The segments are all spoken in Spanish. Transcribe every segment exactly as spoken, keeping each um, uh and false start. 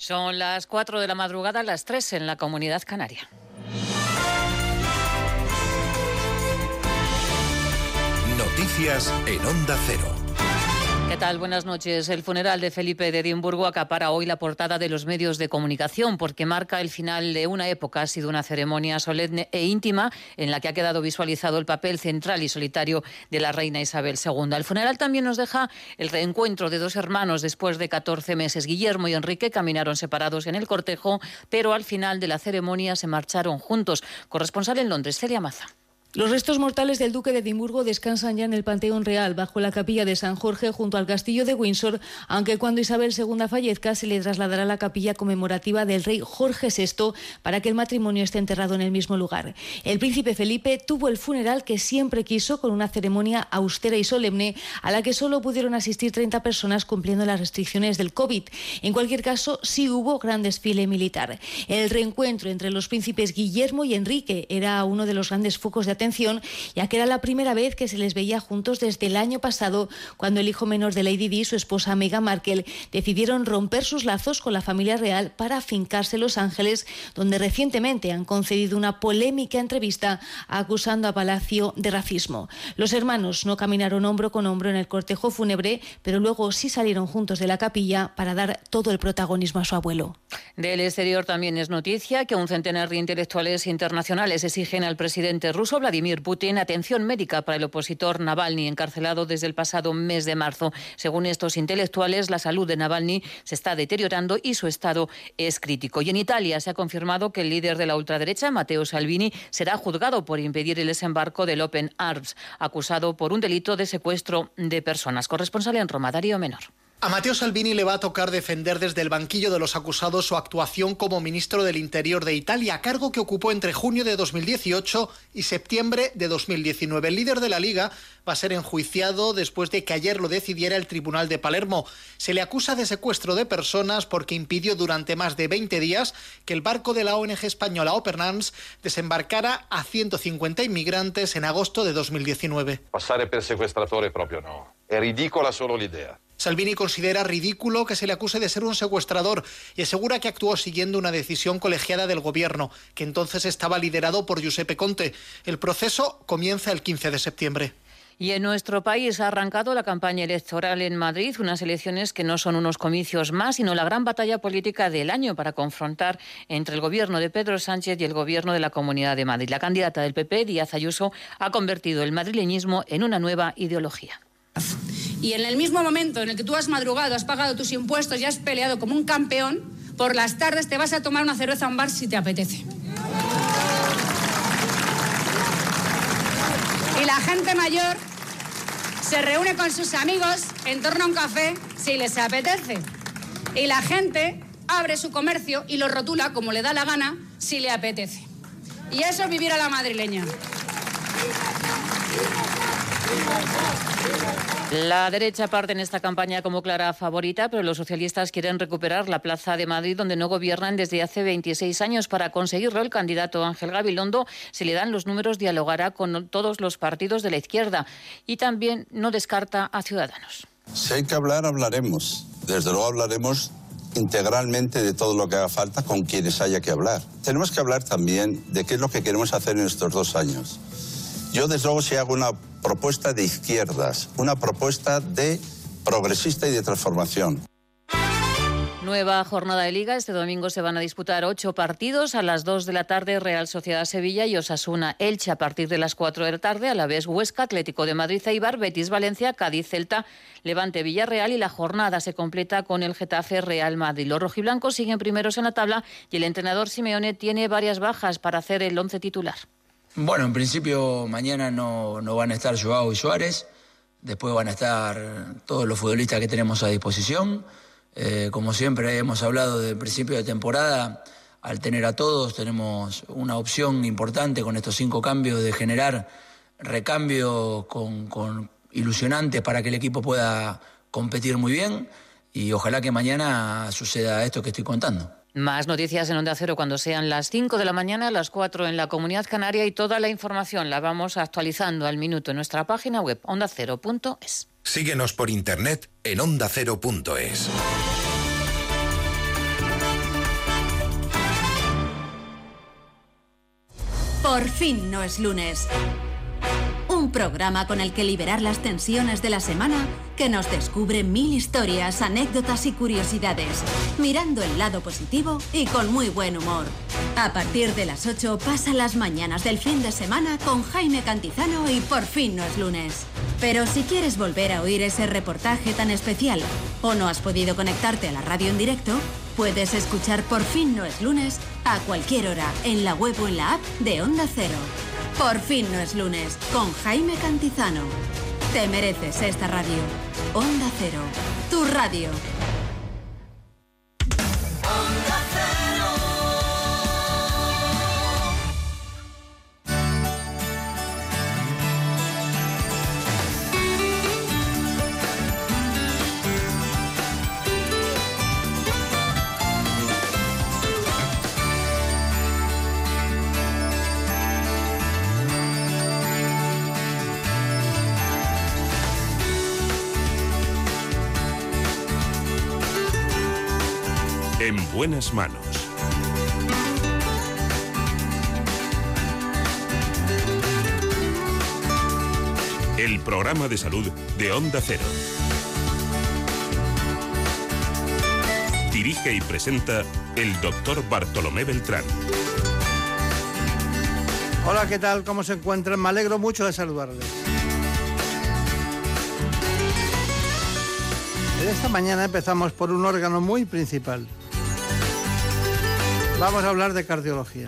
Son las cuatro de la madrugada, las tres en la Comunidad Canaria. Noticias en Onda Cero. ¿Qué tal? Buenas noches. El funeral de Felipe de Edimburgo acapara hoy la portada de los medios de comunicación porque marca el final de una época. Ha sido una ceremonia solemne e íntima en la que ha quedado visualizado el papel central y solitario de la reina Isabel segunda. El funeral también nos deja el reencuentro de dos hermanos después de catorce meses. Guillermo y Enrique caminaron separados en el cortejo, pero al final de la ceremonia se marcharon juntos. Corresponsal en Londres, Celia Maza. Los restos mortales del duque de Edimburgo descansan ya en el Panteón Real, bajo la capilla de San Jorge, junto al castillo de Windsor, aunque cuando Isabel segunda fallezca se le trasladará a la capilla conmemorativa del rey Jorge sexto para que el matrimonio esté enterrado en el mismo lugar. El príncipe Felipe tuvo el funeral que siempre quiso, con una ceremonia austera y solemne a la que solo pudieron asistir treinta personas cumpliendo las restricciones del COVID. En cualquier caso, sí hubo gran desfile militar. El reencuentro entre los príncipes Guillermo y Enrique era uno de los grandes focos de atención, ya que era la primera vez que se les veía juntos desde el año pasado, cuando el hijo menor de Lady Di y su esposa Meghan Markle decidieron romper sus lazos con la familia real para afincarse en Los Ángeles, donde recientemente han concedido una polémica entrevista acusando a Palacio de racismo. Los hermanos no caminaron hombro con hombro en el cortejo fúnebre, pero luego sí salieron juntos de la capilla para dar todo el protagonismo a su abuelo. Del exterior también es noticia que un centenar de intelectuales internacionales exigen al presidente ruso Vladimir Putin atención médica para el opositor Navalny, encarcelado desde el pasado mes de marzo. Según estos intelectuales, la salud de Navalny se está deteriorando y su estado es crítico. Y en Italia se ha confirmado que el líder de la ultraderecha, Matteo Salvini, será juzgado por impedir el desembarco del Open Arms, acusado por un delito de secuestro de personas. Corresponsal en Roma, Darío Menor. A Matteo Salvini le va a tocar defender desde el banquillo de los acusados su actuación como ministro del Interior de Italia, cargo que ocupó entre junio de dos mil dieciocho y septiembre de dos mil diecinueve. El líder de la Liga va a ser enjuiciado después de que ayer lo decidiera el Tribunal de Palermo. Se le acusa de secuestro de personas porque impidió durante más de veinte días que el barco de la O N G española Open Arms desembarcara a ciento cincuenta inmigrantes en agosto de dos mil diecinueve. Passare per sequestratore proprio no. È ridicola solo l'idea. Salvini considera ridículo que se le acuse de ser un secuestrador y asegura que actuó siguiendo una decisión colegiada del gobierno, que entonces estaba liderado por Giuseppe Conte. El proceso comienza el quince de septiembre. Y en nuestro país ha arrancado la campaña electoral en Madrid, unas elecciones que no son unos comicios más, sino la gran batalla política del año para confrontar entre el gobierno de Pedro Sánchez y el gobierno de la Comunidad de Madrid. La candidata del P P, Díaz Ayuso, ha convertido el madrileñismo en una nueva ideología. Y en el mismo momento en el que tú has madrugado, has pagado tus impuestos y has peleado como un campeón, por las tardes te vas a tomar una cerveza a un bar si te apetece. Y la gente mayor se reúne con sus amigos en torno a un café si les apetece. Y la gente abre su comercio y lo rotula como le da la gana si le apetece. Y eso es vivir a la madrileña. La derecha parte en esta campaña como clara favorita, pero los socialistas quieren recuperar la Plaza de Madrid, donde no gobiernan desde hace veintiséis años. Para conseguirlo, el candidato Ángel Gabilondo, si le dan los números, dialogará con todos los partidos de la izquierda y también no descarta a Ciudadanos. Si hay que hablar, hablaremos. Desde luego hablaremos integralmente de todo lo que haga falta con quienes haya que hablar. Tenemos que hablar también de qué es lo que queremos hacer en estos dos años. Yo, desde luego, si hago una propuesta de izquierdas, una propuesta de progresista y de transformación. Nueva jornada de Liga. Este domingo se van a disputar ocho partidos. A las dos de la tarde, Real Sociedad Sevilla y Osasuna Elche. A partir de las cuatro de la tarde, Alavés Huesca, Atlético de Madrid Eibar, Betis Valencia, Cádiz Celta, Levante Villarreal. Y la jornada se completa con el Getafe Real Madrid. Los rojiblancos siguen primeros en la tabla y el entrenador Simeone tiene varias bajas para hacer el once titular. Bueno, en principio mañana no, no van a estar Joao y Suárez, después van a estar todos los futbolistas que tenemos a disposición. Eh, como siempre hemos hablado desde el principio de temporada, al tener a todos tenemos una opción importante con estos cinco cambios de generar recambios con, con ilusionantes para que el equipo pueda competir muy bien y ojalá que mañana suceda esto que estoy contando. Más noticias en Onda Cero cuando sean las cinco de la mañana, las cuatro en la Comunidad Canaria y toda la información la vamos actualizando al minuto en nuestra página web onda cero punto es. Síguenos por internet en onda cero punto es. Por fin no es lunes. Un programa con el que liberar las tensiones de la semana que nos descubre mil historias, anécdotas y curiosidades, mirando el lado positivo y con muy buen humor. A partir de las ocho pasa las mañanas del fin de semana con Jaime Cantizano y Por fin no es lunes. Pero si quieres volver a oír ese reportaje tan especial o no has podido conectarte a la radio en directo, puedes escuchar Por fin no es lunes a cualquier hora en la web o en la app de Onda Cero. Por fin no es lunes, con Jaime Cantizano. Te mereces esta radio. Onda Cero, tu radio. En buenas manos. El programa de salud de Onda Cero. Dirige y presenta el doctor Bartolomé Beltrán. Hola, ¿qué tal? ¿Cómo se encuentran? Me alegro mucho de saludarles. Esta mañana empezamos por un órgano muy principal. Vamos a hablar de cardiología.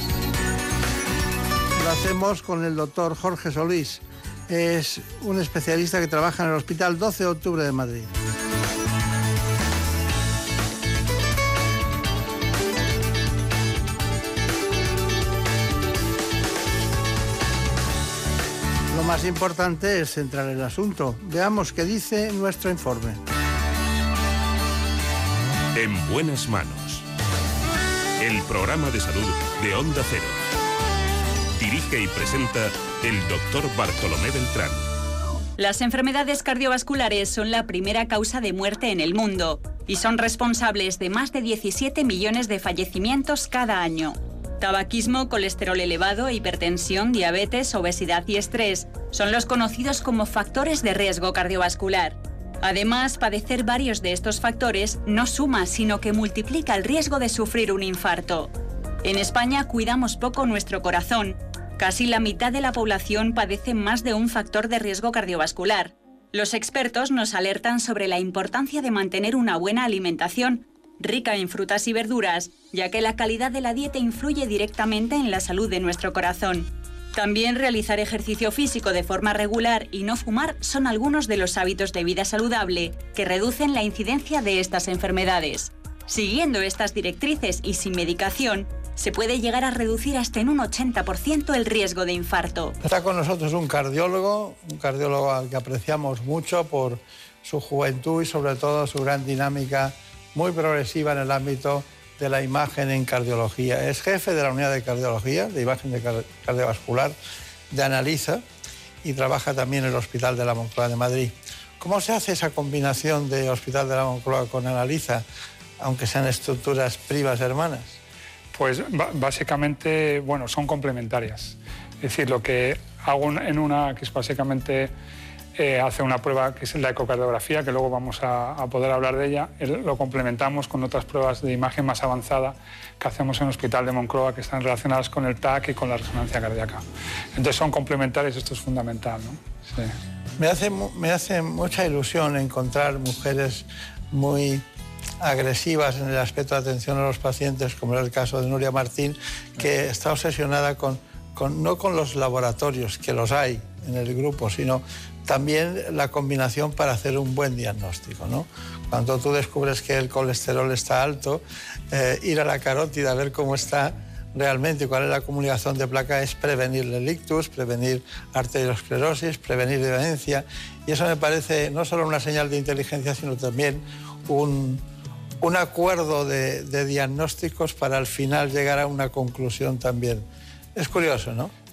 Lo hacemos con el doctor Jorge Solís. Es un especialista que trabaja en el Hospital doce de octubre de Madrid. Lo más importante es centrar el asunto. Veamos qué dice nuestro informe. En buenas manos. El programa de salud de Onda Cero. Dirige y presenta el doctor Bartolomé Beltrán. Las enfermedades cardiovasculares son la primera causa de muerte en el mundo y son responsables de más de diecisiete millones de fallecimientos cada año. Tabaquismo, colesterol elevado, hipertensión, diabetes, obesidad y estrés son los conocidos como factores de riesgo cardiovascular. Además, padecer varios de estos factores no suma, sino que multiplica el riesgo de sufrir un infarto. En España cuidamos poco nuestro corazón. Casi la mitad de la población padece más de un factor de riesgo cardiovascular. Los expertos nos alertan sobre la importancia de mantener una buena alimentación, rica en frutas y verduras, ya que la calidad de la dieta influye directamente en la salud de nuestro corazón. También realizar ejercicio físico de forma regular y no fumar son algunos de los hábitos de vida saludable que reducen la incidencia de estas enfermedades. Siguiendo estas directrices y sin medicación, se puede llegar a reducir hasta en un ochenta por ciento el riesgo de infarto. Está con nosotros un cardiólogo, un cardiólogo al que apreciamos mucho por su juventud y sobre todo su gran dinámica muy progresiva en el ámbito de la imagen en cardiología. Es jefe de la unidad de cardiología, de imagen de cardiovascular, de Analiza, y trabaja también en el Hospital de la Moncloa de Madrid. ¿Cómo se hace esa combinación de Hospital de la Moncloa con Analiza, aunque sean estructuras primas hermanas? Pues básicamente, bueno, son complementarias. Es decir, lo que hago en una, que es básicamente eh, hacer una prueba que es la ecocardiografía, que luego vamos a, a poder hablar de ella, lo complementamos con otras pruebas de imagen más avanzada que hacemos en el Hospital de Moncloa, que están relacionadas con el T A C y con la resonancia cardíaca. Entonces son complementarias, esto es fundamental, ¿no? Sí. Me hace, me hace mucha ilusión encontrar mujeres muy agresivas en el aspecto de atención a los pacientes, como era el caso de Nuria Martín, que está obsesionada con, con, no con los laboratorios, que los hay en el grupo, sino también la combinación para hacer un buen diagnóstico, ¿no? Cuando tú descubres que el colesterol está alto, eh, ir a la carótida a ver cómo está realmente, cuál es la acumulación de placa, es prevenir el ictus, prevenir arteriosclerosis, prevenir demencia, y eso me parece no solo una señal de inteligencia, sino también un, un acuerdo de, de diagnósticos para al final llegar a una conclusión también. Es curioso, ¿no?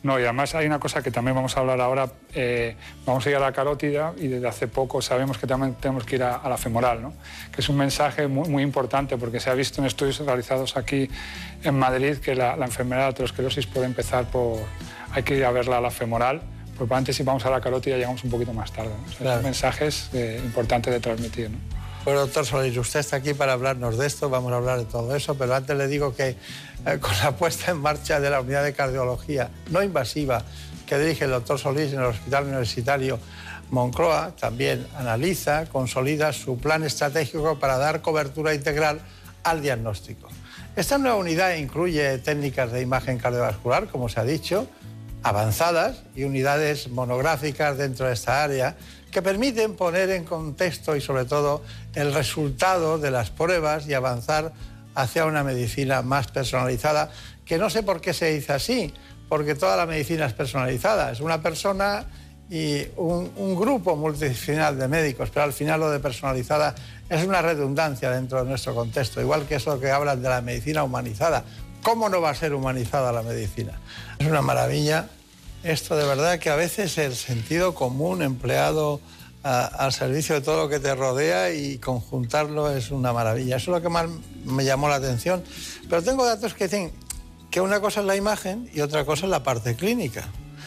No, y además hay una cosa que también vamos a hablar ahora, eh, vamos a ir a la carótida y desde hace poco sabemos que también tenemos que ir a, a la femoral, ¿no? Que es un mensaje muy, muy importante porque se ha visto en estudios realizados aquí en Madrid que la, la enfermedad de aterosclerosis puede empezar por, hay que ir a verla a la femoral, porque antes si vamos a la carótida llegamos un poquito más tarde, ¿no? O sea, claro. Son mensajes eh, importantes de transmitir, ¿no? Pues doctor Solís, usted está aquí para hablarnos de esto, vamos a hablar de todo eso, pero antes le digo que eh, con la puesta en marcha de la unidad de cardiología no invasiva que dirige el doctor Solís en el Hospital Universitario Moncloa, también analiza, consolida su plan estratégico para dar cobertura integral al diagnóstico. Esta nueva unidad incluye técnicas de imagen cardiovascular, como se ha dicho, avanzadas y unidades monográficas dentro de esta área que permiten poner en contexto y sobre todo el resultado de las pruebas y avanzar hacia una medicina más personalizada, que no sé por qué se dice así, porque toda la medicina es personalizada, es una persona y un, un grupo multidisciplinar de médicos, pero al final lo de personalizada es una redundancia dentro de nuestro contexto, igual que eso que hablan de la medicina humanizada. ¿Cómo no va a ser humanizada la medicina? Es una maravilla. Esto de verdad que a veces el sentido común empleado a, al servicio de todo lo que te rodea y conjuntarlo es una maravilla. Eso es lo que más me llamó la atención. Pero tengo datos que dicen que una cosa es la imagen y otra cosa es la parte clínica.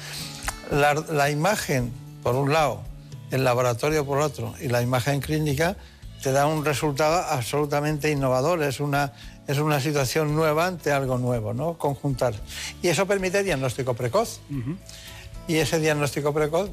La, la imagen, por un lado, el laboratorio por otro, y la imagen clínica te da un resultado absolutamente innovador. Es una, es una situación nueva ante algo nuevo, ¿no? Conjuntar. Y eso permite diagnóstico precoz. Uh-huh. Y ese diagnóstico precoz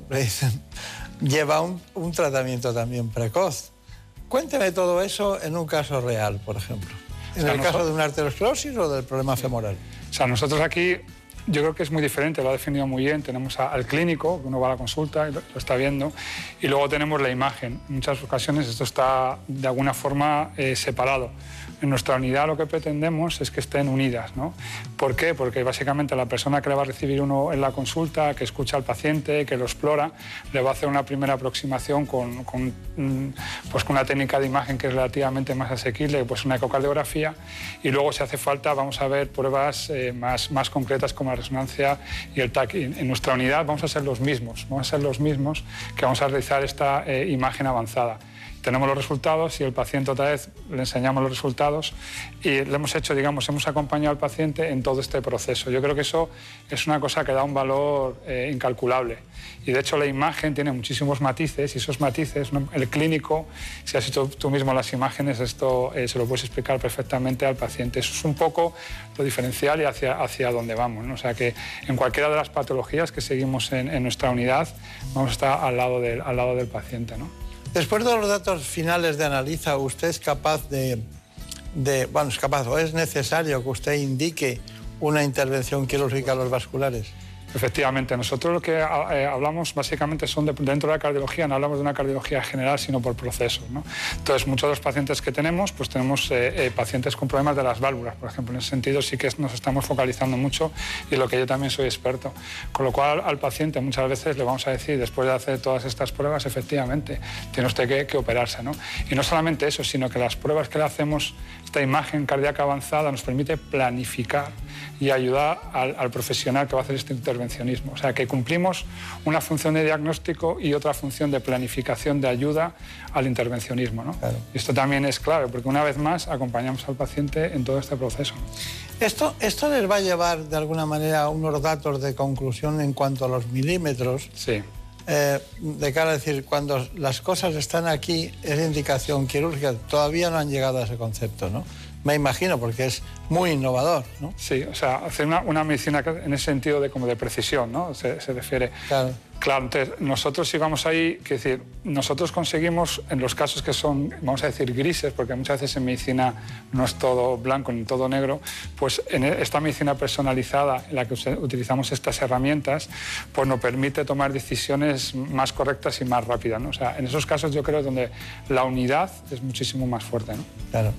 lleva un, un tratamiento también precoz. Cuénteme todo eso en un caso real, por ejemplo. ¿En o sea, el caso de una arteriosclerosis o del problema femoral? O sea, nosotros aquí, yo creo que es muy diferente, lo ha definido muy bien. Tenemos a, al clínico, que uno va a la consulta y lo, lo está viendo, y luego tenemos la imagen. En muchas ocasiones esto está de alguna forma eh, separado. En nuestra unidad lo que pretendemos es que estén unidas, ¿no? ¿Por qué? Porque básicamente la persona que le va a recibir uno en la consulta, que escucha al paciente, que lo explora, le va a hacer una primera aproximación con, con, pues con una técnica de imagen que es relativamente más asequible, pues una ecocardiografía, y luego si hace falta vamos a ver pruebas eh, más, más concretas como la resonancia y el T A C. En nuestra unidad vamos a ser los mismos, vamos a ser los mismos que vamos a realizar esta eh, imagen avanzada. Tenemos los resultados y el paciente otra vez le enseñamos los resultados y le hemos hecho, digamos, hemos acompañado al paciente en todo este proceso. Yo creo que eso es una cosa que da un valor eh, incalculable. Y de hecho la imagen tiene muchísimos matices y esos matices, ¿no? El clínico, si has hecho tú mismo las imágenes, esto eh, se lo puedes explicar perfectamente al paciente. Eso es un poco lo diferencial y hacia, hacia dónde vamos, ¿no? O sea que en cualquiera de las patologías que seguimos en, en nuestra unidad vamos a estar al lado del, al lado del paciente, ¿no? Después de los datos finales de Analiza, ¿usted es capaz de, de, bueno, es capaz o es necesario que usted indique una intervención quirúrgica a los vasculares? Efectivamente, nosotros lo que eh, hablamos básicamente son de, dentro de la cardiología, no hablamos de una cardiología general, sino por procesos, ¿no? Entonces, muchos de los pacientes que tenemos, pues tenemos eh, eh, pacientes con problemas de las válvulas, por ejemplo. En ese sentido sí que nos estamos focalizando mucho y lo que yo también soy experto. Con lo cual, al paciente muchas veces le vamos a decir, después de hacer todas estas pruebas, efectivamente, tiene usted que, que operarse, ¿no? Y no solamente eso, sino que las pruebas que le hacemos, esta imagen cardíaca avanzada, nos permite planificar y ayudar al, al profesional que va a hacer este intervencionismo. O sea, que cumplimos una función de diagnóstico y otra función de planificación de ayuda al intervencionismo, ¿no? Claro. Y esto también es clave, porque una vez más acompañamos al paciente en todo este proceso. Esto, esto les va a llevar de alguna manera a unos datos de conclusión en cuanto a los milímetros. Sí. Eh, de cara a decir, cuando las cosas están aquí, es indicación quirúrgica. Todavía no han llegado a ese concepto, ¿no? Me imagino, porque es muy innovador, ¿no? Sí, o sea, hacer una, una medicina en ese sentido de, como de precisión, ¿no? Se, se refiere. Claro. Claro, entonces nosotros si vamos ahí, que decir, nosotros conseguimos en los casos que son, vamos a decir, grises, porque muchas veces en medicina no es todo blanco ni todo negro, pues en esta medicina personalizada en la que utilizamos estas herramientas, pues nos permite tomar decisiones más correctas y más rápidas, ¿no? O sea, en esos casos yo creo donde la unidad es muchísimo más fuerte, ¿no? Claro.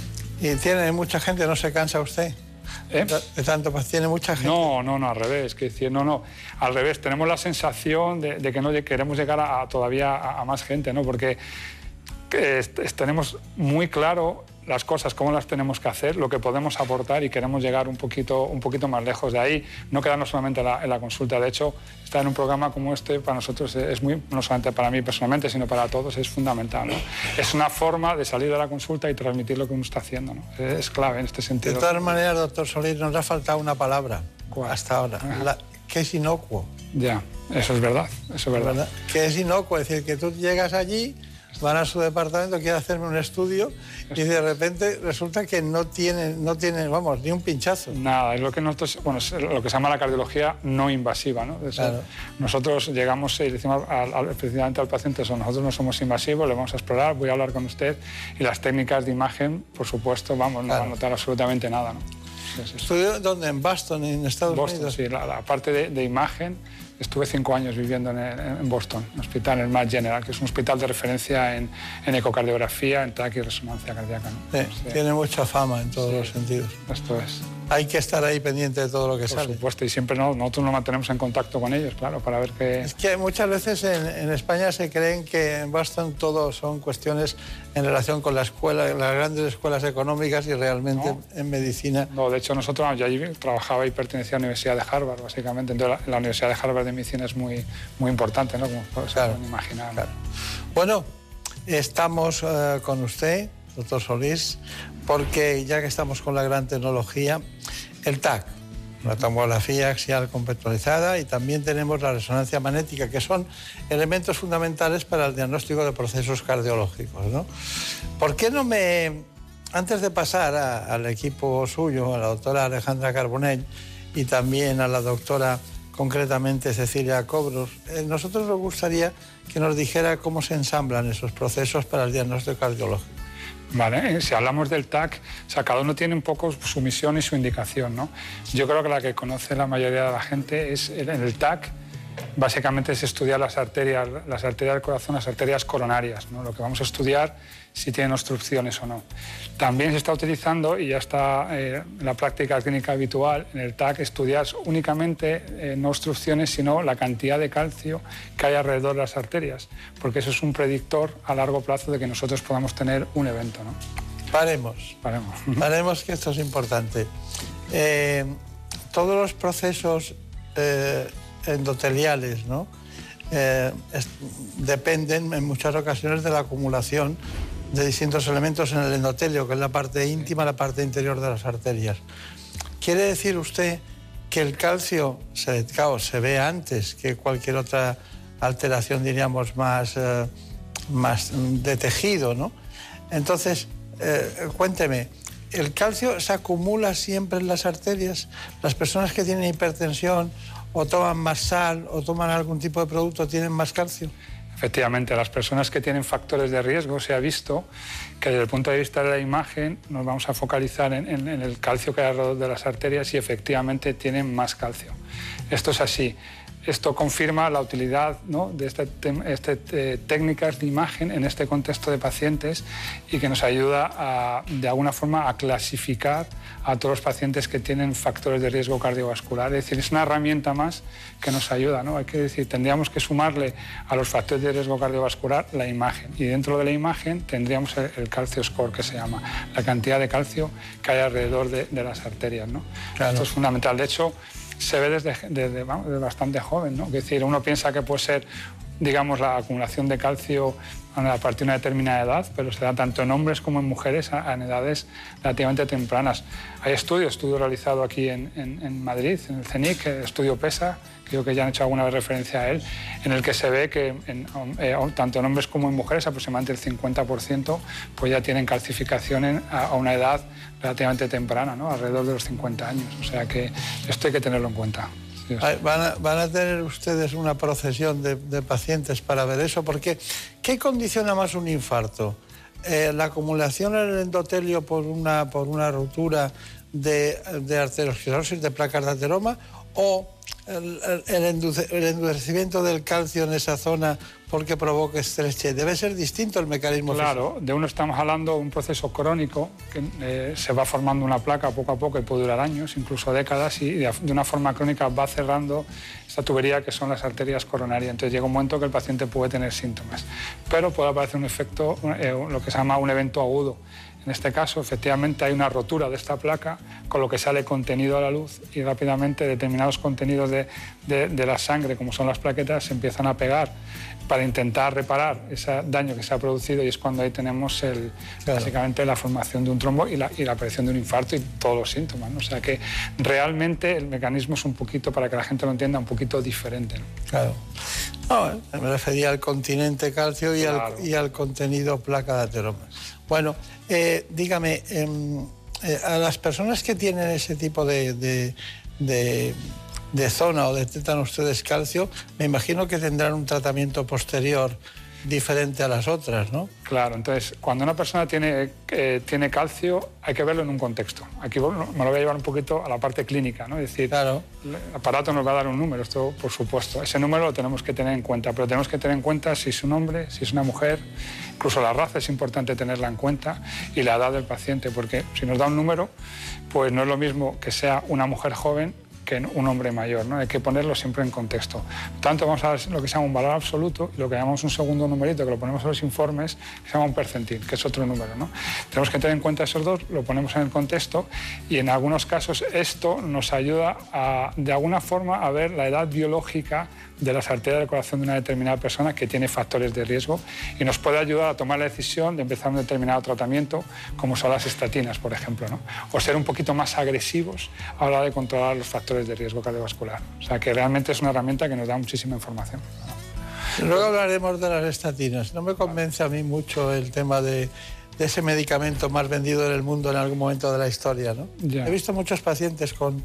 ¿Y tiene mucha gente, no se cansa usted? ¿Eh? De tanto, pues tiene mucha gente. No, no, no, al revés, que decir, no, no, al revés, tenemos la sensación de, de que no queremos llegar a, a todavía a, a más gente, ¿no? Porque eh, tenemos muy claro las cosas, cómo las tenemos que hacer, lo que podemos aportar y queremos llegar un poquito, un poquito más lejos de ahí, no quedarnos solamente en la, en la consulta. De hecho, estar en un programa como este para nosotros es muy, no solamente para mí personalmente, sino para todos, es fundamental, ¿no? Es una forma de salir de la consulta y transmitir lo que uno está haciendo, ¿no? Es clave en este sentido. De todas maneras, doctor Solís, nos ha faltado una palabra. ¿Cuál? Hasta ahora, la, que es inocuo. Ya, eso es verdad, eso es verdad. ¿verdad? Que es inocuo, es decir, que tú llegas allí, van a su departamento, quieren hacerme un estudio y de repente resulta que no tienen, no tienen, vamos, ni un pinchazo. Nada, es lo que nosotros, bueno, es lo que se llama la cardiología no invasiva, ¿no? Eso, claro. Nosotros llegamos y decimos al, al, específicamente al paciente eso, nosotros no somos invasivos, le vamos a explorar, voy a hablar con usted y las técnicas de imagen, por supuesto, vamos, claro. No van a notar absolutamente nada, ¿no? Es ¿Estudió dónde? ¿En Boston, en Estados Boston, Unidos? Sí, la, la parte de, de imagen. Estuve cinco años viviendo en, en Boston, en un hospital, en el Mass General, que es un hospital de referencia en, en ecocardiografía, en T A C y resonancia cardíaca, ¿no? Sí, sí. Tiene mucha fama en todos sí, los sentidos. Esto es. Hay que estar ahí pendiente de todo lo que Por sale. Por supuesto, y siempre no, nosotros nos mantenemos en contacto con ellos, claro, para ver qué... Es que muchas veces en, en España se creen que en Boston todo son cuestiones en relación con la escuela, las grandes escuelas económicas y realmente no. en medicina... No, de hecho nosotros, yo allí trabajaba y pertenecía a la Universidad de Harvard, básicamente. Entonces la, la Universidad de Harvard de Medicina es muy, muy importante, ¿no? Como se claro, pueden imaginar. Claro. Bueno, estamos uh, con usted, doctor Solís, porque ya que estamos con la gran tecnología, el T A C, la tomografía axial computarizada, y también tenemos la resonancia magnética, que son elementos fundamentales para el diagnóstico de procesos cardiológicos, ¿no? ¿Por qué no me, antes de pasar a, al equipo suyo, a la doctora Alejandra Carbonell y también a la doctora, concretamente Cecilia Cobros, eh, nosotros nos gustaría que nos dijera cómo se ensamblan esos procesos para el diagnóstico cardiológico? Vale, si hablamos del T A C, o sea, cada uno tiene un poco su misión y su indicación, ¿no? Yo creo que la que conoce la mayoría de la gente es en el T A C, básicamente es estudiar las arterias, las arterias del corazón, las arterias coronarias, ¿no? Lo que vamos a estudiar si tienen obstrucciones o no. También se está utilizando, y ya está eh, en la práctica clínica habitual, en el T A C, estudiar únicamente eh, no obstrucciones, sino la cantidad de calcio que hay alrededor de las arterias, porque eso es un predictor a largo plazo de que nosotros podamos tener un evento, ¿no? Paremos. Paremos. Paremos, que esto es importante. Eh, todos los procesos eh, endoteliales, ¿no? Eh, es, dependen en muchas ocasiones de la acumulación de distintos elementos en el endotelio, que es la parte íntima, la parte interior de las arterias. ¿Quiere decir usted que el calcio se, claro, se ve antes que cualquier otra alteración, diríamos, más, eh, más de tejido, ¿no? Entonces, eh, cuénteme, ¿el calcio se acumula siempre en las arterias? ¿Las personas que tienen hipertensión o toman más sal o toman algún tipo de producto tienen más calcio? Efectivamente, las personas que tienen factores de riesgo se ha visto que desde el punto de vista de la imagen nos vamos a focalizar en, en, en el calcio que hay alrededor de las arterias y efectivamente tienen más calcio. Esto es así. Esto confirma la utilidad, ¿no?, de este, este, eh, técnicas de imagen en este contexto de pacientes y que nos ayuda a, de alguna forma a clasificar a todos los pacientes que tienen factores de riesgo cardiovascular. Es decir, es una herramienta más que nos ayuda, ¿no? Hay que decir, tendríamos que sumarle a los factores de riesgo cardiovascular la imagen, y dentro de la imagen tendríamos el, el calcio score, que se llama, la cantidad de calcio que hay alrededor de, de las arterias, ¿no? Claro. Esto es fundamental. De hecho, se ve desde, desde, vamos, desde bastante joven, ¿no? Es decir, uno piensa que puede ser, digamos, la acumulación de calcio a partir de una determinada edad, pero se da tanto en hombres como en mujeres a, a en edades relativamente tempranas. Hay estudios, estudio realizado aquí en, en, en Madrid, en el CENIC, el estudio PESA, creo que ya han hecho alguna vez referencia a él, en el que se ve que en, eh, tanto en hombres como en mujeres, aproximadamente el cincuenta por ciento, pues ya tienen calcificación en, a, a una edad relativamente temprana, ¿no?, alrededor de los cincuenta años. O sea que esto hay que tenerlo en cuenta. Sí, sí. ¿Van a, van a tener ustedes una procesión de, de pacientes para ver eso? Porque, ¿qué condiciona más un infarto? Eh, ¿La acumulación en el endotelio por una, por una ruptura de, de arteriosclerosis, de placas de ateroma, o el, el, el endurecimiento del calcio en esa zona porque provoca estrechez? Debe ser distinto el mecanismo. Claro, físico. De uno estamos hablando de un proceso crónico que eh, se va formando una placa poco a poco y puede durar años, incluso décadas, y de, de una forma crónica va cerrando esta tubería que son las arterias coronarias. Entonces llega un momento que el paciente puede tener síntomas, pero puede aparecer un efecto, eh, lo que se llama un evento agudo, En este caso, efectivamente, hay una rotura de esta placa, con lo que sale contenido a la luz y rápidamente determinados contenidos de, de, de la sangre, como son las plaquetas, se empiezan a pegar para intentar reparar ese daño que se ha producido, y es cuando ahí tenemos el, claro. básicamente la formación de un trombo y la, y la aparición de un infarto y todos los síntomas, ¿no? O sea que realmente el mecanismo es un poquito, para que la gente lo entienda, un poquito diferente, ¿no? Claro. No, me refería al continente calcio y, claro. al, y al contenido placa de ateroma. Bueno, eh, dígame, eh, eh, a las personas que tienen ese tipo de, de, de, de zona o detectan ustedes calcio, me imagino que tendrán un tratamiento posterior diferente a las otras, ¿no? Claro, entonces, cuando una persona tiene, eh, tiene calcio, hay que verlo en un contexto. Aquí bueno, me lo voy a llevar un poquito a la parte clínica, ¿no? Es decir, claro. el aparato nos va a dar un número, esto por supuesto. Ese número lo tenemos que tener en cuenta, pero tenemos que tener en cuenta si es un hombre, si es una mujer, incluso la raza es importante tenerla en cuenta, y la edad del paciente, porque si nos da un número, pues no es lo mismo que sea una mujer joven que un hombre mayor, ¿no? Hay que ponerlo siempre en contexto. Por tanto, vamos a ver lo que se llama un valor absoluto y lo que llamamos un segundo numerito, que lo ponemos en los informes, que se llama un percentil, que es otro número, ¿no? Tenemos que tener en cuenta esos dos, lo ponemos en el contexto, y en algunos casos esto nos ayuda a, de alguna forma, a ver la edad biológica de las arterias del corazón de una determinada persona que tiene factores de riesgo, y nos puede ayudar a tomar la decisión de empezar un determinado tratamiento, como son las estatinas, por ejemplo, ¿no? O ser un poquito más agresivos a la hora de controlar los factores de riesgo cardiovascular. O sea que realmente es una herramienta que nos da muchísima información. Luego hablaremos de las estatinas. No me convence a mí mucho el tema de, de ese medicamento más vendido en el mundo en algún momento de la historia, ¿no? Ya. He visto muchos pacientes con...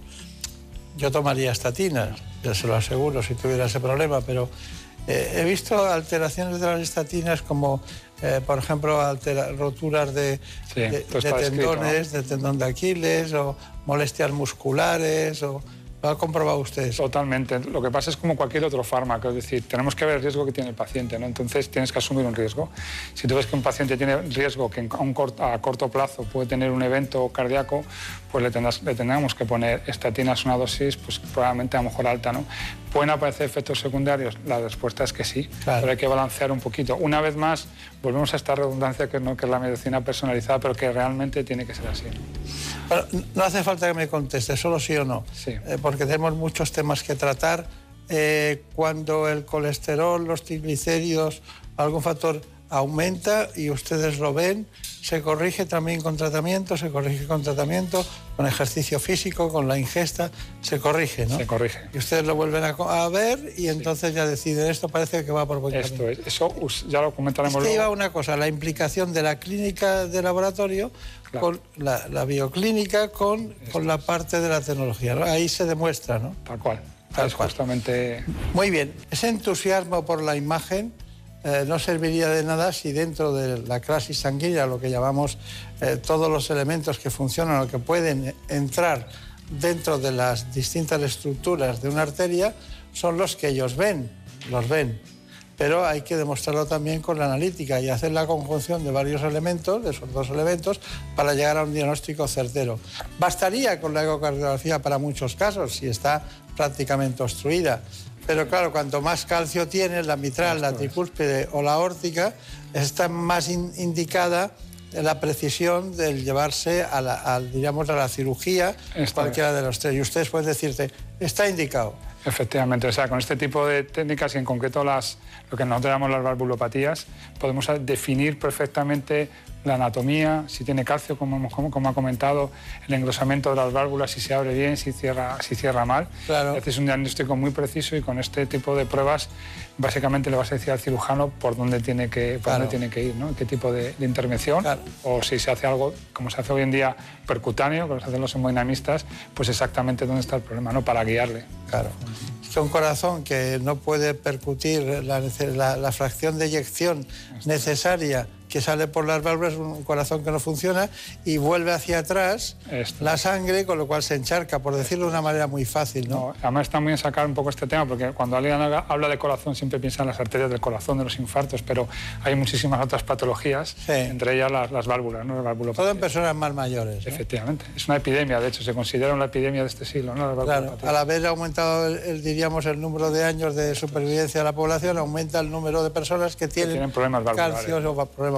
Yo tomaría estatinas, ya se lo aseguro, si tuviera ese problema, pero eh, he visto alteraciones de las estatinas como, eh, por ejemplo, altera, roturas de, sí, de, de tendones, escrito, ¿no? de tendón de Aquiles, o molestias musculares, o... ¿Lo ha comprobado usted? Totalmente. Lo que pasa es como cualquier otro fármaco, es decir, tenemos que ver el riesgo que tiene el paciente, ¿no? Entonces tienes que asumir un riesgo. Si tú ves que un paciente tiene riesgo que a, un corto, a corto plazo puede tener un evento cardíaco, pues le, tendrás, le tendremos que poner estatinas, una dosis pues probablemente a lo mejor alta, ¿no? ¿Pueden aparecer efectos secundarios? La respuesta es que sí, claro. Pero hay que balancear un poquito. Una vez más, volvemos a esta redundancia que, ¿no? que es la medicina personalizada, pero que realmente tiene que ser así. Bueno, no hace falta que me conteste, solo sí o no, sí. eh, porque tenemos muchos temas que tratar. Eh, cuando el colesterol, los triglicéridos, algún factor aumenta y ustedes lo ven, se corrige también con tratamiento, se corrige con tratamiento, con ejercicio físico, con la ingesta, se corrige, ¿no? Se corrige. Y ustedes lo vuelven a, a ver y entonces sí. ya deciden, esto parece que va por buen Esto camino. es, eso ya lo comentaremos es que luego. iba una cosa, la implicación de la clínica de laboratorio claro. con la, la bioclínica con, con la parte de la tecnología, ¿no? Ahí se demuestra, ¿no? Tal cual. Tal es cual. Justamente... Muy bien, ese entusiasmo por la imagen eh, no serviría de nada si dentro de la clasis sanguínea, lo que llamamos eh, todos los elementos que funcionan o que pueden entrar dentro de las distintas estructuras de una arteria, son los que ellos ven, los ven. Pero hay que demostrarlo también con la analítica y hacer la conjunción de varios elementos, de esos dos elementos, para llegar a un diagnóstico certero. Bastaría con la ecocardiografía para muchos casos, si está prácticamente obstruida. Pero claro, cuanto más calcio tiene, la mitral, la tricúspide o la aórtica, está más in indicada la precisión del llevarse a la, a, diríamos, a la cirugía, está cualquiera bien. de los tres. Y ustedes pueden decirte, está indicado. Efectivamente, o sea, con este tipo de técnicas y en concreto las, lo que nosotros llamamos las valvulopatías, podemos definir perfectamente la anatomía, si tiene calcio, como, como, como ha comentado, el engrosamiento de las válvulas, si se abre bien, si cierra, si cierra mal. Claro. Este es un diagnóstico muy preciso y con este tipo de pruebas básicamente le vas a decir al cirujano por dónde tiene que, por claro. dónde tiene que ir, ¿no? Qué tipo de, de intervención, claro. o si se hace algo, como se hace hoy en día, percutáneo, como se hacen los hemodinamistas, pues exactamente dónde está el problema, ¿no? Para guiarle. Claro. Es que un corazón que no puede percutir la, la, la fracción de eyección necesaria que sale por las válvulas, un corazón que no funciona y vuelve hacia atrás Esto. la sangre, con lo cual se encharca, por decirlo de una manera muy fácil, ¿no? no además está muy bien sacar un poco este tema, porque cuando alguien habla de corazón siempre piensa en las arterias del corazón, de los infartos, pero hay muchísimas otras patologías, sí. entre ellas las, las válvulas, ¿no? Las Todo en personas más mayores, ¿no? Efectivamente. Es una epidemia, de hecho, se considera una epidemia de este siglo, ¿no? Las claro, al haber aumentado, el, el, diríamos, el número de años de supervivencia de la población, aumenta el número de personas que tienen, que tienen problemas valvulares. calcios o problemas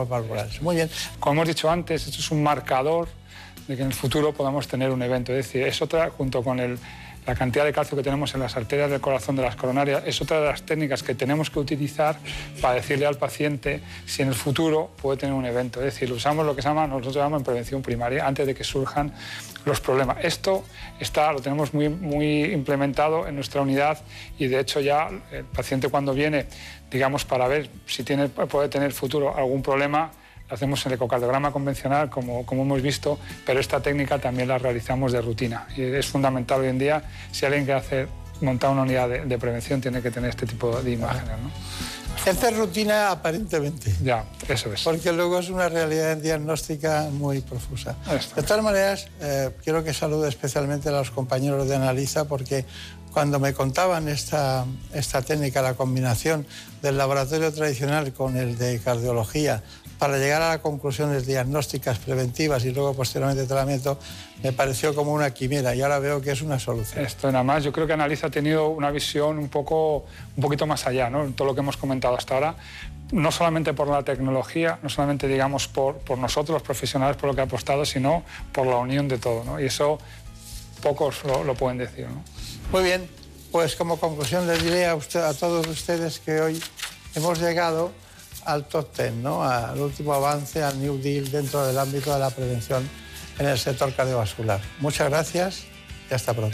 valvulares. Muy bien. Como hemos dicho antes, esto es un marcador de que en el futuro podamos tener un evento. Es decir, es otra, junto con el, la cantidad de calcio que tenemos en las arterias del corazón de las coronarias, es otra de las técnicas que tenemos que utilizar para decirle al paciente si en el futuro puede tener un evento. Es decir, usamos lo que se llama, nosotros llamamos en prevención primaria, antes de que surjan los problemas. Esto está, lo tenemos muy, muy implementado en nuestra unidad y de hecho ya el paciente cuando viene, digamos, para ver si tiene, puede tener futuro algún problema, lo hacemos en el ecocardiograma convencional, como, como hemos visto, pero esta técnica también la realizamos de rutina. Y es fundamental hoy en día, si alguien quiere hacer, montar una unidad de, de prevención, tiene que tener este tipo de imágenes, ¿no? Hacer rutina aparentemente. Ya, eso es. Porque luego es una realidad diagnóstica muy profusa. De todas maneras, eh, quiero que salude especialmente a los compañeros de Analiza, porque cuando me contaban esta, esta técnica, la combinación del laboratorio tradicional con el de cardiología, para llegar a las conclusiones diagnósticas preventivas y luego posteriormente tratamiento, me pareció como una quimera y ahora veo que es una solución. Esto nada más, yo creo que Analiza ha tenido una visión un, poco, un poquito más allá, ¿no? En todo lo que hemos comentado hasta ahora, no solamente por la tecnología, no solamente digamos por, por nosotros los profesionales por lo que ha apostado, sino por la unión de todo, ¿no? Y eso pocos lo, lo pueden decir, ¿no? Muy bien, pues como conclusión les diré a, usted, a todos ustedes que hoy hemos llegado al top diez, ¿no? Al último avance, al New Deal dentro del ámbito de la prevención en el sector cardiovascular. Muchas gracias y hasta pronto.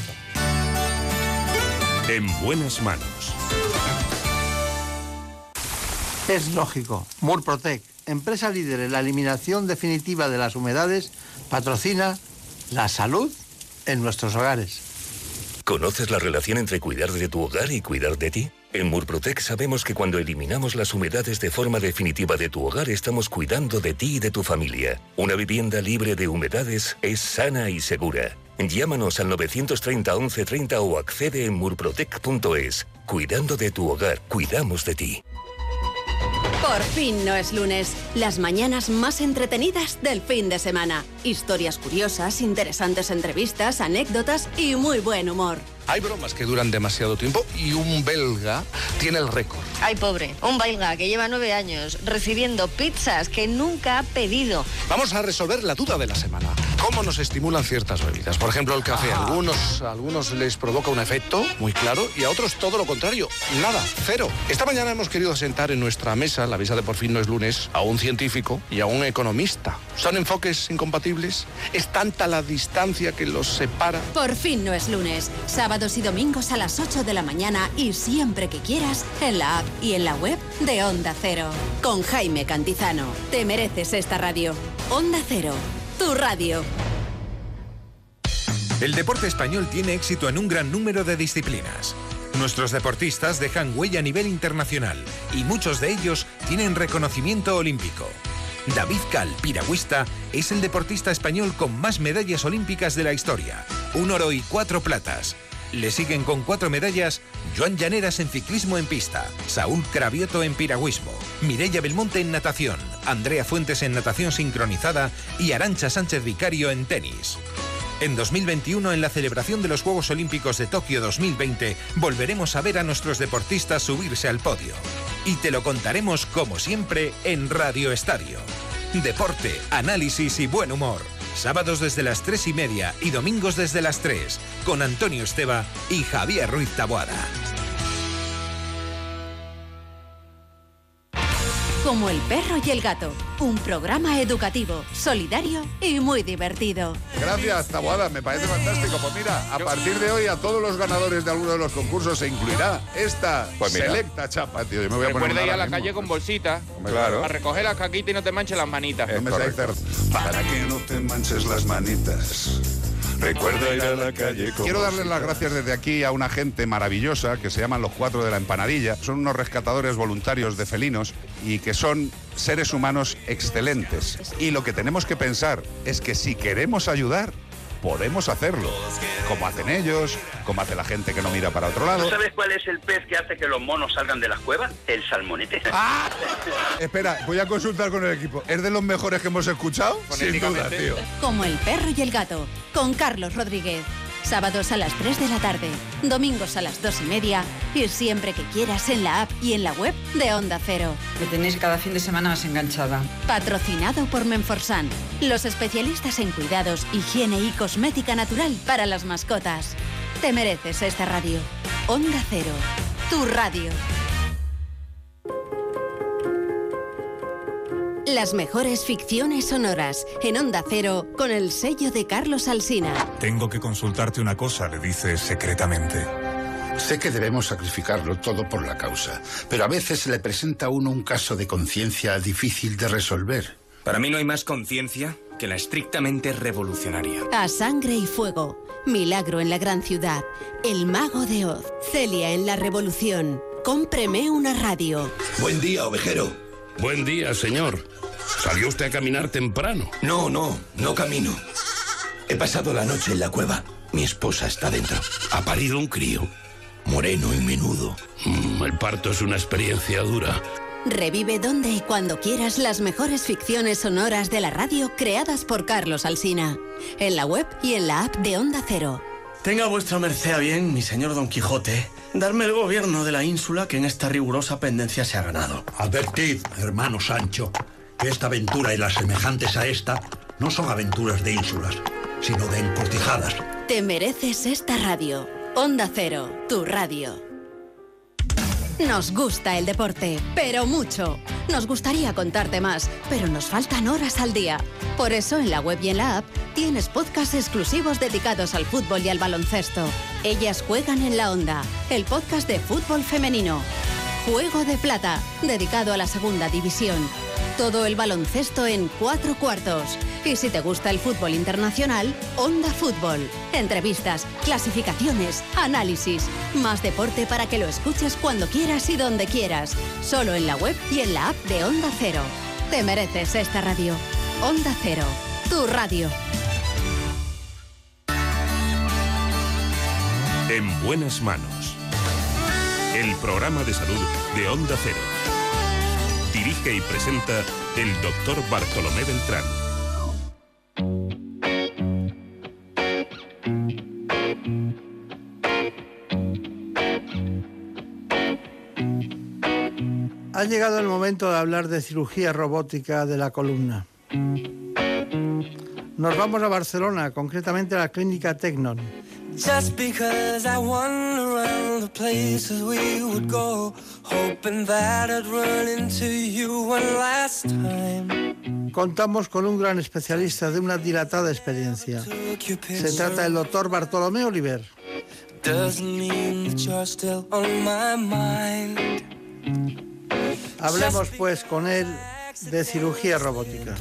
En buenas manos. Es lógico. Murprotec, empresa líder en la eliminación definitiva de las humedades, patrocina la salud en nuestros hogares. ¿Conoces la relación entre cuidar de tu hogar y cuidar de ti? En Murprotec sabemos que cuando eliminamos las humedades de forma definitiva de tu hogar, estamos cuidando de ti y de tu familia. Una vivienda libre de humedades es sana y segura. Llámanos al novecientos treinta, once treinta o accede en murprotec punto es. Cuidando de tu hogar, cuidamos de ti. Por fin no es lunes. Las mañanas más entretenidas del fin de semana. Historias curiosas, interesantes entrevistas, anécdotas y muy buen humor. Hay bromas que duran demasiado tiempo y un belga tiene el récord. Ay, pobre, un belga que lleva nueve años recibiendo pizzas que nunca ha pedido. Vamos a resolver la duda de la semana. ¿Cómo nos estimulan ciertas bebidas? Por ejemplo, el café. A algunos, a algunos les provoca un efecto muy claro y a otros todo lo contrario. Nada, cero. Esta mañana hemos querido sentar en nuestra mesa, la mesa de Por fin no es lunes, a un científico y a un economista. ¿Son enfoques incompatibles? ¿Es tanta la distancia que los separa? Por fin no es lunes. Sábados y domingos a las ocho de la mañana y siempre que quieras en la app y en la web de Onda Cero. Con Jaime Cantizano. Te mereces esta radio. Onda Cero. Tu radio. El deporte español tiene éxito en un gran número de disciplinas. Nuestros deportistas dejan huella a nivel internacional y muchos de ellos tienen reconocimiento olímpico. David Cal, piragüista, es el deportista español con más medallas olímpicas de la historia. Un oro y cuatro platas. Le siguen con cuatro medallas Joan Llaneras en ciclismo en pista, Saúl Cravioto en piragüismo, Mireia Belmonte en natación, Andrea Fuentes en natación sincronizada y Arantxa Sánchez Vicario en tenis. En dos mil veintiuno, en la celebración de los Juegos Olímpicos de Tokio dos mil veinte, volveremos a ver a nuestros deportistas subirse al podio. Y te lo contaremos, como siempre, en Radio Estadio. Deporte, análisis y buen humor. Sábados desde las tres y media y domingos desde las tres, con Antonio Esteba y Javier Ruiz Taboada. Como el perro y el gato, un programa educativo, solidario y muy divertido. Gracias, Taboada, me parece fantástico. Pues mira, a partir de hoy a todos los ganadores de alguno de los concursos se incluirá esta pues selecta chapa, tío. Yo me voy a Recuerda poner ir a la mismo. calle con bolsita, Claro. a recoger las caquitas y no te manches las manitas. No me seáis cer- Para que no te manches las manitas. Recuerda ir a la calle con Quiero darles las gracias desde aquí a una gente maravillosa que se llaman los Cuatro de la Empanadilla. Son unos rescatadores voluntarios de felinos y que son seres humanos excelentes. Y lo que tenemos que pensar es que si queremos ayudar, podemos hacerlo. Como hacen ellos, como hace la gente que no mira para otro lado. ¿Tú sabes cuál es el pez que hace que los monos salgan de las cuevas? El salmonete. ¡Ah! Espera, voy a consultar con el equipo. ¿Es de los mejores que hemos escuchado? Sin duda, tío. Como el perro y el gato, con Carlos Rodríguez. Sábados a las tres de la tarde, domingos a las dos y media y siempre que quieras en la app y en la web de Onda Cero. Me tenéis cada fin de semana más enganchada. Patrocinado por Menforsan, los especialistas en cuidados, higiene y cosmética natural para las mascotas. Te mereces esta radio. Onda Cero, tu radio. Las mejores ficciones sonoras en Onda Cero con el sello de Carlos Alsina. Tengo que consultarte una cosa, le dice secretamente. Sé que debemos sacrificarlo todo por la causa, pero a veces se le presenta a uno un caso de conciencia difícil de resolver. Para mí no hay más conciencia que la estrictamente revolucionaria. A sangre y fuego, Milagro en la gran ciudad, El mago de Oz, Celia en la revolución. Cómpreme una radio. Buen día, ovejero. Buen día, señor. ¿Salió usted a caminar temprano? No, no, no camino. He pasado la noche en la cueva. Mi esposa está dentro. ¿Ha parido un crío? Moreno y menudo. Mm, el parto es una experiencia dura. Revive donde y cuando quieras las mejores ficciones sonoras de la radio creadas por Carlos Alsina. En la web y en la app de Onda Cero. Tenga vuestra merced a bien, mi señor Don Quijote, darme el gobierno de la ínsula que en esta rigurosa pendencia se ha ganado. Advertid, hermano Sancho, que esta aventura y las semejantes a esta no son aventuras de ínsulas, sino de encrucijadas. Te mereces esta radio. Onda Cero, tu radio. Nos gusta el deporte, pero mucho. Nos gustaría contarte más, pero nos faltan horas al día. Por eso en la web y en la app tienes podcasts exclusivos dedicados al fútbol y al baloncesto. Ellas juegan en la Onda, el podcast de fútbol femenino. Juego de Plata, dedicado a la segunda división. Todo el baloncesto en cuatro cuartos. Y si te gusta el fútbol internacional, Onda Fútbol. Entrevistas, clasificaciones, análisis. Más deporte para que lo escuches cuando quieras y donde quieras. Solo en la web y en la app de Onda Cero. Te mereces esta radio. Onda Cero, tu radio. En buenas manos. El programa de salud de Onda Cero. Dirige y presenta el doctor Bartolomé Beltrán. Ha llegado el momento de hablar de cirugía robótica de la columna. Nos vamos a Barcelona, concretamente a la clínica Tecnon. Just because I wander around the places we would go, hoping that I'd run into you one last time. Contamos con un gran especialista de una dilatada experiencia. Se trata del doctor Bartolomé Oliver. Doesn't mean that you're still on my mind. Hablemos pues con él de cirugía robótica.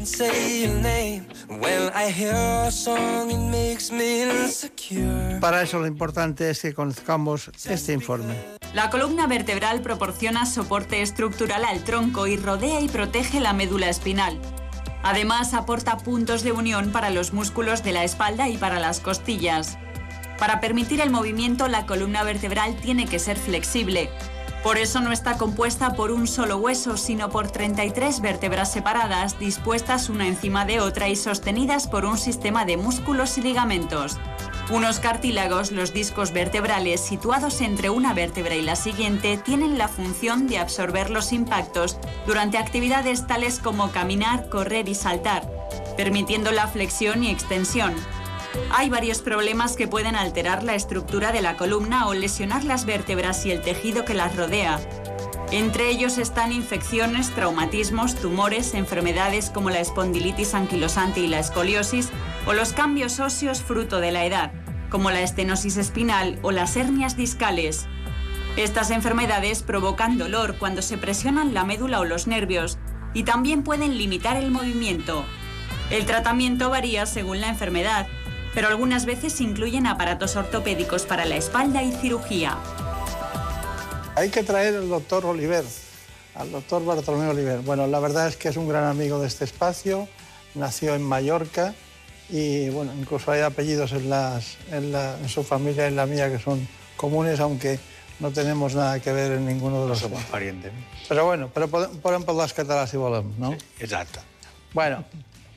Para eso lo importante es que conozcamos este informe. La columna vertebral proporciona soporte estructural al tronco y rodea y protege la médula espinal. Además, aporta puntos de unión para los músculos de la espalda y para las costillas. Para permitir el movimiento, la columna vertebral tiene que ser flexible. Por eso no está compuesta por un solo hueso, sino por treinta y tres vértebras separadas, dispuestas una encima de otra y sostenidas por un sistema de músculos y ligamentos. Unos cartílagos, los discos vertebrales, situados entre una vértebra y la siguiente, tienen la función de absorber los impactos durante actividades tales como caminar, correr y saltar, permitiendo la flexión y extensión. Hay varios problemas que pueden alterar la estructura de la columna o lesionar las vértebras y el tejido que las rodea. Entre ellos están infecciones, traumatismos, tumores, enfermedades como la espondilitis anquilosante y la escoliosis, o los cambios óseos fruto de la edad, como la estenosis espinal o las hernias discales. Estas enfermedades provocan dolor cuando se presionan la médula o los nervios y también pueden limitar el movimiento. El tratamiento varía según la enfermedad, pero algunas veces incluyen aparatos ortopédicos para la espalda y cirugía. Hay que traer al doctor Oliver, al doctor Bartolomé Oliver. Bueno, la verdad es que es un gran amigo de este espacio, nació en Mallorca y bueno, incluso hay apellidos en, las, en, la, en su familia y en la mía que son comunes, aunque no tenemos nada que ver en ninguno de los dos. Somos parientes. Pero bueno, pero podem, podem parlar català si volem, no? Sí, exacte. Bueno,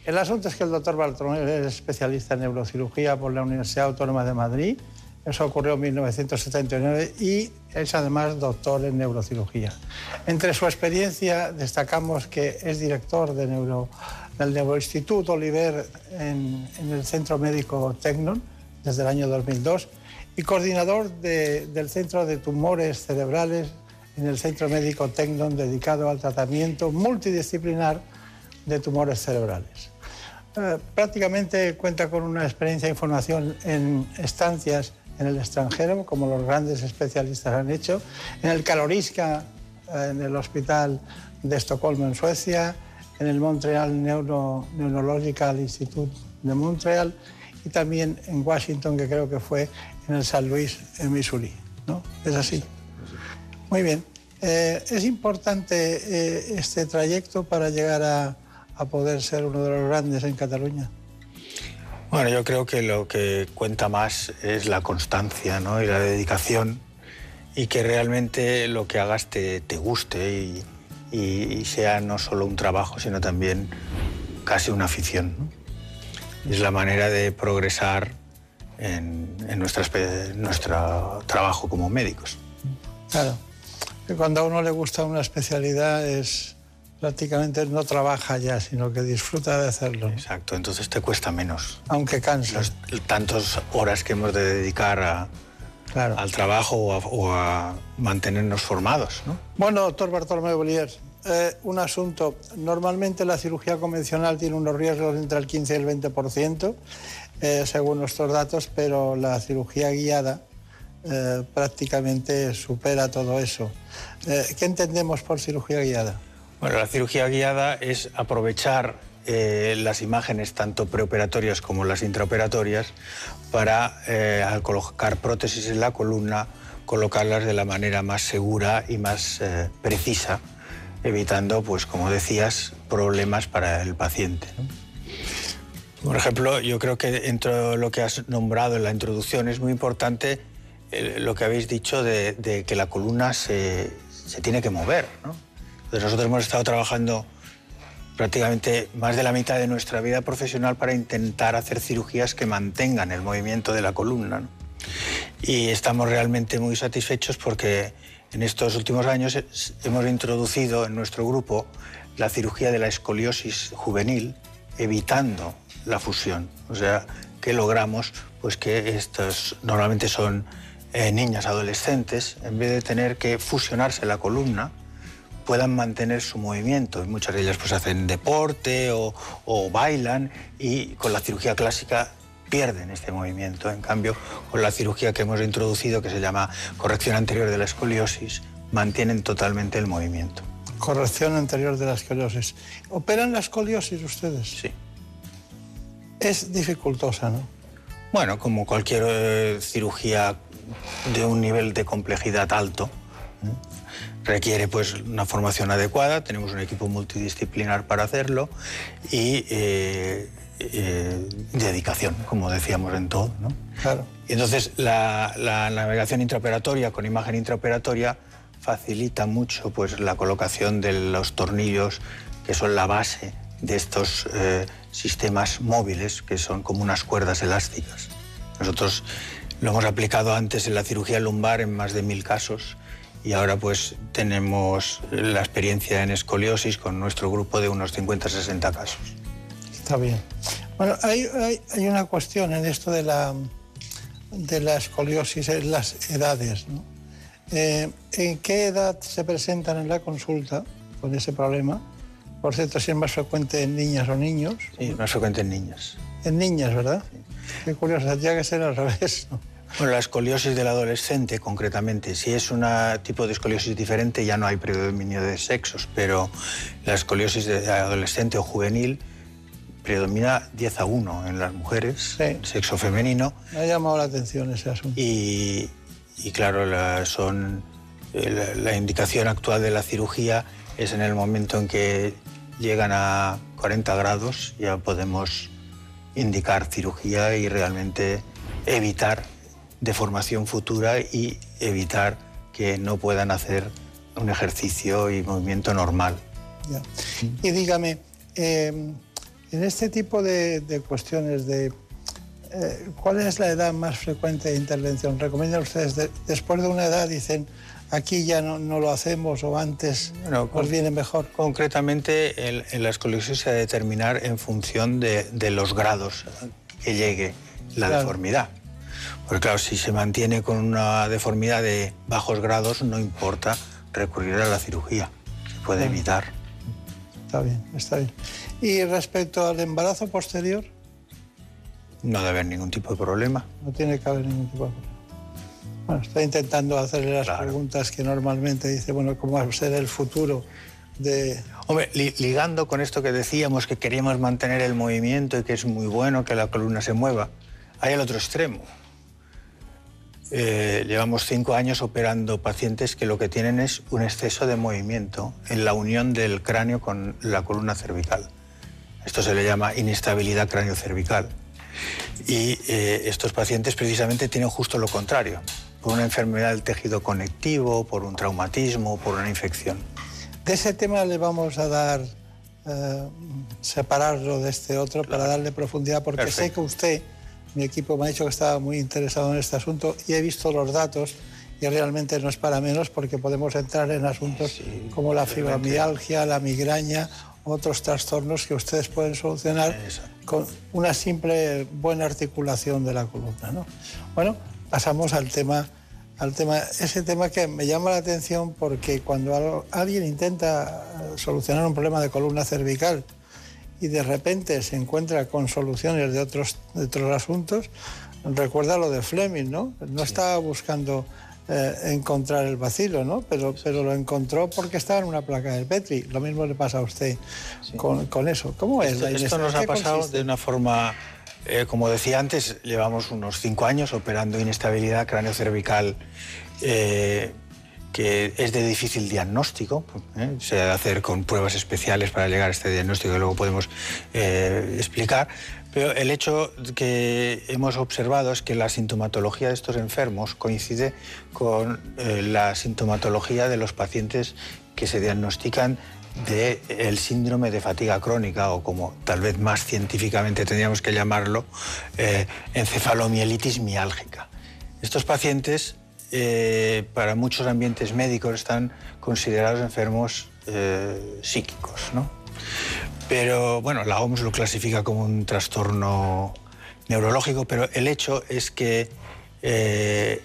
El asunto es que el doctor Bartolomé es especialista en neurocirugía por la Universidad Autónoma de Madrid. Eso ocurrió en mil novecientos setenta y nueve y es además doctor en neurocirugía. Entre su experiencia destacamos que es director de neuro, del Neuroinstituto Oliver en, en el Centro Médico Tecnon desde el año dos mil dos y coordinador de, del Centro de Tumores Cerebrales en el Centro Médico Tecnon dedicado al tratamiento multidisciplinar de tumores cerebrales. Eh, prácticamente cuenta con una experiencia e información en estancias en el extranjero, como los grandes especialistas han hecho, en el Karolinska, en el Hospital de Estocolmo en Suecia, en el Montreal Neuro, Neurological Institute de Montreal y también en Washington, que creo que fue en el San Luis, en Missouri, ¿no? ¿Es así? Muy bien. Eh, es importante eh, este trayecto para llegar a, a poder ser uno de los grandes en Cataluña. Bueno, yo creo que lo que cuenta más es la constancia, ¿no? Y la dedicación y que realmente lo que hagas te, te guste y, y, y sea no solo un trabajo, sino también casi una afición, ¿no? Es la manera de progresar en, en nuestra, nuestro trabajo como médicos. Claro, que cuando a uno le gusta una especialidad es prácticamente no trabaja ya, sino que disfruta de hacerlo. Exacto, entonces te cuesta menos. Aunque cansa. Los tantas horas que hemos de dedicar a, claro. al trabajo o a, o a mantenernos formados, ¿no? Bueno, doctor Bartolomé Bollier, eh, un asunto. Normalmente la cirugía convencional tiene unos riesgos entre el quince y el veinte por ciento, eh, según nuestros datos, pero la cirugía guiada eh, prácticamente supera todo eso. Eh, ¿Qué entendemos por cirugía guiada? Bueno, la cirugía guiada es aprovechar eh, las imágenes tanto preoperatorias como las intraoperatorias para, eh, al colocar prótesis en la columna, colocarlas de la manera más segura y más eh, precisa, evitando, pues como decías, problemas para el paciente, ¿no? Por ejemplo, yo creo que dentro de lo que has nombrado en la introducción es muy importante eh, lo que habéis dicho de, de que la columna se, se tiene que mover, ¿no? Entonces nosotros hemos estado trabajando prácticamente más de la mitad de nuestra vida profesional para intentar hacer cirugías que mantengan el movimiento de la columna, ¿no? Y estamos realmente muy satisfechos porque en estos últimos años hemos introducido en nuestro grupo la cirugía de la escoliosis juvenil, evitando la fusión. O sea, que logramos pues, que estos normalmente son eh, niñas adolescentes, en vez de tener que fusionarse la columna, puedan mantener su movimiento. Y muchas de ellas pues, hacen deporte o, o bailan y con la cirugía clásica pierden este movimiento. En cambio, con la cirugía que hemos introducido, que se llama corrección anterior de la escoliosis, mantienen totalmente el movimiento. Corrección anterior de la escoliosis. ¿Operan la escoliosis ustedes? Sí. Es dificultosa, ¿no? Bueno, como cualquier eh, cirugía de un nivel de complejidad alto, ¿eh? Requiere pues, una formación adecuada, tenemos un equipo multidisciplinar para hacerlo y eh, eh, dedicación, como decíamos en todo, ¿no? Claro. Y entonces la, la navegación intraoperatoria con imagen intraoperatoria facilita mucho pues, la colocación de los tornillos que son la base de estos eh, sistemas móviles que son como unas cuerdas elásticas. Nosotros lo hemos aplicado antes en la cirugía lumbar en más de mil casos y ahora pues tenemos la experiencia en escoliosis con nuestro grupo de unos cincuenta a sesenta casos. Está bien. Bueno, hay, hay, hay una cuestión en esto de la, de la escoliosis, en las edades, ¿no? Eh, ¿En qué edad se presentan en la consulta con ese problema? Por cierto, si es más frecuente en niñas o niños. Sí, es más frecuente en niñas. En niñas, ¿verdad? Sí. Qué curioso, tendría que ser al revés, ¿no? Bueno, la escoliosis del adolescente, concretamente, si es un tipo de escoliosis diferente, ya no hay predominio de sexos, pero la escoliosis de adolescente o juvenil predomina diez a uno en las mujeres, sí. Sexo femenino. Me ha llamado la atención ese asunto. Y, y claro, la, son, la, la indicación actual de la cirugía es en el momento en que llegan a cuarenta grados, ya podemos indicar cirugía y realmente evitar deformación futura y evitar que no puedan hacer un ejercicio y movimiento normal. Ya. Y dígame, eh, En este tipo de, de cuestiones de... Eh, ¿Cuál es la edad más frecuente de intervención? ¿Recomiendan ustedes de, después de una edad, dicen, aquí ya no, no lo hacemos o antes no, nos viene mejor? Concretamente, el, en la escoliosis se va a determinar en función de, de los grados que llegue la claro. deformidad. Porque claro, si se mantiene con una deformidad de bajos grados, no importa recurrir a la cirugía, se puede claro. evitar. Está bien, está bien. ¿Y respecto al embarazo posterior? No debe haber ningún tipo de problema. No tiene que haber ningún tipo de problema. Bueno, estoy intentando hacerle las claro. preguntas que normalmente dice, bueno, ¿cómo va a ser el futuro de...? Hombre, li ligando con esto que decíamos, que queríamos mantener el movimiento y que es muy bueno que la columna se mueva, hay el otro extremo. Eh, llevamos cinco años operando pacientes que lo que tienen es un exceso de movimiento en la unión del cráneo con la columna cervical. Esto se le llama inestabilidad cráneo-cervical. Y eh, estos pacientes precisamente tienen justo lo contrario, por una enfermedad del tejido conectivo, por un traumatismo, por una infección. De ese tema le vamos a dar, eh, separarlo de este otro claro. para darle profundidad, porque Perfecto. sé que usted, mi equipo me ha dicho que estaba muy interesado en este asunto y he visto los datos y realmente no es para menos porque podemos entrar en asuntos sí, como la fibromialgia, la migraña, otros trastornos que ustedes pueden solucionar Exacto. con una simple buena articulación de la columna, ¿no? Bueno, pasamos al tema, al tema, ese tema que me llama la atención porque cuando alguien intenta solucionar un problema de columna cervical y de repente se encuentra con soluciones de otros, de otros asuntos, recuerda lo de Fleming, ¿no? No sí. estaba buscando eh, encontrar el bacilo, ¿no? Pero, pero lo encontró porque estaba en una placa de Petri. Lo mismo le pasa a usted sí. con, con eso. ¿Cómo es? Esto, esto nos ha pasado consiste? de una forma, eh, como decía antes, llevamos unos cinco años operando inestabilidad cráneo-cervical eh, que es de difícil diagnóstico, ¿eh? se debe hacer con pruebas especiales para llegar a este diagnóstico que luego podemos eh, explicar, pero el hecho que hemos observado es que la sintomatología de estos enfermos coincide con eh, la sintomatología de los pacientes que se diagnostican del síndrome de fatiga crónica, o como tal vez más científicamente tendríamos que llamarlo, eh, encefalomielitis miálgica. Estos pacientes, Eh, para muchos ambientes médicos, están considerados enfermos eh, psíquicos, ¿no? Pero, bueno, la O M S lo clasifica como un trastorno neurológico, pero el hecho es que eh,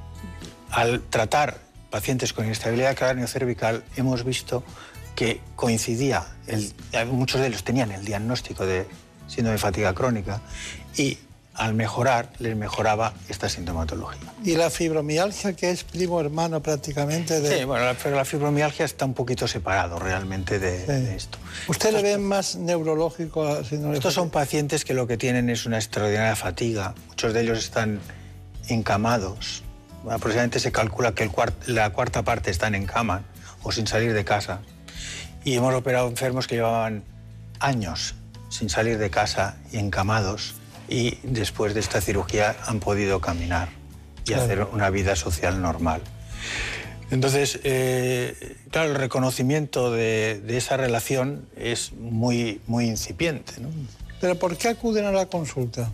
al tratar pacientes con inestabilidad cráneo-cervical hemos visto que coincidía, el, muchos de ellos tenían el diagnóstico de síndrome de fatiga crónica y al mejorar, les mejoraba esta sintomatología. ¿Y la fibromialgia, que es primo hermano prácticamente de...? Sí, bueno, la, la fibromialgia está un poquito separado realmente de, sí. de esto. ¿Usted estos, le ve más neurológico a síndrome? Estos son pacientes que lo que tienen es una extraordinaria fatiga. Muchos de ellos están encamados. Aproximadamente se calcula que el cuart, la cuarta parte están en cama o sin salir de casa. Y hemos operado enfermos que llevaban años sin salir de casa y encamados, y después de esta cirugía han podido caminar y claro. hacer una vida social normal. Entonces, eh, claro, el reconocimiento de, de esa relación es muy, muy incipiente, ¿no? ¿Pero por qué acuden a la consulta?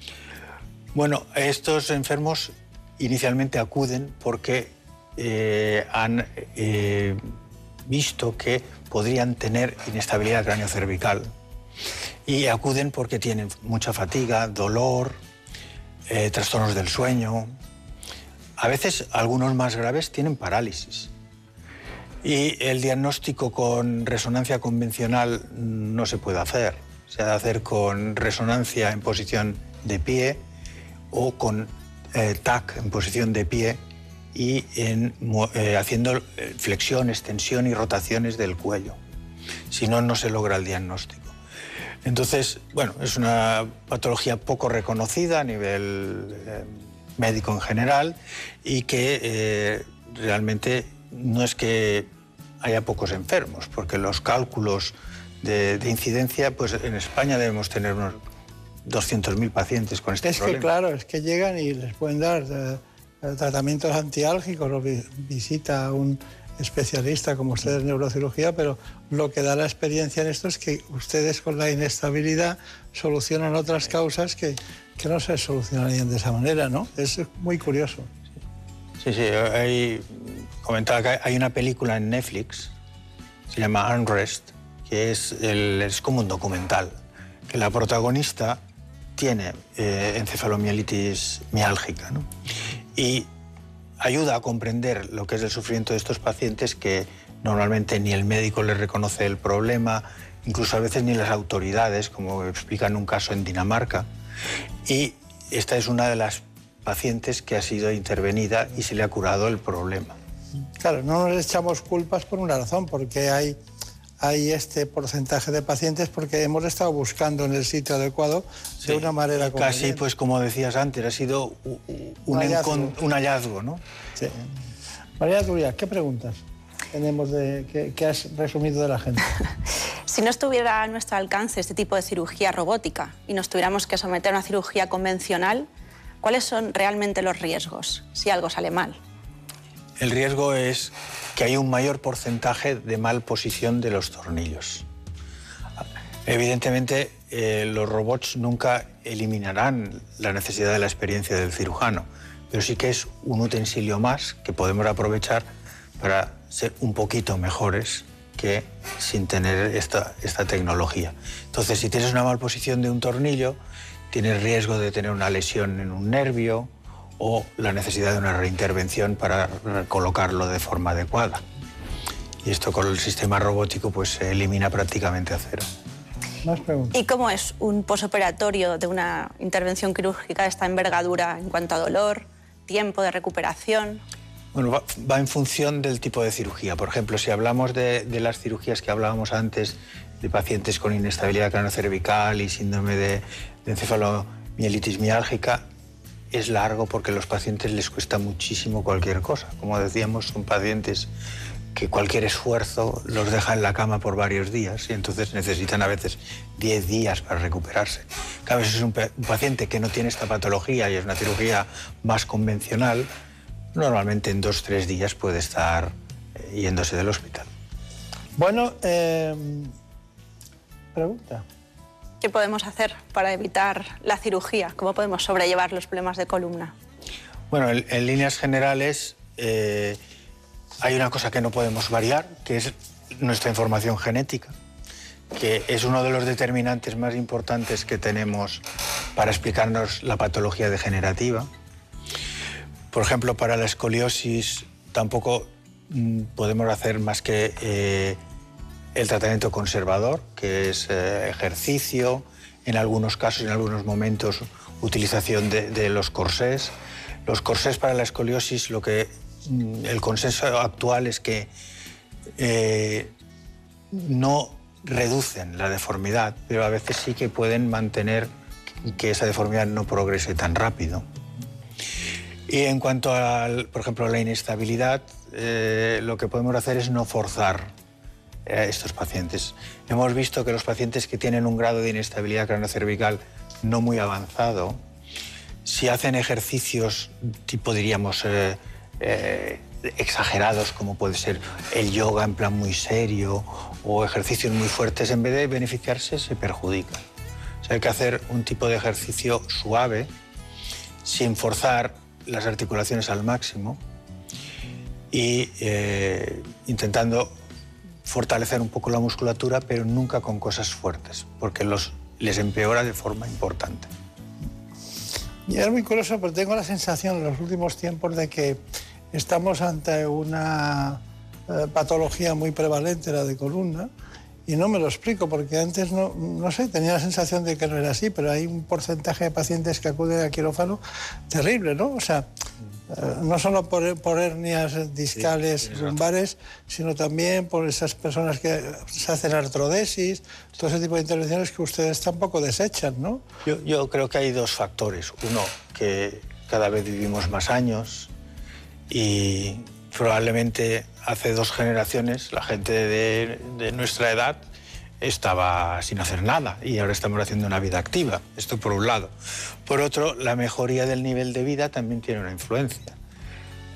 Bueno, estos enfermos inicialmente acuden porque eh, han eh, visto que podrían tener inestabilidad cráneo-cervical. Y acuden porque tienen mucha fatiga, dolor, eh, trastornos del sueño. A veces, algunos más graves, tienen parálisis. Y el diagnóstico con resonancia convencional no se puede hacer. Se ha de hacer con resonancia en posición de pie o con eh, T A C en posición de pie y en, eh, haciendo flexión, extensión y rotaciones del cuello. Si no, no se logra el diagnóstico. Entonces, bueno, es una patología poco reconocida a nivel eh, médico en general y que eh, realmente no es que haya pocos enfermos, porque los cálculos de, de incidencia, pues en España debemos tener unos doscientos mil pacientes con este es problema. Es que, claro, es que llegan y les pueden dar eh, tratamientos antiálgicos, o vi, visita un especialista como ustedes en neurocirugía, pero lo que da la experiencia en esto es que ustedes con la inestabilidad solucionan otras causas que, que no se solucionarían de esa manera, ¿no? Es muy curioso. Sí, sí, hay, comentaba que hay una película en Netflix, se llama Armrest, que es, el, es como un documental, que la protagonista tiene eh, encefalomielitis miálgica, ¿no? Y ayuda a comprender lo que es el sufrimiento de estos pacientes que normalmente ni el médico les reconoce el problema, incluso a veces ni las autoridades, como explica en un caso en Dinamarca. Y esta es una de las pacientes que ha sido intervenida y se le ha curado el problema. Claro, no nos echamos culpas por una razón, porque hay, hay este porcentaje de pacientes porque hemos estado buscando en el sitio adecuado sí, de una manera conveniente. Casi, pues como decías antes, ha sido un, un, hallazgo. un hallazgo, ¿no? Sí. María Turia, ¿qué preguntas tenemos de, que, que has resumido de la gente? Si no estuviera a nuestro alcance este tipo de cirugía robótica y nos tuviéramos que someter a una cirugía convencional, ¿cuáles son realmente los riesgos si algo sale mal? El riesgo es que hay un mayor porcentaje de malposición de los tornillos. Evidentemente, eh, los robots nunca eliminarán la necesidad de la experiencia del cirujano, pero sí que es un utensilio más que podemos aprovechar para ser un poquito mejores que sin tener esta, esta tecnología. Entonces, si tienes una malposición de un tornillo, tienes riesgo de tener una lesión en un nervio o la necesidad de una reintervención para colocarlo de forma adecuada. Y esto con el sistema robótico pues se elimina prácticamente a cero. Más preguntas. ¿Y cómo es un posoperatorio de una intervención quirúrgica de esta envergadura en cuanto a dolor, tiempo de recuperación? Bueno, va, va en función del tipo de cirugía. Por ejemplo, si hablamos de, de las cirugías que hablábamos antes, de pacientes con inestabilidad craneocervical y síndrome de, de encefalomielitis miálgica, es largo porque a los pacientes les cuesta muchísimo cualquier cosa. Como decíamos, son pacientes que cualquier esfuerzo los deja en la cama por varios días y entonces necesitan a veces diez días para recuperarse. Cada vez es un, un paciente que no tiene esta patología y es una cirugía más convencional, normalmente en dos o tres días puede estar eh, yéndose del hospital. Bueno, eh, pregunta. ¿Qué podemos hacer para evitar la cirugía? ¿Cómo podemos sobrellevar los problemas de columna? Bueno, en, en líneas generales eh, hay una cosa que no podemos variar, que es nuestra información genética, que es uno de los determinantes más importantes que tenemos para explicarnos la patología degenerativa. Por ejemplo, para la escoliosis tampoco mm, podemos hacer más que eh, el tratamiento conservador, que es eh, ejercicio, en algunos casos, en algunos momentos, utilización de, de los corsés. Los corsés para la escoliosis, lo que, mm, el consenso actual es que eh, no reducen la deformidad, pero a veces sí que pueden mantener que esa deformidad no progrese tan rápido. Y en cuanto a, por ejemplo, a la inestabilidad, eh, lo que podemos hacer es no forzar a estos pacientes. Hemos visto que los pacientes que tienen un grado de inestabilidad craneocervical no muy avanzado, si hacen ejercicios tipo, diríamos, eh, eh, exagerados, como puede ser el yoga en plan muy serio o ejercicios muy fuertes, en vez de beneficiarse, se perjudican. O sea, hay que hacer un tipo de ejercicio suave, sin forzar las articulaciones al máximo y eh, intentando fortalecer un poco la musculatura, pero nunca con cosas fuertes, porque los, les empeora de forma importante. Y es muy curioso, pero tengo la sensación en los últimos tiempos de que estamos ante una eh, patología muy prevalente, la de columna, y no me lo explico, porque antes no, no sé, tenía la sensación de que no era así, pero hay un porcentaje de pacientes que acuden al quirófano terrible, ¿no? O sea, eh, no solo por, por hernias discales, sí, lumbares, sino también por esas personas que se hacen artrodesis, todo ese tipo de intervenciones que ustedes tampoco desechan, ¿no? Yo, yo creo que hay dos factores. Uno, que cada vez vivimos más años y probablemente hace dos generaciones la gente de, de nuestra edad estaba sin hacer nada y ahora estamos haciendo una vida activa. Esto por un lado. Por otro, la mejoría del nivel de vida también tiene una influencia.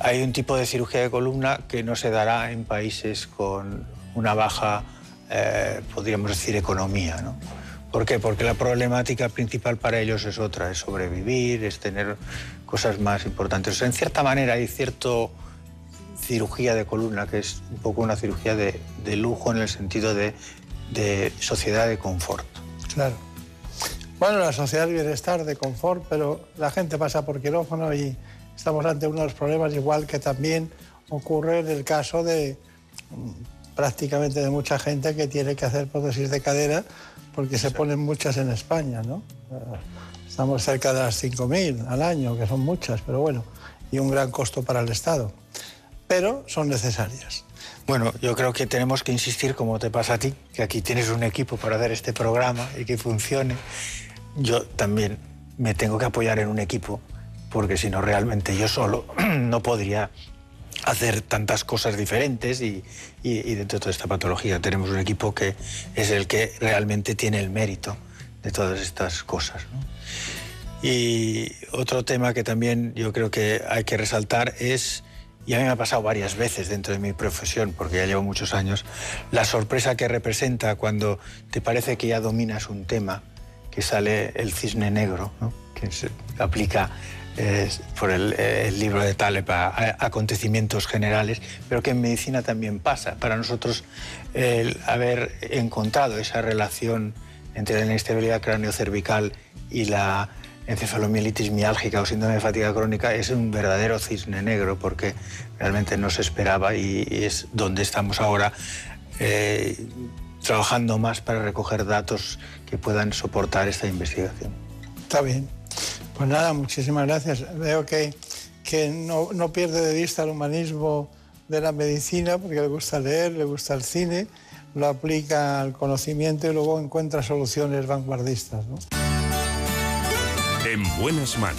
hay un tipo de cirugía de columna que no se dará en países con una baja, eh, podríamos decir, economía, ¿no? ¿Por qué? Porque la problemática principal para ellos es otra, es sobrevivir, es tener cosas más importantes. O sea, en cierta manera hay cierto cirugía de columna que es un poco una cirugía de, de lujo en el sentido de, de sociedad de confort. Claro. Bueno, la sociedad del bienestar, de confort, pero la gente pasa por quirófano y estamos ante uno de los problemas, igual que también ocurre en el caso de prácticamente de mucha gente que tiene que hacer prótesis de cadera porque se ponen muchas en España, ¿no? Estamos cerca de las cinco mil al año, que son muchas, pero bueno, y un gran costo para el Estado. Pero son necesarias. Bueno, yo creo que tenemos que insistir, como te pasa a ti, que aquí tienes un equipo para hacer este programa y que funcione. Yo también me tengo que apoyar en un equipo, porque si no, realmente yo solo no podría hacer tantas cosas diferentes y, y, y dentro de toda esta patología tenemos un equipo que es el que realmente tiene el mérito de todas estas cosas, ¿no? Y otro tema que también yo creo que hay que resaltar es, y a mí me ha pasado varias veces dentro de mi profesión, porque ya llevo muchos años, la sorpresa que representa cuando te parece que ya dominas un tema, que sale el cisne negro, ¿no? Que se aplica eh, por el, el libro de Taleb a, a acontecimientos generales, pero que en medicina también pasa. Para nosotros, el haber encontrado esa relación entre la inestabilidad craneocervical y la encefalomielitis miálgica o síndrome de fatiga crónica es un verdadero cisne negro, porque realmente no se esperaba y, y es donde estamos ahora eh, trabajando más para recoger datos que puedan soportar esta investigación. Está bien. Pues nada, muchísimas gracias. Veo que, que no, no pierde de vista el humanismo de la medicina, porque le gusta leer, le gusta el cine, lo aplica al conocimiento y luego encuentra soluciones vanguardistas, ¿no? En buenas manos.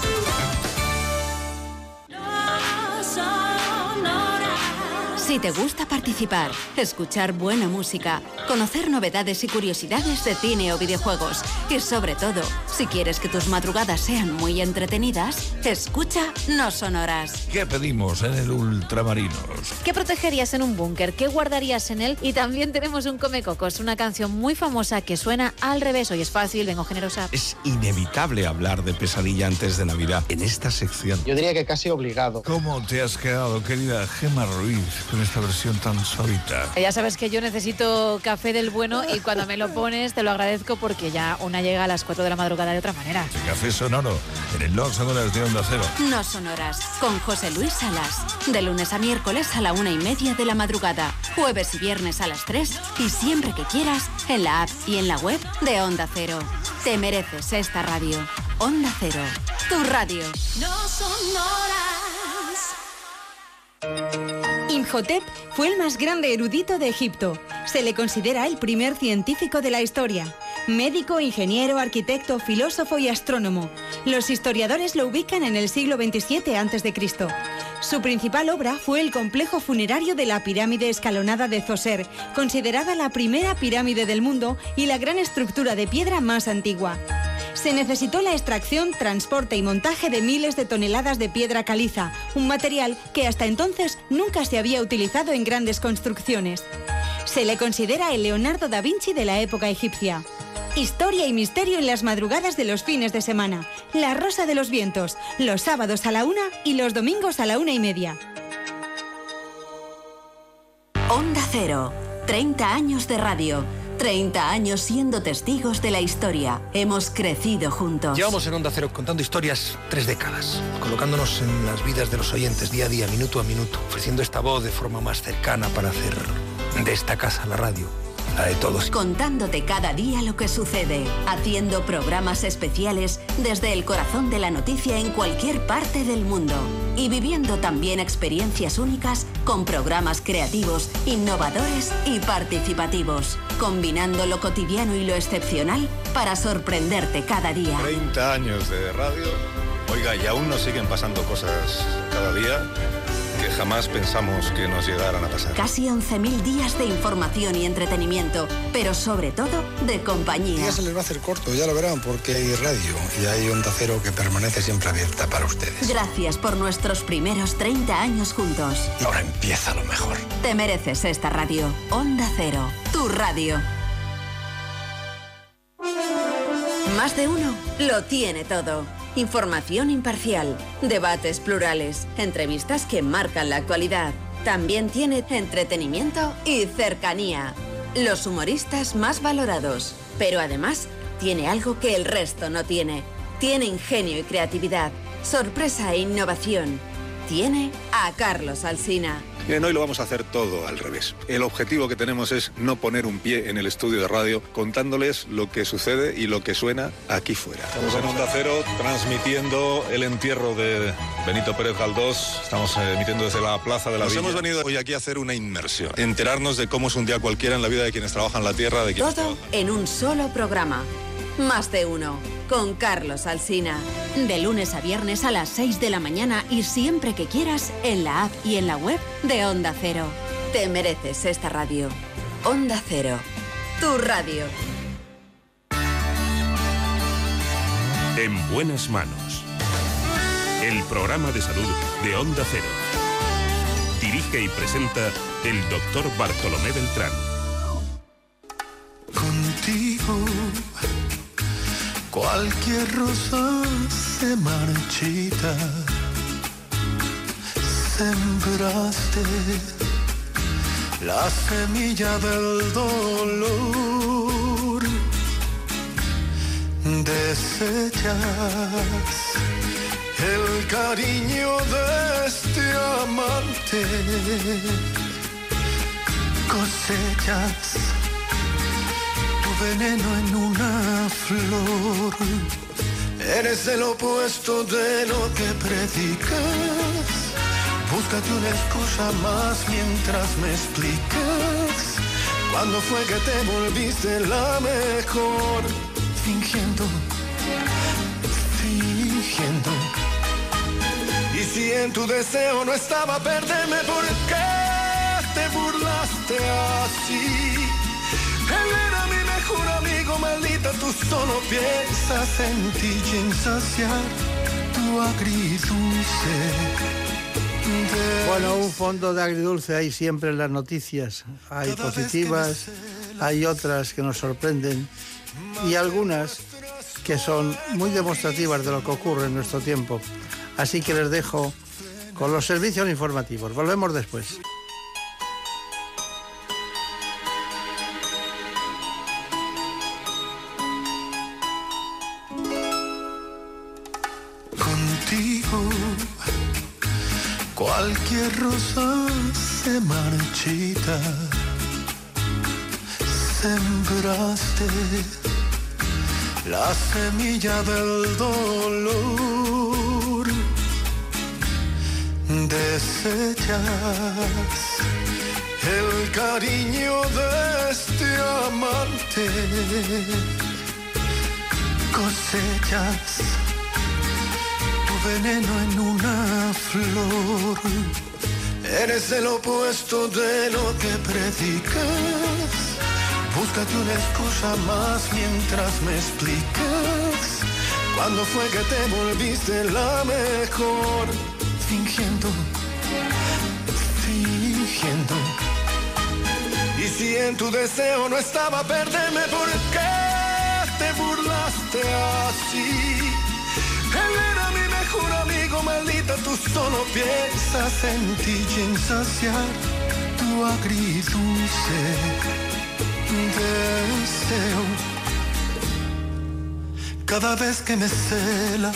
Si te gusta participar, escuchar buena música, conocer novedades y curiosidades de cine o videojuegos y sobre todo, si quieres que tus madrugadas sean muy entretenidas, escucha No Sonoras. ¿Qué pedimos en el Ultramarinos? ¿Qué protegerías en un búnker? ¿Qué guardarías en él? Y también tenemos un Comecocos, una canción muy famosa que suena al revés. Hoy es fácil, vengo generosa. Es inevitable hablar de Pesadilla antes de Navidad en esta sección. Yo diría que casi obligado. ¿Cómo te has quedado, querida Gemma Ruiz, con esta versión tan suavita? Ya sabes que yo necesito café del bueno y cuando me lo pones te lo agradezco porque ya una llega a las cuatro de la madrugada de otra manera. El café sonoro en el No Sonoras de Onda Cero. No Sonoras con José Luis Salas. De lunes a miércoles a la una y media de la madrugada. Jueves y viernes a las tres y siempre que quieras en la app y en la web de Onda Cero. Te mereces esta radio. Onda Cero, tu radio. No Sonoras. Imhotep fue el más grande erudito de Egipto. Se le considera el primer científico de la historia. Médico, ingeniero, arquitecto, filósofo y astrónomo. Los historiadores lo ubican en el siglo veintisiete antes de Cristo. Su principal obra fue el complejo funerario de la pirámide escalonada de Zoser, considerada la primera pirámide del mundo y la gran estructura de piedra más antigua. Se necesitó la extracción, transporte y montaje de miles de toneladas de piedra caliza, un material que hasta entonces nunca se había utilizado en grandes construcciones. Se le considera el Leonardo da Vinci de la época egipcia. Historia y misterio en las madrugadas de los fines de semana. La Rosa de los Vientos, los sábados a la una y los domingos a la una y media. Onda Cero, treinta años de radio. treinta años siendo testigos de la historia. Hemos crecido juntos. Llevamos en Onda Cero contando historias tres décadas, colocándonos en las vidas de los oyentes día a día, minuto a minuto, ofreciendo esta voz de forma más cercana para hacer de esta casa la radio, la de todos. Contándote cada día lo que sucede, haciendo programas especiales desde el corazón de la noticia en cualquier parte del mundo y viviendo también experiencias únicas con programas creativos, innovadores y participativos, combinando lo cotidiano y lo excepcional para sorprenderte cada día. treinta años de radio. Oiga, y aún nos siguen pasando cosas cada día. que jamás pensamos que nos llegaran a pasar. Casi once mil días de información y entretenimiento, pero sobre todo de compañía. Ya se les va a hacer corto, ya lo verán, porque hay radio y hay Onda Cero que permanece siempre abierta para ustedes. Gracias por nuestros primeros treinta años juntos. Y ahora empieza lo mejor. Te mereces esta radio. Onda Cero, tu radio. Más de uno lo tiene todo. Información imparcial, debates plurales, entrevistas que marcan la actualidad. También tiene entretenimiento y cercanía. Los humoristas más valorados. Pero además tiene algo que el resto no tiene. Tiene ingenio y creatividad, sorpresa e innovación. Tiene a Carlos Alsina. Bien, hoy lo vamos a hacer todo al revés. El objetivo que tenemos es no poner un pie en el estudio de radio contándoles lo que sucede y lo que suena aquí fuera. Estamos en Onda Cero transmitiendo el entierro de Benito Pérez Galdós. Estamos eh, emitiendo desde la Plaza de la Villa. Nos hemos venido hoy aquí a hacer una inmersión, enterarnos de cómo es un día cualquiera en la vida de quienes trabajan la tierra, de quienes Todo trabajan. en un solo programa. Más de uno, con Carlos Alsina. De lunes a viernes a las seis de la mañana y siempre que quieras en la app y en la web de Onda Cero. Te mereces esta radio. Onda Cero, tu radio. En buenas manos. El programa de salud de Onda Cero. Dirige y presenta el doctor Bartolomé Beltrán. Contigo cualquier rosa se marchita. Sembraste la semilla del dolor. Desechas el cariño de este amante. Cosechas veneno en una flor. Eres el opuesto de lo que predicas. Búscate una excusa más mientras me explicas cuándo fue que te volviste la mejor. Fingiendo, fingiendo. Y si en tu deseo no estaba perderme, ¿por qué te burlaste así? Él era mi mejor amigo, maldita, tú solo piensas en ti y en saciar tu agridulce. De... Bueno, un fondo de agridulce hay siempre en las noticias. Hay Cada positivas, hay otras que nos sorprenden y algunas que son muy demostrativas de lo que ocurre en nuestro tiempo. Así que les dejo con los servicios informativos. Volvemos después. Cualquier rosa se marchita. Sembraste la semilla del dolor. Desechas el cariño de este amante. Cosechas veneno en una flor. Eres el opuesto de lo que predicas. Búscate una excusa más mientras me explicas cuándo fue que te volviste la mejor. Fingiendo, fingiendo. Y si en tu deseo no estaba perderme, ¿por qué te burlaste así? Él era mi mejor amigo, maldita, tú solo piensas en ti y en saciar tu agridulce deseo. Cada vez que me celas,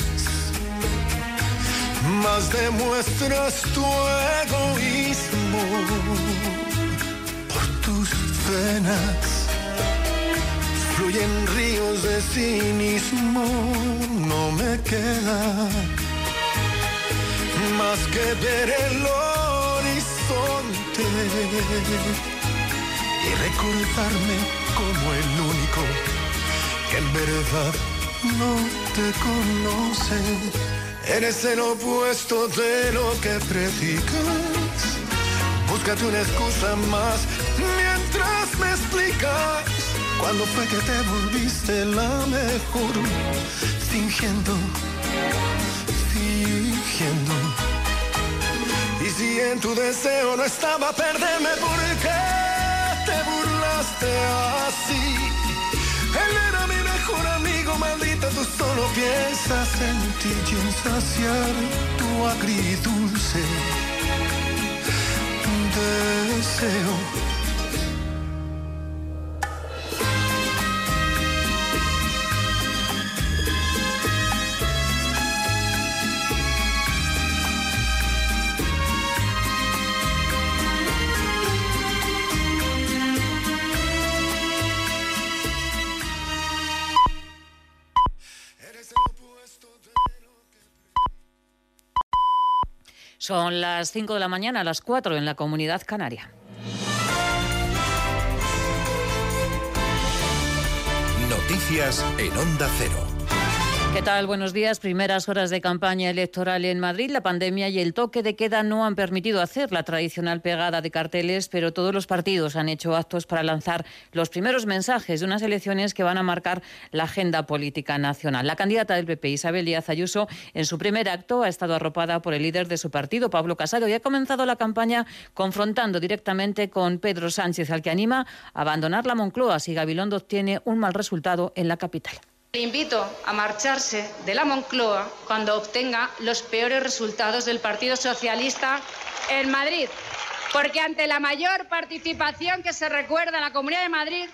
más demuestras tu egoísmo. Por tus venas fluyen ríos de cinismo. No me queda más que ver el horizonte y recordarme como el único que en verdad no te conoce. Eres el opuesto de lo que predicas. Búscate una excusa más mientras me explicas cuándo fue que te volviste la mejor, fingiendo, fingiendo. Y si en tu deseo no estaba perderme, ¿por qué te burlaste así? Él era mi mejor amigo, maldita, tú solo piensas en ti y en saciar tu agridulce deseo. Son las cinco de la mañana, a las cuatro en la Comunidad Canaria. Noticias en Onda Cero. ¿Qué tal? Buenos días. Primeras horas de campaña electoral en Madrid. La pandemia y el toque de queda no han permitido hacer la tradicional pegada de carteles, pero todos los partidos han hecho actos para lanzar los primeros mensajes de unas elecciones que van a marcar la agenda política nacional. La candidata del P P, Isabel Díaz Ayuso, en su primer acto ha estado arropada por el líder de su partido, Pablo Casado, y ha comenzado la campaña confrontando directamente con Pedro Sánchez, al que anima a abandonar la Moncloa si Gabilondo obtiene un mal resultado en la capital. Le invito a marcharse de la Moncloa cuando obtenga los peores resultados del Partido Socialista en Madrid, porque ante la mayor participación que se recuerda en la Comunidad de Madrid,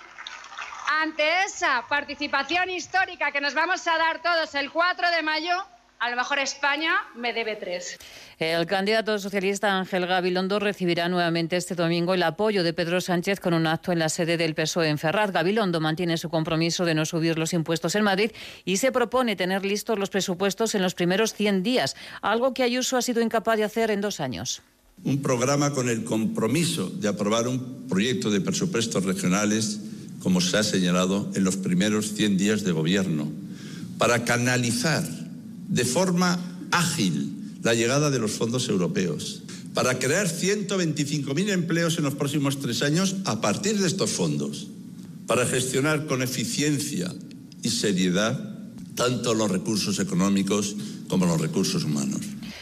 ante esa participación histórica que nos vamos a dar todos el cuatro de mayo, a lo mejor España me debe tres. El candidato socialista Ángel Gabilondo recibirá nuevamente este domingo el apoyo de Pedro Sánchez con un acto en la sede del P S O E en Ferraz. Gabilondo mantiene su compromiso de no subir los impuestos en Madrid y se propone tener listos los presupuestos en los primeros cien días, algo que Ayuso ha sido incapaz de hacer en dos años. Un programa con el compromiso de aprobar un proyecto de presupuestos regionales, como se ha señalado, en los primeros cien días de gobierno, para canalizar de forma ágil la llegada de los fondos europeos, para crear ciento veinticinco mil empleos en los próximos tres años a partir de estos fondos, para gestionar con eficiencia y seriedad tanto los recursos económicos como los recursos humanos.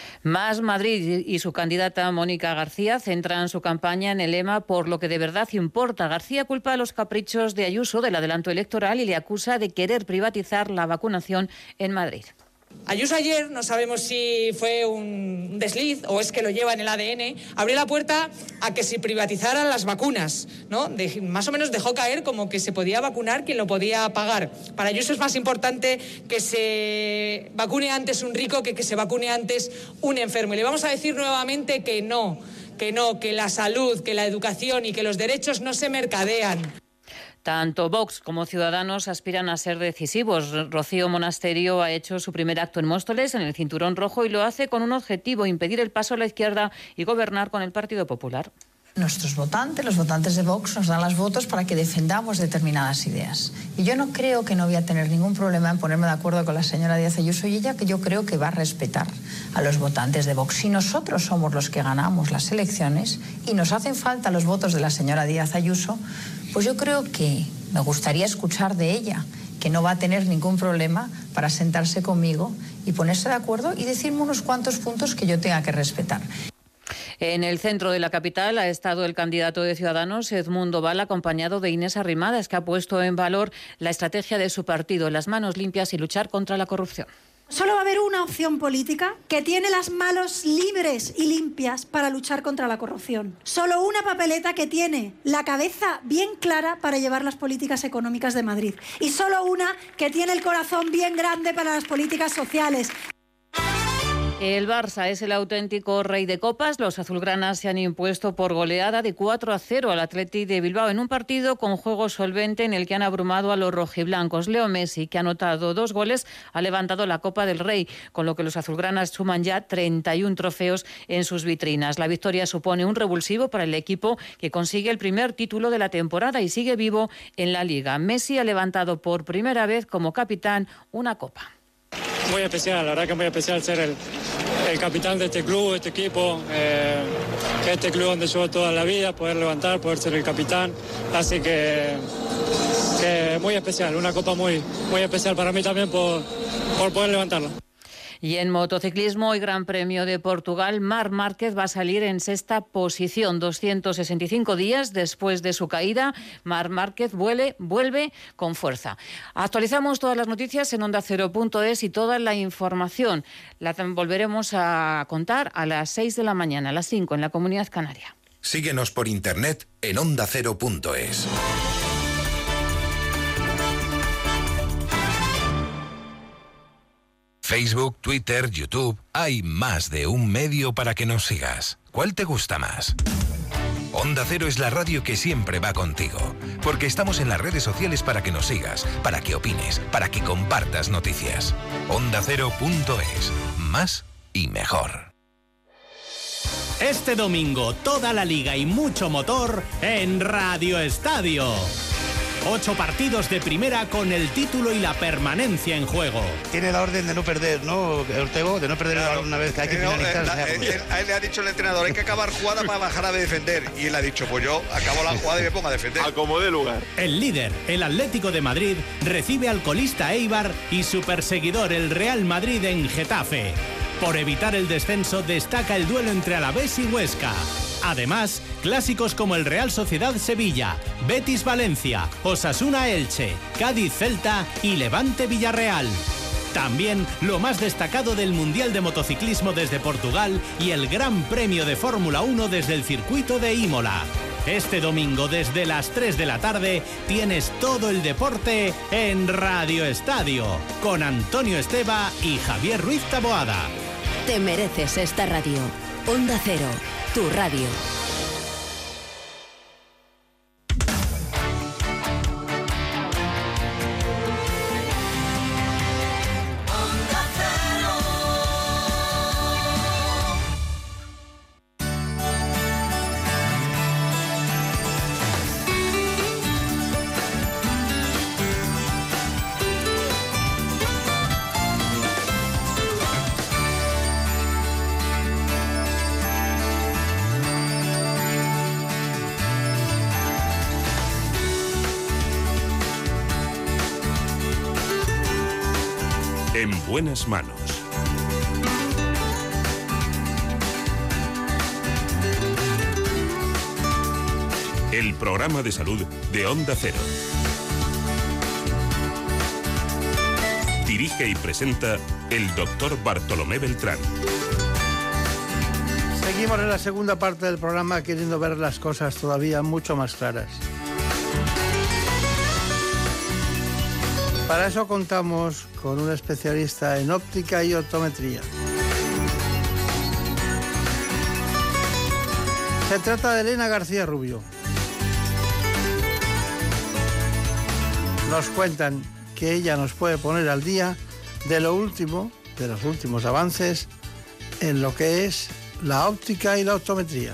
Más Madrid y su candidata Mónica García centran su campaña en el lema "Por lo que de verdad importa". García culpa a los caprichos de Ayuso del adelanto electoral y le acusa de querer privatizar la vacunación en Madrid. Ayuso ayer, no sabemos si fue un desliz o es que lo lleva en el A D N, abrió la puerta a que se privatizaran las vacunas, ¿no? De, más o menos dejó caer como que se podía vacunar quien lo podía pagar. Para Ayuso es más importante que se vacune antes un rico que que se vacune antes un enfermo. Y le vamos a decir nuevamente que no, que no, que la salud, que la educación y que los derechos no se mercadean. Tanto Vox como Ciudadanos aspiran a ser decisivos. Rocío Monasterio ha hecho su primer acto en Móstoles, en el Cinturón Rojo, y lo hace con un objetivo: impedir el paso a la izquierda y gobernar con el Partido Popular. Nuestros votantes, los votantes de Vox, nos dan los votos para que defendamos determinadas ideas. Y yo no creo que no voy a tener ningún problema en ponerme de acuerdo con la señora Díaz Ayuso y ella, que yo creo que va a respetar a los votantes de Vox. Si nosotros somos los que ganamos las elecciones y nos hacen falta los votos de la señora Díaz Ayuso, pues yo creo que me gustaría escuchar de ella que no va a tener ningún problema para sentarse conmigo y ponerse de acuerdo y decirme unos cuantos puntos que yo tenga que respetar. En el centro de la capital ha estado el candidato de Ciudadanos, Edmundo Val, acompañado de Inés Arrimadas, que ha puesto en valor la estrategia de su partido, las manos limpias y luchar contra la corrupción. Solo va a haber una opción política que tiene las manos libres y limpias para luchar contra la corrupción. Solo una papeleta que tiene la cabeza bien clara para llevar las políticas económicas de Madrid. Y solo una que tiene el corazón bien grande para las políticas sociales. El Barça es el auténtico rey de copas. Los azulgranas se han impuesto por goleada de cuatro a cero al Athletic de Bilbao en un partido con juego solvente en el que han abrumado a los rojiblancos. Leo Messi, que ha anotado dos goles, ha levantado la Copa del Rey, con lo que los azulgranas suman ya treinta y uno trofeos en sus vitrinas. La victoria supone un revulsivo para el equipo, que consigue el primer título de la temporada y sigue vivo en la Liga. Messi ha levantado por primera vez como capitán una copa. muy especial, la verdad que es muy especial ser el, el capitán de este club, de este equipo, eh, que este club donde llevo toda la vida, poder levantar, poder ser el capitán, así que, que muy especial, una copa muy, muy especial para mí también por, por poder levantarla. Y en motociclismo y Gran Premio de Portugal, Marc Márquez va a salir en sexta posición. doscientos sesenta y cinco días después de su caída, Marc Márquez vuelve, vuelve con fuerza. Actualizamos todas las noticias en onda cero punto es y toda la información la volveremos a contar a las seis de la mañana, a las cinco en la Comunidad Canaria. Síguenos por internet en onda cero punto es. Facebook, Twitter, YouTube, hay más de un medio para que nos sigas. ¿Cuál te gusta más? Onda Cero es la radio que siempre va contigo, porque estamos en las redes sociales para que nos sigas, para que opines, para que compartas noticias. onda cero punto es, más y mejor. Este domingo, toda la liga y mucho motor en Radio Estadio. Ocho partidos de primera con el título y la permanencia en juego. Tiene la orden de no perder, ¿no, Ortego? De no perder claro. el balón una vez que hay que eh, finalizar. No, eh, eh, a él le ha dicho el entrenador, hay que acabar jugada para bajar a defender. Y él ha dicho, pues yo acabo la jugada y me pongo a defender. Acomode lugar. El líder, el Atlético de Madrid, recibe al colista Eibar y su perseguidor, el Real Madrid, en Getafe. Por evitar el descenso, destaca el duelo entre Alavés y Huesca. Además, clásicos como el Real Sociedad Sevilla, Betis Valencia, Osasuna Elche, Cádiz Celta y Levante Villarreal. También lo más destacado del Mundial de Motociclismo desde Portugal y el Gran Premio de Fórmula uno desde el circuito de Imola. Este domingo desde las tres de la tarde tienes todo el deporte en Radio Estadio con Antonio Esteba y Javier Ruiz Taboada. Te mereces esta radio. Onda Cero, tu radio. En buenas manos. El programa de salud de Onda Cero. Dirige y presenta el doctor Bartolomé Beltrán. Seguimos en la segunda parte del programa queriendo ver las cosas todavía mucho más claras. Para eso contamos con un especialista en óptica y optometría. Se trata de Elena García Rubio. Nos cuentan que ella nos puede poner al día de lo último, de los últimos avances en lo que es la óptica y la optometría.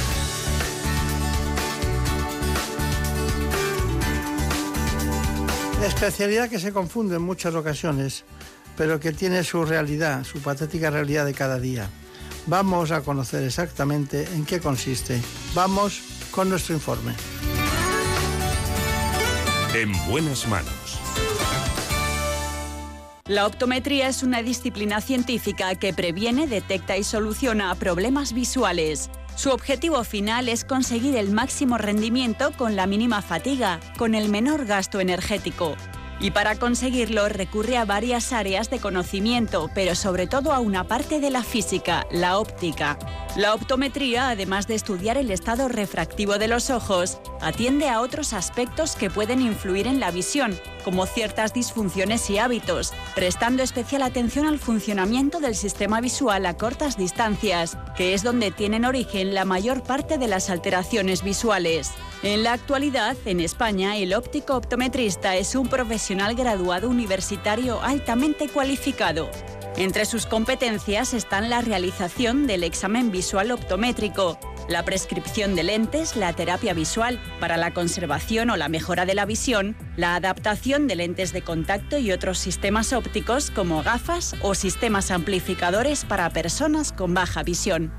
Especialidad que se confunde en muchas ocasiones, pero que tiene su realidad, su patética realidad de cada día. Vamos a conocer exactamente en qué consiste. Vamos con nuestro informe. En buenas manos. La optometría es una disciplina científica que previene, detecta y soluciona problemas visuales. Su objetivo final es conseguir el máximo rendimiento con la mínima fatiga, con el menor gasto energético. Y para conseguirlo recurre a varias áreas de conocimiento, pero sobre todo a una parte de la física, la óptica. La optometría, además de estudiar el estado refractivo de los ojos, atiende a otros aspectos que pueden influir en la visión, como ciertas disfunciones y hábitos, prestando especial atención al funcionamiento del sistema visual a cortas distancias, que es donde tienen origen la mayor parte de las alteraciones visuales. En la actualidad, en España, el óptico optometrista es un profesional graduado universitario altamente cualificado. Entre sus competencias están la realización del examen visual optométrico, la prescripción de lentes, la terapia visual para la conservación o la mejora de la visión, la adaptación de lentes de contacto y otros sistemas ópticos como gafas o sistemas amplificadores para personas con baja visión.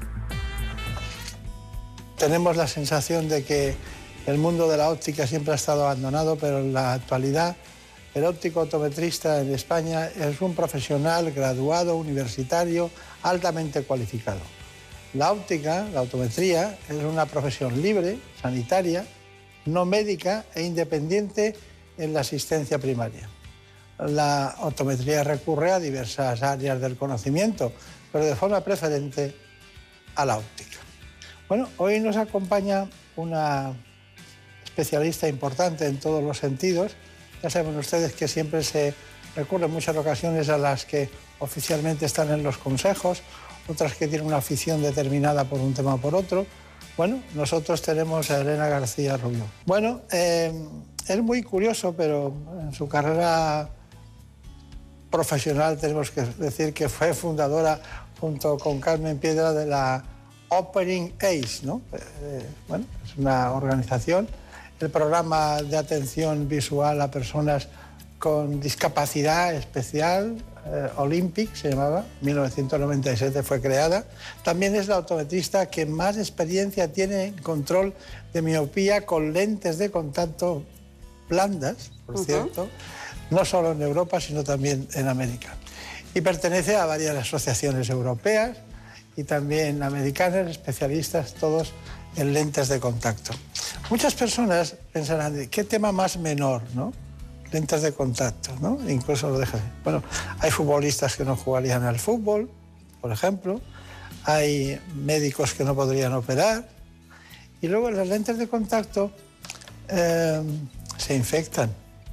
Tenemos la sensación de que el mundo de la óptica siempre ha estado abandonado, pero en la actualidad el óptico optometrista en España es un profesional graduado, universitario, altamente cualificado. La óptica, la optometría, es una profesión libre, sanitaria, no médica e independiente en la asistencia primaria. La optometría recurre a diversas áreas del conocimiento, pero de forma preferente a la óptica. Bueno, hoy nos acompaña una especialista importante en todos los sentidos. Ya saben ustedes que siempre se recurre en muchas ocasiones a las que oficialmente están en los consejos, otras que tienen una afición determinada por un tema o por otro. Bueno, nosotros tenemos a Elena García Rubio. Bueno, eh, es muy curioso, pero en su carrera profesional tenemos que decir que fue fundadora junto con Carmen Piedra de la Opening Ace, ¿no? Eh, bueno, es una organización, el programa de atención visual a personas con discapacidad especial, eh, Olympic se llamaba, mil novecientos noventa y siete fue creada. También es la optometrista que más experiencia tiene en control de miopía con lentes de contacto blandas, por uh-huh. cierto, no solo en Europa, sino también en América. Y pertenece a varias asociaciones europeas y también americanas, especialistas todos en lentes de contacto. Muchas personas pensarán, ¿qué tema más menor, no? Lentes de contacto, ¿no? Incluso lo dejan. Bueno, hay futbolistas que no jugarían al fútbol, por ejemplo. Hay médicos que no podrían operar. Y luego las lentes de contacto eh, se infectan.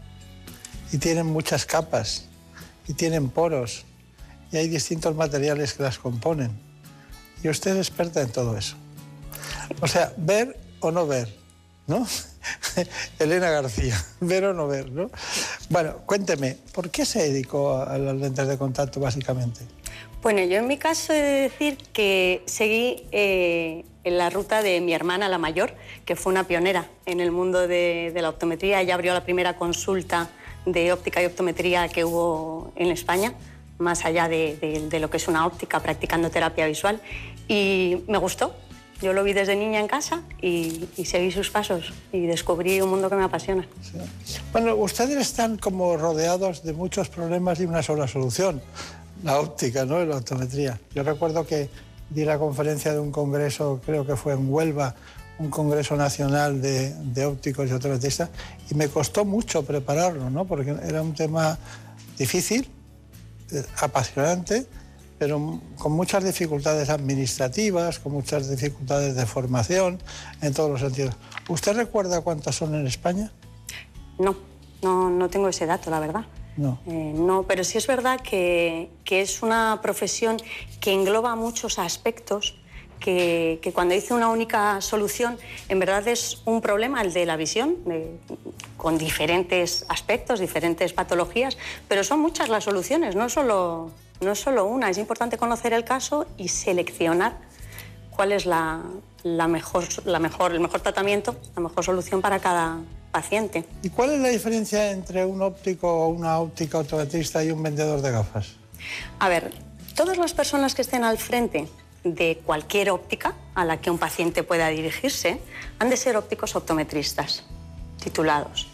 Y tienen muchas capas. Y tienen poros. Y hay distintos materiales que las componen. Y usted es experta en todo eso. O sea, ver o no ver, ¿no? Elena García, ver o no ver, ¿no? Bueno, cuénteme, ¿por qué se dedicó a las lentes de contacto básicamente? Bueno, yo en mi caso he de decir que seguí eh, en la ruta de mi hermana, la mayor, que fue una pionera en el mundo de, de la optometría. Ella abrió la primera consulta de óptica y optometría que hubo en España, más allá de, de, de lo que es una óptica, practicando terapia visual, y me gustó. Yo lo vi desde niña en casa y, y seguí sus pasos y descubrí un mundo que me apasiona. Sí. Bueno, ustedes están como rodeados de muchos problemas y una sola solución, la óptica, ¿no? Y la optometría. Yo recuerdo que di la conferencia de un congreso, creo que fue en Huelva, un congreso nacional de, de ópticos y optometristas, y me costó mucho prepararlo, ¿no? Porque era un tema difícil, apasionante, pero con muchas dificultades administrativas, con muchas dificultades de formación, en todos los sentidos. ¿Usted recuerda cuántos son en España? No, no, no tengo ese dato, la verdad. No. Eh, no, pero sí es verdad que, que es una profesión que engloba muchos aspectos, que, que cuando dice una única solución, en verdad es un problema el de la visión, de, con diferentes aspectos, diferentes patologías, pero son muchas las soluciones, no solo... No es solo una, es importante conocer el caso y seleccionar cuál es la, la mejor, la mejor, el mejor tratamiento, la mejor solución para cada paciente. ¿Y cuál es la diferencia entre un óptico o una óptica optometrista y un vendedor de gafas? A ver, todas las personas que estén al frente de cualquier óptica a la que un paciente pueda dirigirse han de ser ópticos optometristas, titulados.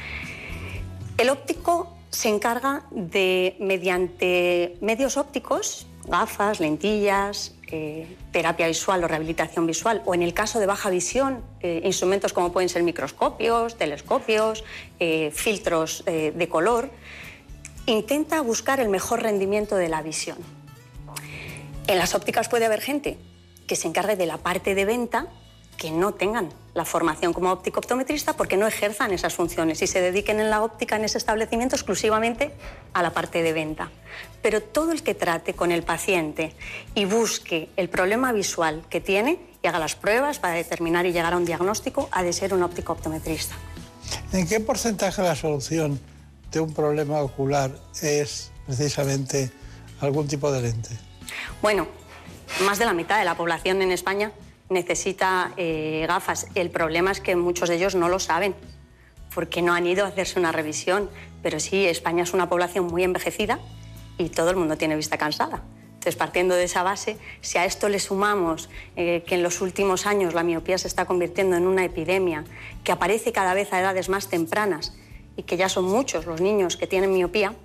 El óptico se encarga de, mediante medios ópticos, gafas, lentillas, eh, terapia visual o rehabilitación visual, o en el caso de baja visión, eh, instrumentos como pueden ser microscopios, telescopios, eh, filtros eh, de color, intenta buscar el mejor rendimiento de la visión. En las ópticas puede haber gente que se encargue de la parte de venta, que no tengan la formación como óptico optometrista porque no ejerzan esas funciones y se dediquen en la óptica, en ese establecimiento, exclusivamente a la parte de venta. Pero todo el que trate con el paciente y busque el problema visual que tiene y haga las pruebas para determinar y llegar a un diagnóstico, ha de ser un óptico optometrista. ¿En qué porcentaje la solución de un problema ocular es precisamente algún tipo de lente? Bueno, más de la mitad de la población en España necesita eh, gafas. El problema es que muchos de ellos no lo saben, porque no han ido a hacerse una revisión. Pero sí, España es una población muy envejecida y todo el mundo tiene vista cansada. Entonces, partiendo de esa base, si a esto le sumamos eh, que en los últimos años la miopía se está convirtiendo en una epidemia, que aparece cada vez a edades más tempranas y que ya son muchos los niños que tienen miopía,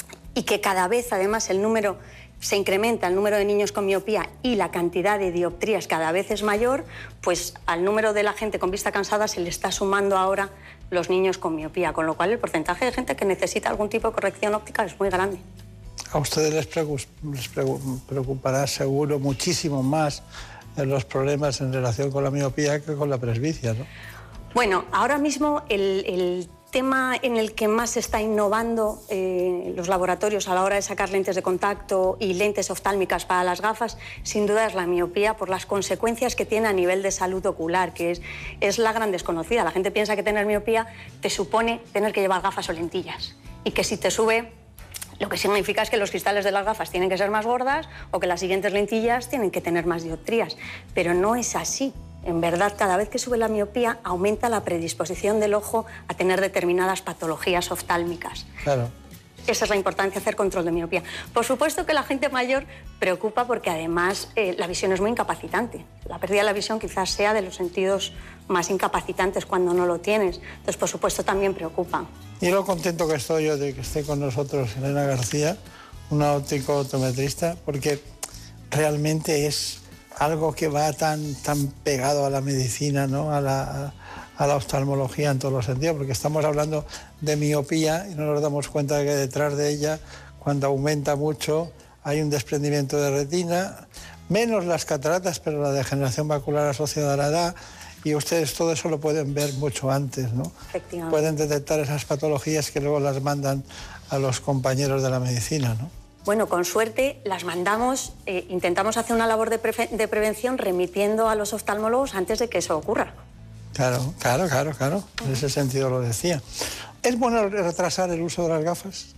y que cada vez además el número se incrementa, el número de niños con miopía y la cantidad de dioptrías cada vez es mayor, pues al número de la gente con vista cansada se le está sumando ahora los niños con miopía, con lo cual el porcentaje de gente que necesita algún tipo de corrección óptica es muy grande. A ustedes les, les preocupará seguro muchísimo más los problemas en relación con la miopía que con la presbicia, ¿no? Bueno, ahora mismo el, el tema en el que más se está innovando eh, los laboratorios a la hora de sacar lentes de contacto y lentes oftálmicas para las gafas, sin duda es la miopía, por las consecuencias que tiene a nivel de salud ocular, que es, es la gran desconocida. La gente piensa que tener miopía te supone tener que llevar gafas o lentillas, y que si te sube, lo que significa es que los cristales de las gafas tienen que ser más gordas o que las siguientes lentillas tienen que tener más dioptrías. Pero no es así. En verdad, cada vez que sube la miopía, aumenta la predisposición del ojo a tener determinadas patologías oftálmicas. Claro. Esa es la importancia de hacer control de miopía. Por supuesto que la gente mayor preocupa porque además eh, la visión es muy incapacitante. La pérdida de la visión quizás sea de los sentidos más incapacitantes cuando no lo tienes. Entonces, por supuesto, también preocupa. Y lo contento que estoy yo de que esté con nosotros Elena García, una óptico optometrista, porque realmente es algo que va tan, tan pegado a la medicina, ¿no? a, la, a la oftalmología en todos los sentidos, porque estamos hablando de miopía y no nos damos cuenta de que detrás de ella, cuando aumenta mucho, hay un desprendimiento de retina, menos las cataratas, pero la degeneración macular asociada a la edad, y ustedes todo eso lo pueden ver mucho antes, ¿no? Efectivamente. Pueden detectar esas patologías que luego las mandan a los compañeros de la medicina, ¿no? Bueno, con suerte las mandamos, eh, intentamos hacer una labor de, pre de prevención remitiendo a los oftalmólogos antes de que eso ocurra. Claro, claro, claro, claro. En ese sentido lo decía. ¿Es bueno retrasar el uso de las gafas?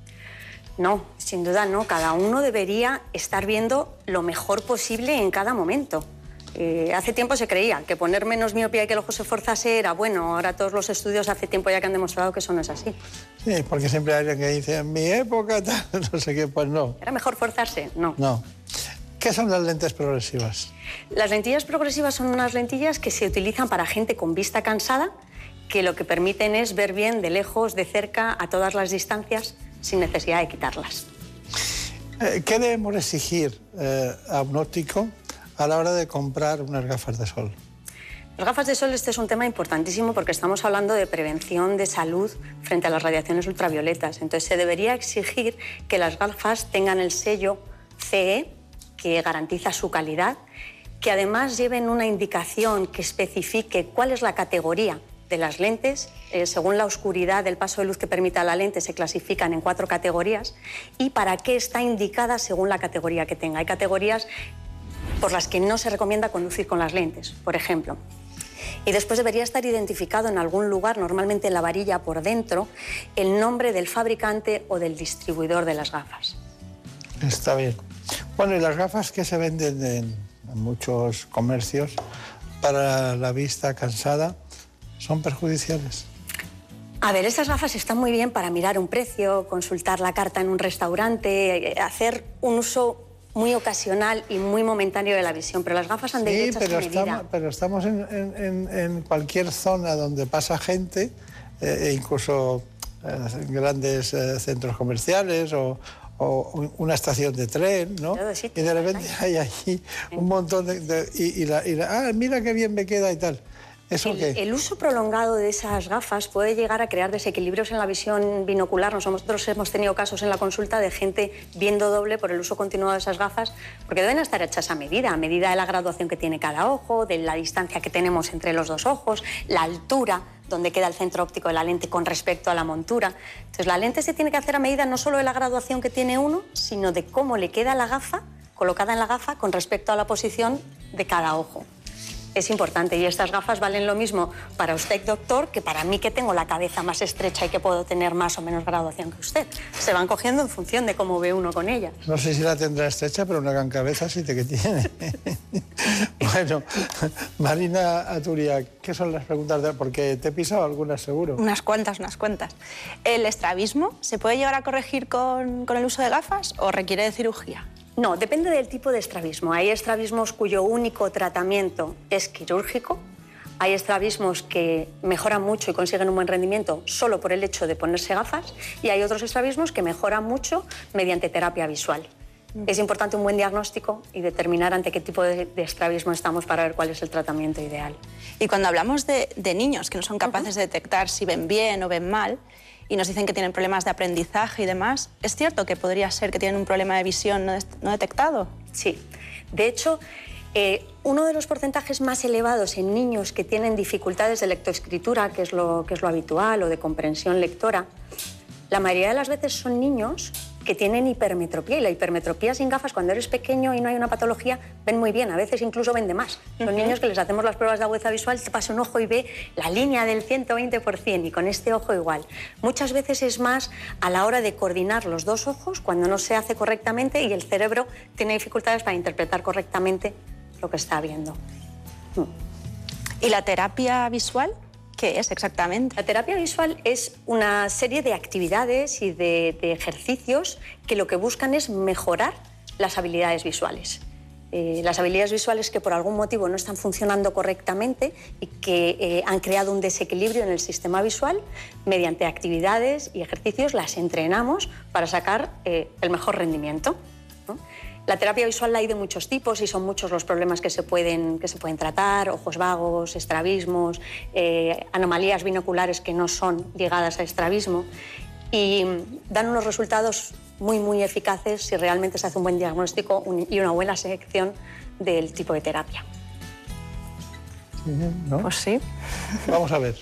No, sin duda no. Cada uno debería estar viendo lo mejor posible en cada momento. Eh, hace tiempo se creía que poner menos miopía y que el ojo se forzase era bueno. Ahora todos los estudios hace tiempo ya que han demostrado que eso no es así. Sí, porque siempre hay alguien que dice, en mi época, tal, no sé qué, pues no. ¿Era mejor forzarse? No. No. ¿Qué son las lentes progresivas? Las lentillas progresivas son unas lentillas que se utilizan para gente con vista cansada, que lo que permiten es ver bien de lejos, de cerca, a todas las distancias, sin necesidad de quitarlas. Eh, ¿Qué debemos exigir eh, a un óptico a la hora de comprar unas gafas de sol? Las gafas de sol, este es un tema importantísimo porque estamos hablando de prevención de salud frente a las radiaciones ultravioletas. Entonces se debería exigir que las gafas tengan el sello C E, que garantiza su calidad, que además lleven una indicación que especifique cuál es la categoría de las lentes. Eh, según la oscuridad del paso de luz que permita la lente, se clasifican en cuatro categorías y para qué está indicada según la categoría que tenga. Hay categorías por las que no se recomienda conducir con las lentes, por ejemplo. Y después debería estar identificado en algún lugar, normalmente en la varilla por dentro, el nombre del fabricante o del distribuidor de las gafas. Está bien. Bueno, y las gafas que se venden en, en muchos comercios para la vista cansada, ¿son perjudiciales? A ver, estas gafas están muy bien para mirar un precio, consultar la carta en un restaurante, hacer un uso muy ocasional y muy momentáneo de la visión, pero las gafas han de ir hechas a medida. Estamos, pero estamos en, en, en cualquier zona donde pasa gente, eh, e incluso eh, grandes eh, centros comerciales o, o una estación de tren, ¿no? Y de repente hay allí un montón de... de y, y la, y la, ah, mira qué bien me queda y tal. ¿Eso el, qué? El uso prolongado de esas gafas puede llegar a crear desequilibrios en la visión binocular. Nosotros hemos tenido casos en la consulta de gente viendo doble por el uso continuado de esas gafas, porque deben estar hechas a medida, a medida de la graduación que tiene cada ojo, de la distancia que tenemos entre los dos ojos, la altura donde queda el centro óptico de la lente con respecto a la montura. Entonces la lente se tiene que hacer a medida no solo de la graduación que tiene uno, sino de cómo le queda la gafa, colocada en la gafa, con respecto a la posición de cada ojo. es importante. Y estas gafas valen lo mismo para usted, doctor, que para mí, que tengo la cabeza más estrecha y que puedo tener más o menos graduación que usted. Se van cogiendo en función de cómo ve uno con ellas. No sé si la tendrá estrecha, pero una gran cabeza sí te que tiene. Bueno, Marina Aturia, ¿qué son las preguntas? De... Porque te he pisado algunas seguro. Unas cuantas, unas cuantas. ¿El estrabismo se puede llegar a corregir con, con el uso de gafas o requiere de cirugía? No, depende del tipo de estrabismo. Hay estrabismos cuyo único tratamiento es quirúrgico. Hay estrabismos que mejoran mucho y consiguen un buen rendimiento solo por el hecho de ponerse gafas. Y hay otros estrabismos que mejoran mucho mediante terapia visual. Mm. Es importante un buen diagnóstico y determinar ante qué tipo de, de estrabismo estamos para ver cuál es el tratamiento ideal. Y cuando hablamos de, de niños que no son capaces uh-huh. de detectar si ven bien o ven mal, y nos dicen que tienen problemas de aprendizaje y demás, ¿es cierto que podría ser que tienen un problema de visión no, no detectado? Sí. De hecho, eh, uno de los porcentajes más elevados en niños que tienen dificultades de lectoescritura, que es lo, que es lo habitual, o de comprensión lectora, la mayoría de las veces son niños que tienen hipermetropía, y la hipermetropía sin gafas, cuando eres pequeño y no hay una patología, ven muy bien, a veces incluso ven de más. Son uh-huh. niños que les hacemos las pruebas de agudeza visual, te pasa un ojo y ve la línea del ciento veinte por ciento, y con este ojo igual. Muchas veces es más a la hora de coordinar los dos ojos, cuando no se hace correctamente y el cerebro tiene dificultades para interpretar correctamente lo que está viendo. ¿Y la terapia visual? ¿Qué es exactamente? La terapia visual es una serie de actividades y de, de ejercicios que lo que buscan es mejorar las habilidades visuales. Eh, las habilidades visuales que por algún motivo no están funcionando correctamente y que eh, han creado un desequilibrio en el sistema visual, mediante actividades y ejercicios las entrenamos para sacar eh, el mejor rendimiento, ¿no? La terapia visual la hay de muchos tipos y son muchos los problemas que se pueden, que se pueden tratar: ojos vagos, estrabismos, eh, anomalías binoculares que no son ligadas a estrabismo, y dan unos resultados muy, muy eficaces si realmente se hace un buen diagnóstico y una buena selección del tipo de terapia. ¿No? Pues sí. Vamos a ver.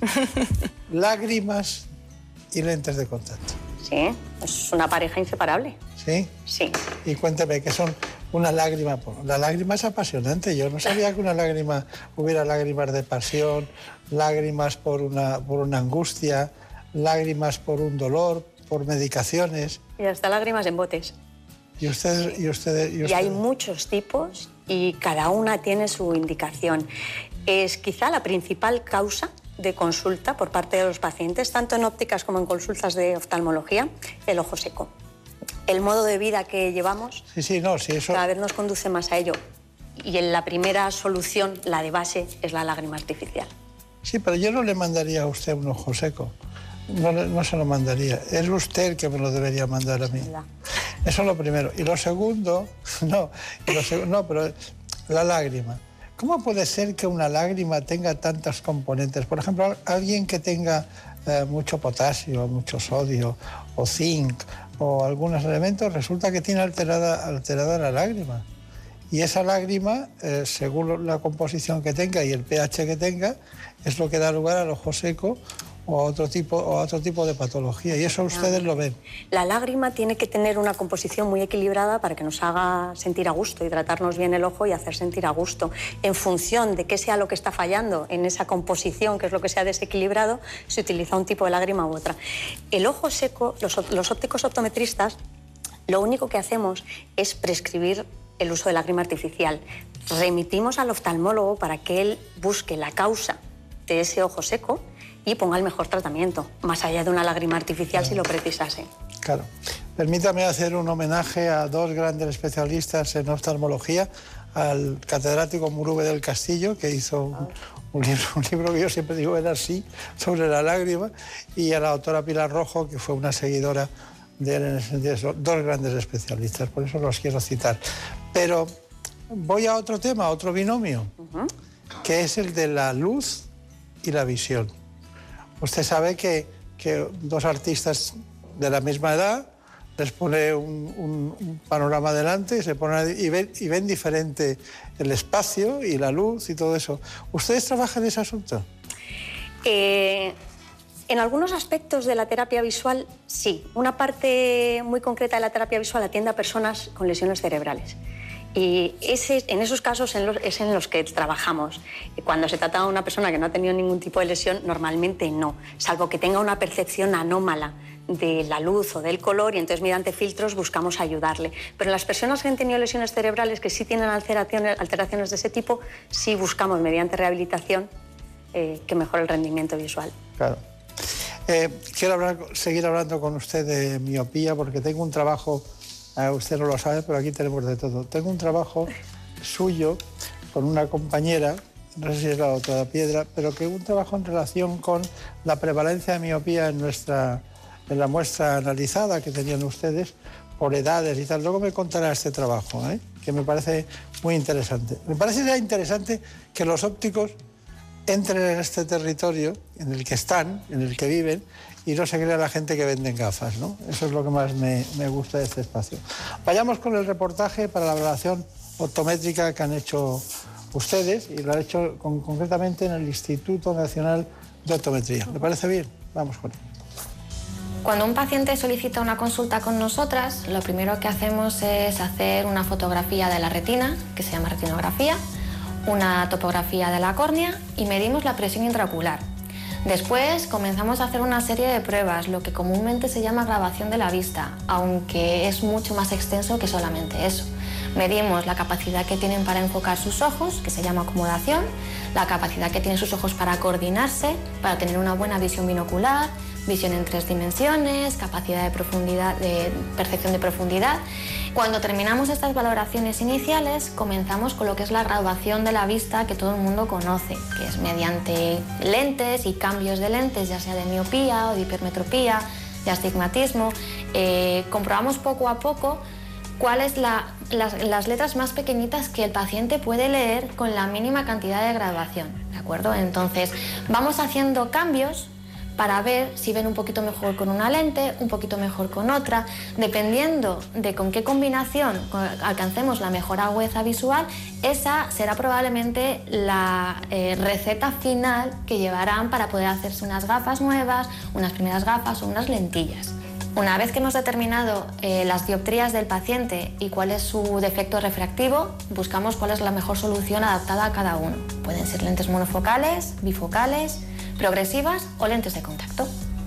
Lágrimas y lentes de contacto. Sí, es una pareja inseparable. ¿Sí? Sí. Y cuéntame, ¿qué son una lágrima? La lágrima es apasionante. Yo no sabía que una lágrima hubiera lágrimas de pasión, lágrimas por una, por una angustia, lágrimas por un dolor, por medicaciones. Y hasta lágrimas en botes. Y ustedes... Y, ustedes, y, ustedes... y hay muchos tipos y cada una tiene su indicación. Es quizá la principal causa de consulta por parte de los pacientes, tanto en ópticas como en consultas de oftalmología, el ojo seco. El modo de vida que llevamos sí, sí, no, sí, eso... cada vez nos conduce más a ello. Y en la primera solución, la de base, es la lágrima artificial. Sí, pero yo no le mandaría a usted un ojo seco. No, no se lo mandaría. Es usted el que me lo debería mandar a mí. Eso es lo primero. Y lo segundo, no, y lo seg... no, pero la lágrima. ¿Cómo puede ser que una lágrima tenga tantos componentes? Por ejemplo, alguien que tenga eh, mucho potasio, mucho sodio o zinc o algunos elementos, resulta que tiene alterada, alterada la lágrima. Y esa lágrima, eh, según la composición que tenga y el pH que tenga, es lo que da lugar al ojo seco o a otro tipo, o a otro tipo de patología. Y eso ustedes lo ven. La lágrima tiene que tener una composición muy equilibrada para que nos haga sentir a gusto, y tratarnos bien el ojo y hacer sentir a gusto. En función de qué sea lo que está fallando en esa composición, que es lo que se ha desequilibrado, se utiliza un tipo de lágrima u otra. El ojo seco, los, los ópticos optometristas, lo único que hacemos es prescribir el uso de lágrima artificial. Remitimos al oftalmólogo para que él busque la causa de ese ojo seco y ponga el mejor tratamiento, más allá de una lágrima artificial, claro, si lo precisase. Claro. Permítame hacer un homenaje a dos grandes especialistas en oftalmología, al catedrático Murube del Castillo, que hizo un, un, libro, un libro que yo siempre digo era así, sobre la lágrima, y a la doctora Pilar Rojo, que fue una seguidora de él en ese sentido. Dos grandes especialistas, por eso los quiero citar. Pero voy a otro tema, a otro binomio, uh-huh. que es el de la luz y la visión. Usted sabe que, que dos artistas de la misma edad les pone un, un, un panorama delante y, se ponen, y, ven, y ven diferente el espacio y la luz y todo eso. ¿Ustedes trabajan en ese asunto? Eh, en algunos aspectos de la terapia visual, sí. Una parte muy concreta de la terapia visual atiende a personas con lesiones cerebrales. Y ese, en esos casos en los, es en los que trabajamos. Cuando se trata de una persona que no ha tenido ningún tipo de lesión, normalmente no, salvo que tenga una percepción anómala de la luz o del color, y entonces mediante filtros buscamos ayudarle. Pero en las personas que han tenido lesiones cerebrales que sí tienen alteraciones, alteraciones de ese tipo, sí buscamos mediante rehabilitación eh, que mejore el rendimiento visual. Claro. Eh, quiero hablar, seguir hablando con usted de miopía, porque tengo un trabajo, eh, usted no lo sabe, pero aquí tenemos de todo. Tengo un trabajo suyo con una compañera, no sé si es la otra piedra, pero que un trabajo en relación con la prevalencia de miopía en nuestra... en la muestra analizada que tenían ustedes por edades y tal. Luego me contará este trabajo, ¿eh? que me parece muy interesante. Me parece ya interesante que los ópticos entren en este territorio en el que están, en el que viven, y no se crea la gente que venden gafas, ¿no? Eso es lo que más me, me gusta de este espacio. Vayamos con el reportaje para la evaluación optométrica que han hecho ustedes, y lo han hecho con, concretamente en el Instituto Nacional de Optometría. ¿Le parece bien? Vamos con él. Cuando un paciente solicita una consulta con nosotras, lo primero que hacemos es hacer una fotografía de la retina, que se llama retinografía, una topografía de la córnea y medimos la presión intraocular. Después comenzamos a hacer una serie de pruebas, lo que comúnmente se llama grabación de la vista, aunque es mucho más extenso que solamente eso. Medimos la capacidad que tienen para enfocar sus ojos, que se llama acomodación, la capacidad que tienen sus ojos para coordinarse, para tener una buena visión binocular, visión en tres dimensiones, capacidad de profundidad, de percepción de profundidad. Cuando terminamos estas valoraciones iniciales, comenzamos con lo que es la graduación de la vista que todo el mundo conoce, que es mediante lentes y cambios de lentes, ya sea de miopía o de hipermetropía, de astigmatismo. Eh, comprobamos poco a poco cuáles son la, las, las letras más pequeñitas que el paciente puede leer con la mínima cantidad de graduación, ¿de acuerdo? Entonces, vamos haciendo cambios para ver si ven un poquito mejor con una lente, un poquito mejor con otra. Dependiendo de con qué combinación alcancemos la mejor agudeza visual, esa será probablemente la eh, receta final que llevarán para poder hacerse unas gafas nuevas, unas primeras gafas o unas lentillas. Una vez que hemos determinado eh, las dioptrías del paciente y cuál es su defecto refractivo, buscamos cuál es la mejor solución adaptada a cada uno. Pueden ser lentes monofocales, bifocales, progresivas o lentes de contacto.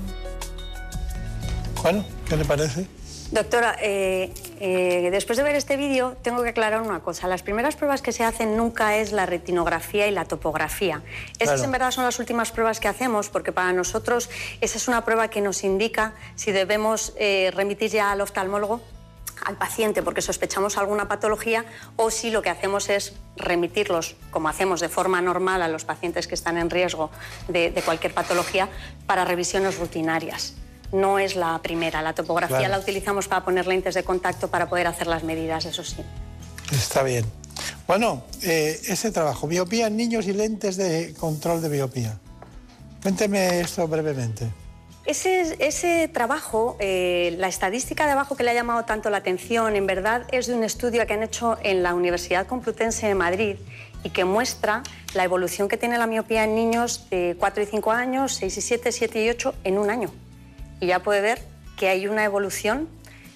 Bueno, ¿qué le parece? Doctora, eh, eh, después de ver este vídeo tengo que aclarar una cosa. Las primeras pruebas que se hacen nunca es la retinografía y la topografía. Esas claro. en verdad son las últimas pruebas que hacemos, porque para nosotros esa es una prueba que nos indica si debemos eh, remitir ya al oftalmólogo, al paciente, porque sospechamos alguna patología, o si lo que hacemos es remitirlos, como hacemos de forma normal a los pacientes que están en riesgo de, de cualquier patología, para revisiones rutinarias. No es la primera. La topografía claro. la utilizamos para poner lentes de contacto para poder hacer las medidas, eso sí. Está bien. Bueno, eh, ese trabajo, miopía en niños y lentes de control de miopía. Cuénteme esto brevemente. Ese, ese trabajo, eh, la estadística de abajo que le ha llamado tanto la atención, en verdad es de un estudio que han hecho en la Universidad Complutense de Madrid y que muestra la evolución que tiene la miopía en niños de cuatro y cinco años, seis y siete, siete y ocho en un año. Y ya puede ver que hay una evolución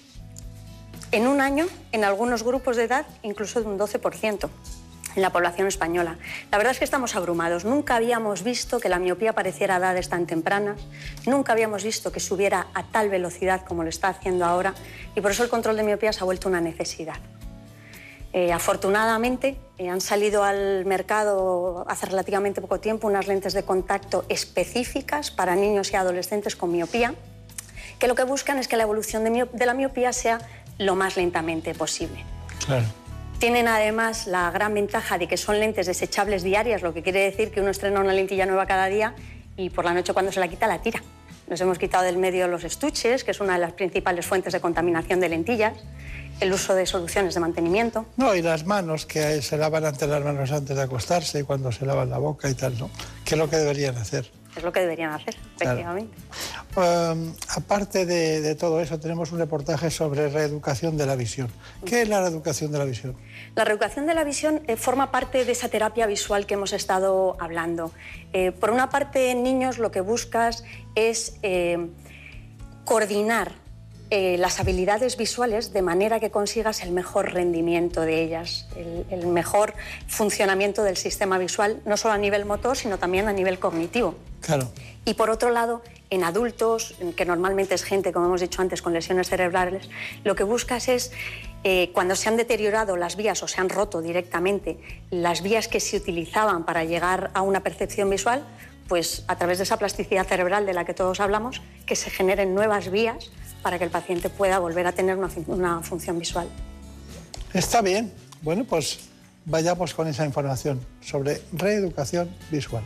en un año en algunos grupos de edad incluso de un doce por ciento. En la población española. La verdad es que estamos abrumados. Nunca habíamos visto que la miopía apareciera a edades tan tempranas, nunca habíamos visto que subiera a tal velocidad como lo está haciendo ahora, y por eso el control de miopía se ha vuelto una necesidad. Eh, afortunadamente eh, han salido al mercado hace relativamente poco tiempo unas lentes de contacto específicas para niños y adolescentes con miopía, que lo que buscan es que la evolución de, miop- de la miopía sea lo más lentamente posible. Claro. Tienen además la gran ventaja de que son lentes desechables diarias, lo que quiere decir que uno estrena una lentilla nueva cada día y por la noche cuando se la quita la tira. Nos hemos quitado del medio los estuches, que es una de las principales fuentes de contaminación de lentillas, el uso de soluciones de mantenimiento. No, y las manos, que se lavan antes las manos antes de acostarse, cuando se lavan la boca y tal, ¿no? ¿Qué es lo que deberían hacer? Es lo que deberían hacer, efectivamente. Claro. Um, aparte de, de todo eso, tenemos un reportaje sobre reeducación de la visión. ¿Qué es la reeducación de la visión? La reeducación de la visión eh, forma parte de esa terapia visual que hemos estado hablando. Eh, por una parte, en niños lo que buscas es eh, coordinar eh, las habilidades visuales de manera que consigas el mejor rendimiento de ellas, el, el mejor funcionamiento del sistema visual, no solo a nivel motor, sino también a nivel cognitivo. Claro. Y por otro lado, en adultos, que normalmente es gente, como hemos dicho antes, con lesiones cerebrales, lo que buscas es, eh, cuando se han deteriorado las vías o se han roto directamente las vías que se utilizaban para llegar a una percepción visual, pues a través de esa plasticidad cerebral de la que todos hablamos, que se generen nuevas vías para que el paciente pueda volver a tener una, una función visual. Está bien. Bueno, pues vayamos con esa información sobre reeducación visual.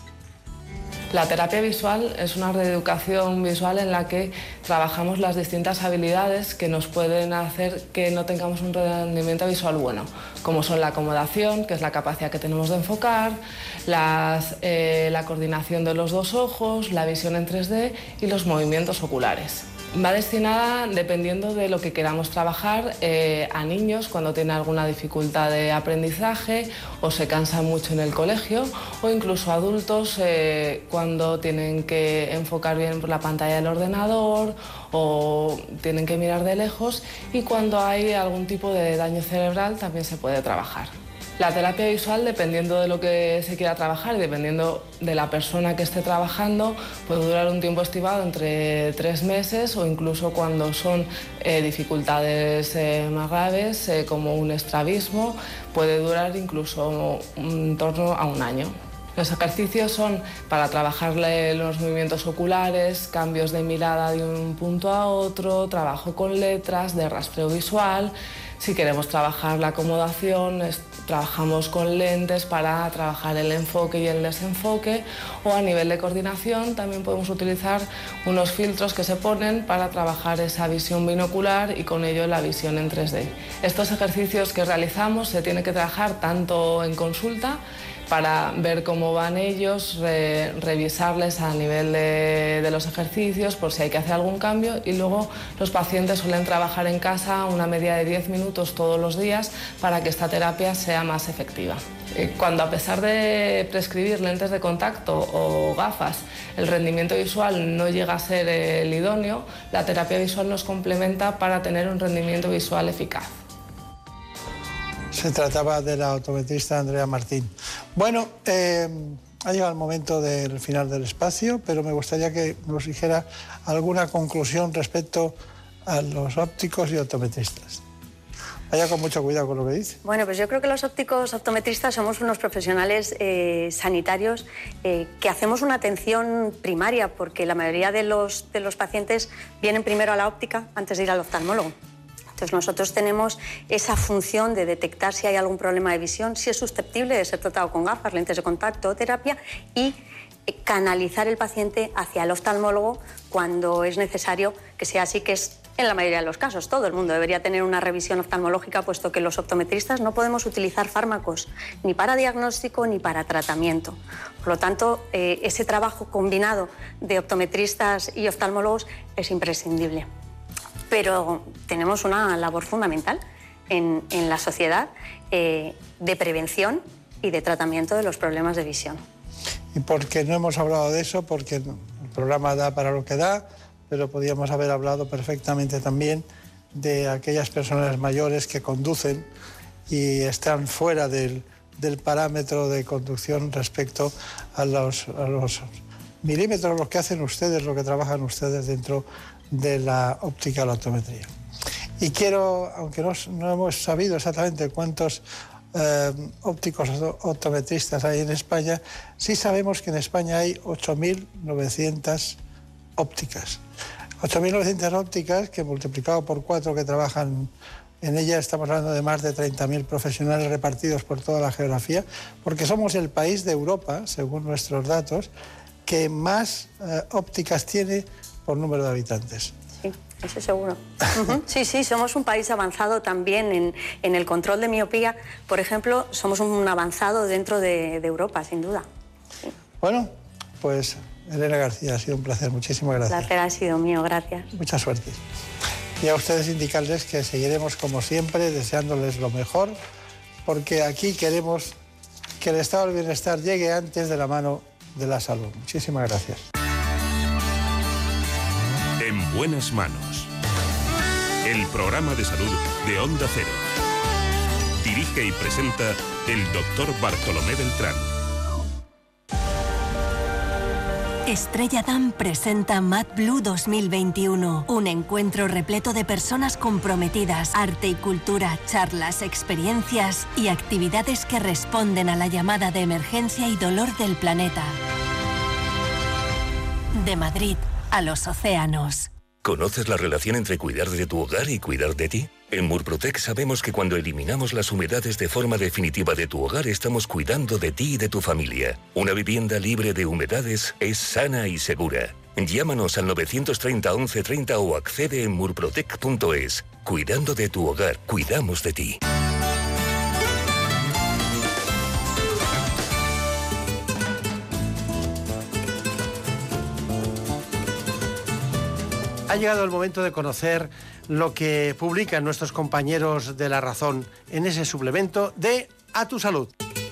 La terapia visual es una reeducación visual en la que trabajamos las distintas habilidades que nos pueden hacer que no tengamos un rendimiento visual bueno, como son la acomodación, que es la capacidad que tenemos de enfocar, las, eh, la coordinación de los dos ojos, la visión en tres D y los movimientos oculares. Va destinada, dependiendo de lo que queramos trabajar, eh, a niños cuando tienen alguna dificultad de aprendizaje o se cansan mucho en el colegio, o incluso adultos eh, cuando tienen que enfocar bien la pantalla del ordenador o tienen que mirar de lejos, y cuando hay algún tipo de daño cerebral también se puede trabajar. La terapia visual, dependiendo de lo que se quiera trabajar y dependiendo de la persona que esté trabajando, puede durar un tiempo estimado entre tres meses o incluso cuando son eh, dificultades eh, más graves, eh, como un estrabismo, puede durar incluso en torno a un año. Los ejercicios son para trabajarle los movimientos oculares, cambios de mirada de un punto a otro, trabajo con letras, de rastreo visual. Si queremos trabajar la acomodación, es, trabajamos con lentes para trabajar el enfoque y el desenfoque, o a nivel de coordinación también podemos utilizar unos filtros que se ponen para trabajar esa visión binocular y con ello la visión en tres D. Estos ejercicios que realizamos se tienen que trabajar tanto en consulta, para ver cómo van ellos, re, revisarles a nivel de, de los ejercicios por si hay que hacer algún cambio, y luego los pacientes suelen trabajar en casa una media de diez minutos todos los días para que esta terapia sea más efectiva. Cuando, a pesar de prescribir lentes de contacto o gafas, el rendimiento visual no llega a ser el idóneo, la terapia visual nos complementa para tener un rendimiento visual eficaz. Se trataba de la optometrista Andrea Martín. Bueno, eh, ha llegado el momento del final del espacio, pero me gustaría que nos dijera alguna conclusión respecto a los ópticos y optometristas. Vaya con mucho cuidado con lo que dice. Bueno, pues yo creo que los ópticos optometristas somos unos profesionales eh, sanitarios eh, que hacemos una atención primaria, porque la mayoría de los, de los pacientes vienen primero a la óptica antes de ir al oftalmólogo. Entonces nosotros tenemos esa función de detectar si hay algún problema de visión, si es susceptible de ser tratado con gafas, lentes de contacto o terapia, y canalizar el paciente hacia el oftalmólogo cuando es necesario que sea así, que es en la mayoría de los casos. Todo el mundo debería tener una revisión oftalmológica, puesto que los optometristas no podemos utilizar fármacos ni para diagnóstico ni para tratamiento. Por lo tanto, eh, ese trabajo combinado de optometristas y oftalmólogos es imprescindible. Pero tenemos una labor fundamental en, en la sociedad eh, de prevención y de tratamiento de los problemas de visión. Y porque no hemos hablado de eso, porque el programa da para lo que da, pero podíamos haber hablado perfectamente también de aquellas personas mayores que conducen y están fuera del, del parámetro de conducción respecto a los, a los milímetros, lo que hacen ustedes, lo que trabajan ustedes dentro de la óptica y la optometría. Y quiero, aunque no, no hemos sabido exactamente cuántos eh, ópticos optometristas hay en España, sí sabemos que en España hay ocho mil novecientas ópticas. ocho mil novecientas ópticas que, multiplicado por cuatro que trabajan en ella, estamos hablando de más de treinta mil profesionales repartidos por toda la geografía, porque somos el país de Europa, según nuestros datos, que más eh, ópticas tiene por número de habitantes. Sí, eso seguro. Uh-huh. Sí, sí, somos un país avanzado también en, en el control de miopía. Por ejemplo, somos un avanzado dentro de, de Europa, sin duda. Sí. Bueno, pues Elena García, ha sido un placer. Muchísimas gracias. El placer ha sido mío, gracias. Mucha suerte. Y a ustedes indicarles que seguiremos, como siempre, deseándoles lo mejor, porque aquí queremos que el estado del bienestar llegue antes de la mano de la salud. Muchísimas gracias. En buenas manos. el programa de salud de Onda Cero. Dirige y presenta el doctor Bartolomé Beltrán. Estrella Damm presenta Mad Blue dos mil veintiuno, un encuentro repleto de personas comprometidas, arte y cultura, charlas, experiencias y actividades que responden a la llamada de emergencia y dolor del planeta. De Madrid a los océanos. ¿Conoces la relación entre cuidar de tu hogar y cuidar de ti? En Murprotec sabemos que cuando eliminamos las humedades de forma definitiva de tu hogar, estamos cuidando de ti y de tu familia. Una vivienda libre de humedades es sana y segura. Llámanos al novecientos treinta, once treinta o accede en murprotec punto es. Cuidando de tu hogar, cuidamos de ti. Ha llegado el momento de conocer lo que publican nuestros compañeros de La Razón en ese suplemento de A tu Salud.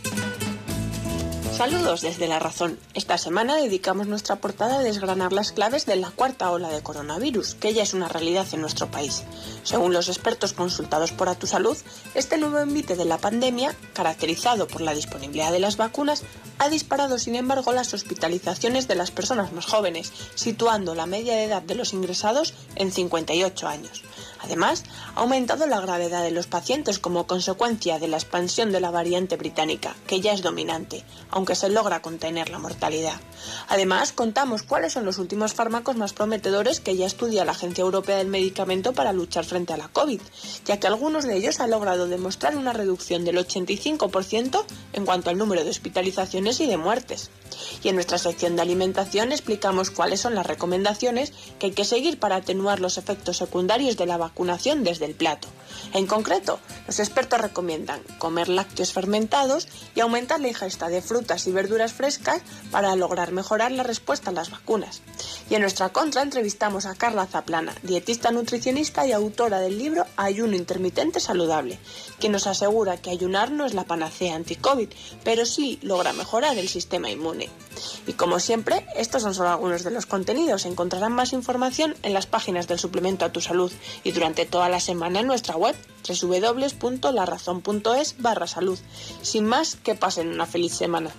Saludos desde La Razón. Esta semana dedicamos nuestra portada a desgranar las claves de la cuarta ola de coronavirus, que ya es una realidad en nuestro país. Según los expertos consultados por A tu Salud, este nuevo envite de la pandemia, caracterizado por la disponibilidad de las vacunas, ha disparado sin embargo las hospitalizaciones de las personas más jóvenes, situando la media de edad de los ingresados en cincuenta y ocho años. Además, ha aumentado la gravedad de los pacientes como consecuencia de la expansión de la variante británica, que ya es dominante, aunque se logra contener la mortalidad. Además, contamos cuáles son los últimos fármacos más prometedores que ya estudia la Agencia Europea del Medicamento para luchar frente a la COVID, ya que algunos de ellos han logrado demostrar una reducción del ochenta y cinco por ciento en cuanto al número de hospitalizaciones y de muertes. Y en nuestra sección de alimentación explicamos cuáles son las recomendaciones que hay que seguir para atenuar los efectos secundarios de la vacunación desde el plato. En concreto, los expertos recomiendan comer lácteos fermentados y aumentar la ingesta de frutas y verduras frescas para lograr mejorar la respuesta a las vacunas. Y en nuestra contra entrevistamos a Carla Zaplana, dietista nutricionista y autora del libro Ayuno intermitente saludable, quien nos asegura que ayunar no es la panacea anti-COVID, pero sí logra mejorar el sistema inmune. Y como siempre, estos son solo algunos de los contenidos. Encontrarán más información en las páginas del suplemento A tu Salud y durante toda la semana en nuestra web doble u doble u doble u punto la razón punto es barra salud. Sin más, que pasen una feliz semana.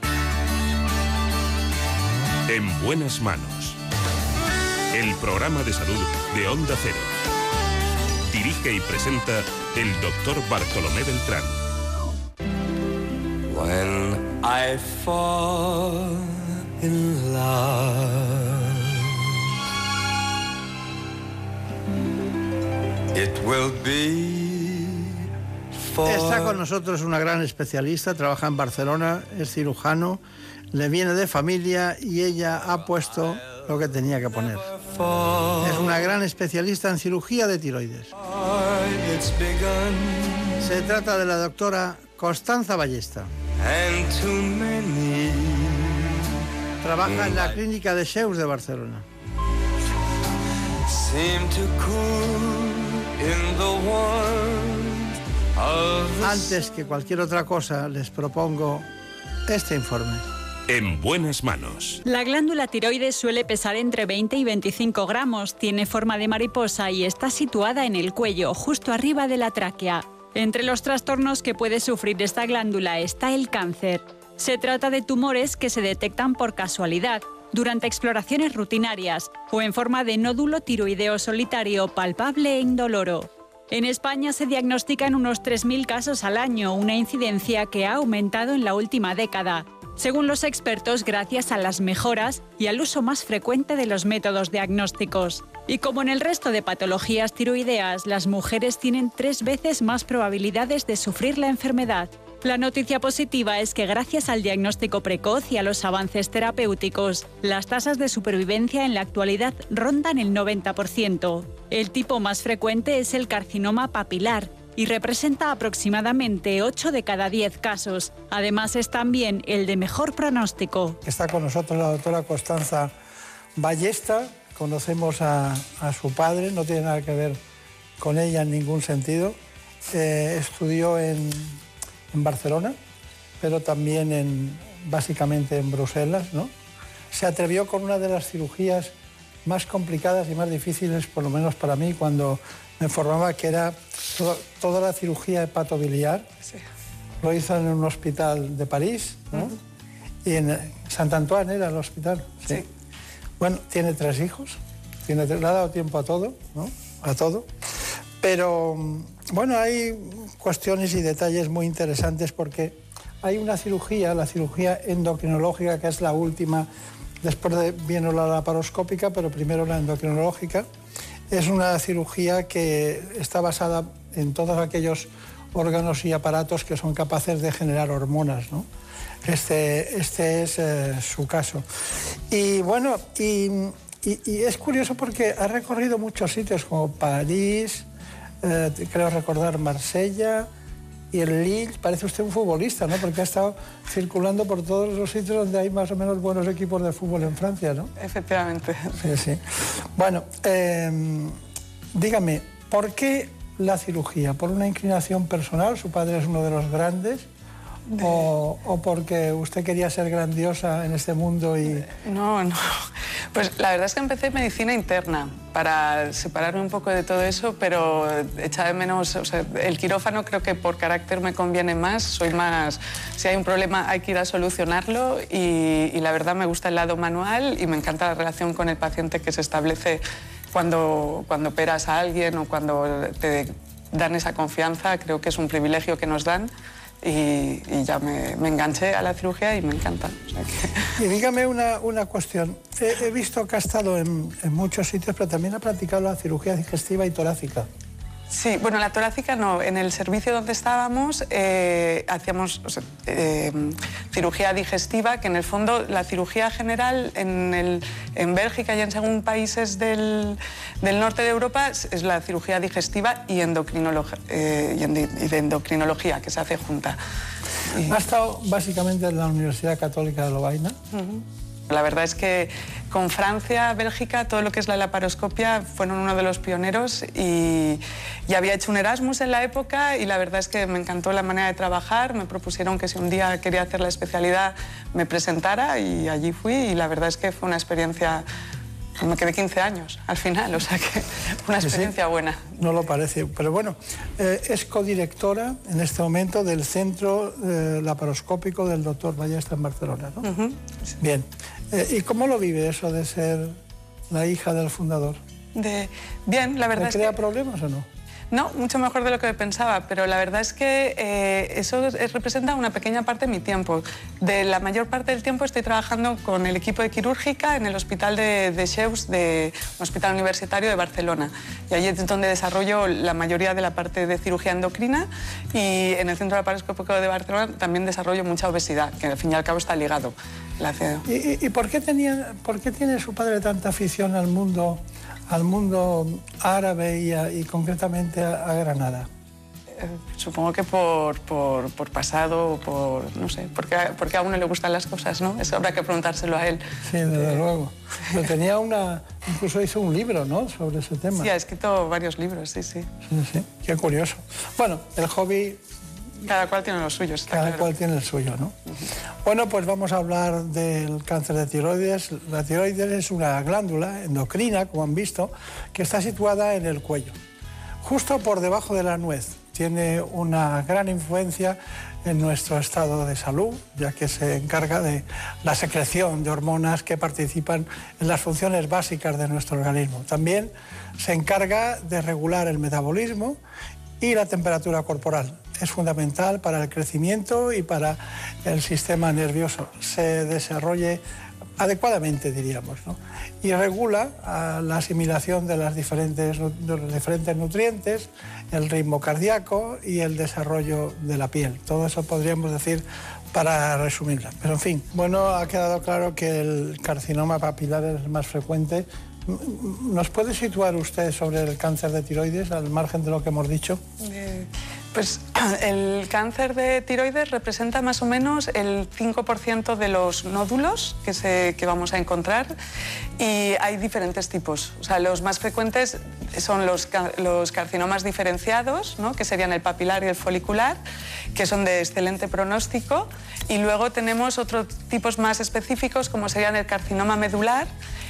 En buenas manos. El programa de salud de Onda Cero. Dirige y presenta el doctor Bartolomé Beltrán. When I fall in love, it will be for... Está con nosotros una gran especialista, trabaja en Barcelona, es cirujano, le viene de familia y ella ha puesto lo que tenía que poner. Es una gran especialista en cirugía de tiroides. Se trata de la doctora Constanza Ballesta. Trabaja en la clínica de Sheus de Barcelona. Antes que cualquier otra cosa, les propongo este informe. En buenas manos. La glándula tiroides suele pesar entre veinte y veinticinco gramos, tiene forma de mariposa y está situada en el cuello, justo arriba de la tráquea. Entre los trastornos que puede sufrir esta glándula está el cáncer. Se trata de tumores que se detectan por casualidad, durante exploraciones rutinarias o en forma de nódulo tiroideo solitario palpable e indoloro. En España se diagnostican unos tres mil casos al año, una incidencia que ha aumentado en la última década. Según los expertos, gracias a las mejoras y al uso más frecuente de los métodos diagnósticos. Y como en el resto de patologías tiroideas, las mujeres tienen tres veces más probabilidades de sufrir la enfermedad. La noticia positiva es que gracias al diagnóstico precoz y a los avances terapéuticos, las tasas de supervivencia en la actualidad rondan el noventa por ciento. El tipo más frecuente es el carcinoma papilar, y representa aproximadamente ocho de cada diez casos. Además, es también el de mejor pronóstico. Está con nosotros la doctora Constanza Ballesta. Conocemos a, a su padre, no tiene nada que ver con ella en ningún sentido. Eh, estudió en, en Barcelona, pero también en, básicamente en Bruselas, ¿no? Se atrevió con una de las cirugías más complicadas y más difíciles, por lo menos para mí, cuando me informaba que era to toda la cirugía hepatobiliar. Sí. Lo hizo en un hospital de París, ¿no? Uh-huh. Y en Sant-Antoine era el hospital. Sí. Sí. Bueno, tiene tres hijos, tiene, le ha dado tiempo a todo, ¿no? A todo. Pero, bueno, hay cuestiones y detalles muy interesantes porque hay una cirugía, la cirugía endocrinológica, que es la última, después de, viene la laparoscópica, pero primero la endocrinológica. Es una cirugía que está basada en todos aquellos órganos y aparatos que son capaces de generar hormonas, ¿no? Este, este es eh, su caso. Y bueno, y, y, y es curioso porque ha recorrido muchos sitios como París, eh, creo recordar Marsella y el Lille. Parece usted un futbolista, ¿no? Porque ha estado circulando por todos los sitios donde hay más o menos buenos equipos de fútbol en Francia, ¿no? Efectivamente. Sí, sí. Bueno, eh, dígame, ¿por qué la cirugía? ¿Por una inclinación personal? Su padre es uno de los grandes. De... O, ¿O porque usted quería ser grandiosa en este mundo y...? No, no. Pues la verdad es que empecé medicina interna para separarme un poco de todo eso, pero echaba de menos... O sea, el quirófano creo que por carácter me conviene más. Soy más... Si hay un problema hay que ir a solucionarlo y, y la verdad me gusta el lado manual y me encanta la relación con el paciente que se establece cuando, cuando operas a alguien o cuando te dan esa confianza. Creo que es un privilegio que nos dan. Y, y ya me, me enganché a la cirugía y me encanta. O sea que... Y dígame una, una cuestión. He, he visto que ha estado en, en muchos sitios, pero también ha practicado la cirugía digestiva y torácica. Sí, bueno, la torácica no. En el servicio donde estábamos eh, hacíamos o sea, eh, cirugía digestiva, que en el fondo la cirugía general en, el, en Bélgica y en según países del, del norte de Europa es la cirugía digestiva y, endocrinolo- eh, y de endocrinología, que se hace junta. Y... ¿Ha estado básicamente en la Universidad Católica de Lovaina? Uh-huh. La verdad es que con Francia, Bélgica, todo lo que es la laparoscopia fueron uno de los pioneros y, y había hecho un Erasmus en la época y la verdad es que me encantó la manera de trabajar. Me propusieron que si un día quería hacer la especialidad me presentara y allí fui y la verdad es que fue una experiencia... Me quedé quince años al final, o sea que una experiencia sí, buena. No lo parece, pero bueno, eh, es codirectora en este momento del Centro eh, Laparoscópico del doctor Ballesta en Barcelona, ¿no? Uh-huh. Bien. Eh, ¿Y cómo lo vive eso de ser la hija del fundador? De... Bien, la verdad es que... ¿Le crea problemas o no? No, mucho mejor de lo que pensaba, pero la verdad es que eh, eso es, representa una pequeña parte de mi tiempo. De la mayor parte del tiempo estoy trabajando con el equipo de quirúrgica en el hospital de, de Cheus, de un hospital universitario de Barcelona. Y allí es donde desarrollo la mayoría de la parte de cirugía endocrina y en el Centro Laparoscópico de Barcelona también desarrollo mucha obesidad, que al fin y al cabo está ligado. La ¿Y, y, y por qué tenía, por qué tiene su padre tanta afición al mundo... al mundo árabe y, a, y concretamente a, a Granada? Eh, supongo que por, por, por pasado, por, no sé, porque, porque a uno le gustan las cosas, ¿no? Eso habrá que preguntárselo a él. Sí, desde eh... luego. Pero tenía una... Incluso hizo un libro, ¿no?, sobre ese tema. Sí, ha escrito varios libros, sí, sí. Sí, sí, qué curioso. Bueno, el hobby... Cada cual tiene los suyos, está Cada claro. cual tiene el suyo, ¿no? Uh-huh. Bueno, pues vamos a hablar del cáncer de tiroides. La tiroides es una glándula endocrina, como han visto, que está situada en el cuello, justo por debajo de la nuez. Tiene una gran influencia en nuestro estado de salud, ya que se encarga de la secreción de hormonas que participan en las funciones básicas de nuestro organismo. También se encarga de regular el metabolismo y la temperatura corporal. Es fundamental para el crecimiento y para el sistema nervioso. Se desarrolle adecuadamente, diríamos, ¿no? Y regula uh, la asimilación de, las diferentes, de los diferentes nutrientes, el ritmo cardíaco y el desarrollo de la piel. Todo eso podríamos decir para resumirla. Pero, en fin, bueno, ha quedado claro que el carcinoma papilar es el más frecuente. ¿Nos puede situar usted sobre el cáncer de tiroides, al margen de lo que hemos dicho? Eh, pues el cáncer de tiroides representa más o menos el cinco por ciento de los nódulos que, se, que vamos a encontrar y hay diferentes tipos. O sea, los más frecuentes son los, los carcinomas diferenciados, ¿no?, que serían el papilar y el folicular, que son de excelente pronóstico, y luego tenemos otros tipos más específicos como serían el carcinoma medular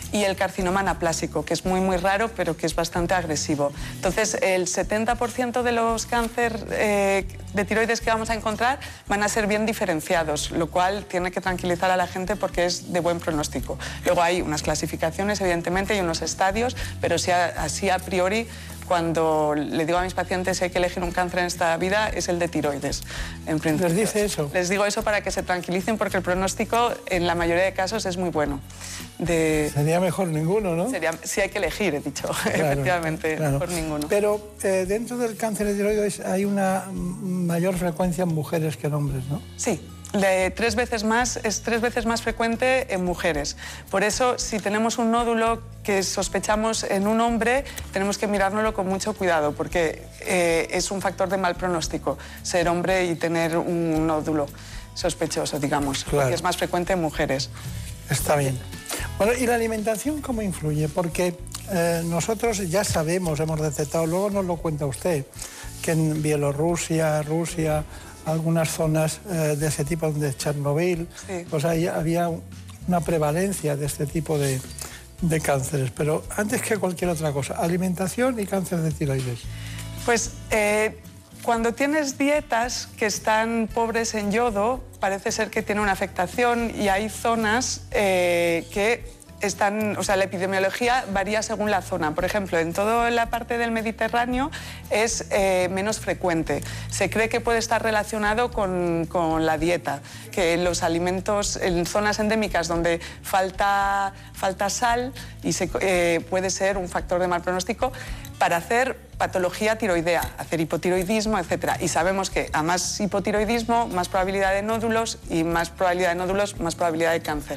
y el carcinoma anaplásico, que es muy, muy raro, pero que es bastante agresivo. Entonces, el setenta por ciento de los cánceres eh, de tiroides que vamos a encontrar van a ser bien diferenciados, lo cual tiene que tranquilizar a la gente porque es de buen pronóstico. Luego hay unas clasificaciones, evidentemente, y unos estadios, pero si a, así a priori, cuando le digo a mis pacientes si hay que elegir un cáncer en esta vida, es el de tiroides. En principio. ¿Les dice eso? Les digo eso para que se tranquilicen porque el pronóstico en la mayoría de casos es muy bueno. De... Sería mejor ninguno, ¿no? Sería, si hay que elegir, he dicho, claro, efectivamente, claro. Mejor ninguno. Pero eh, dentro del cáncer de tiroides hay una mayor frecuencia en mujeres que en hombres, ¿no? Sí. De tres veces más, es tres veces más frecuente en mujeres. Por eso, si tenemos un nódulo que sospechamos en un hombre, tenemos que mirárnoslo con mucho cuidado, porque eh, es un factor de mal pronóstico ser hombre y tener un nódulo sospechoso, digamos, claro. Porque es más frecuente en mujeres. Está bien. Bueno, ¿y la alimentación cómo influye? Porque eh, nosotros ya sabemos, hemos detectado, luego nos lo cuenta usted, que en Bielorrusia, Rusia, algunas zonas eh, de ese tipo, de Chernobyl, sí. Pues ahí había una prevalencia de este tipo de, de cánceres. Pero antes que cualquier otra cosa, alimentación y cáncer de tiroides. Pues eh, cuando tienes dietas que están pobres en yodo, parece ser que tiene una afectación y hay zonas eh, que... Están, o sea, la epidemiología varía según la zona. Por ejemplo, en toda la parte del Mediterráneo es eh, menos frecuente. Se cree que puede estar relacionado con, con la dieta, que los alimentos en zonas endémicas donde falta, falta sal y se, eh, puede ser un factor de mal pronóstico para hacer patología tiroidea, hacer hipotiroidismo, etcétera. Y sabemos que a más hipotiroidismo, más probabilidad de nódulos y más probabilidad de nódulos, más probabilidad de cáncer.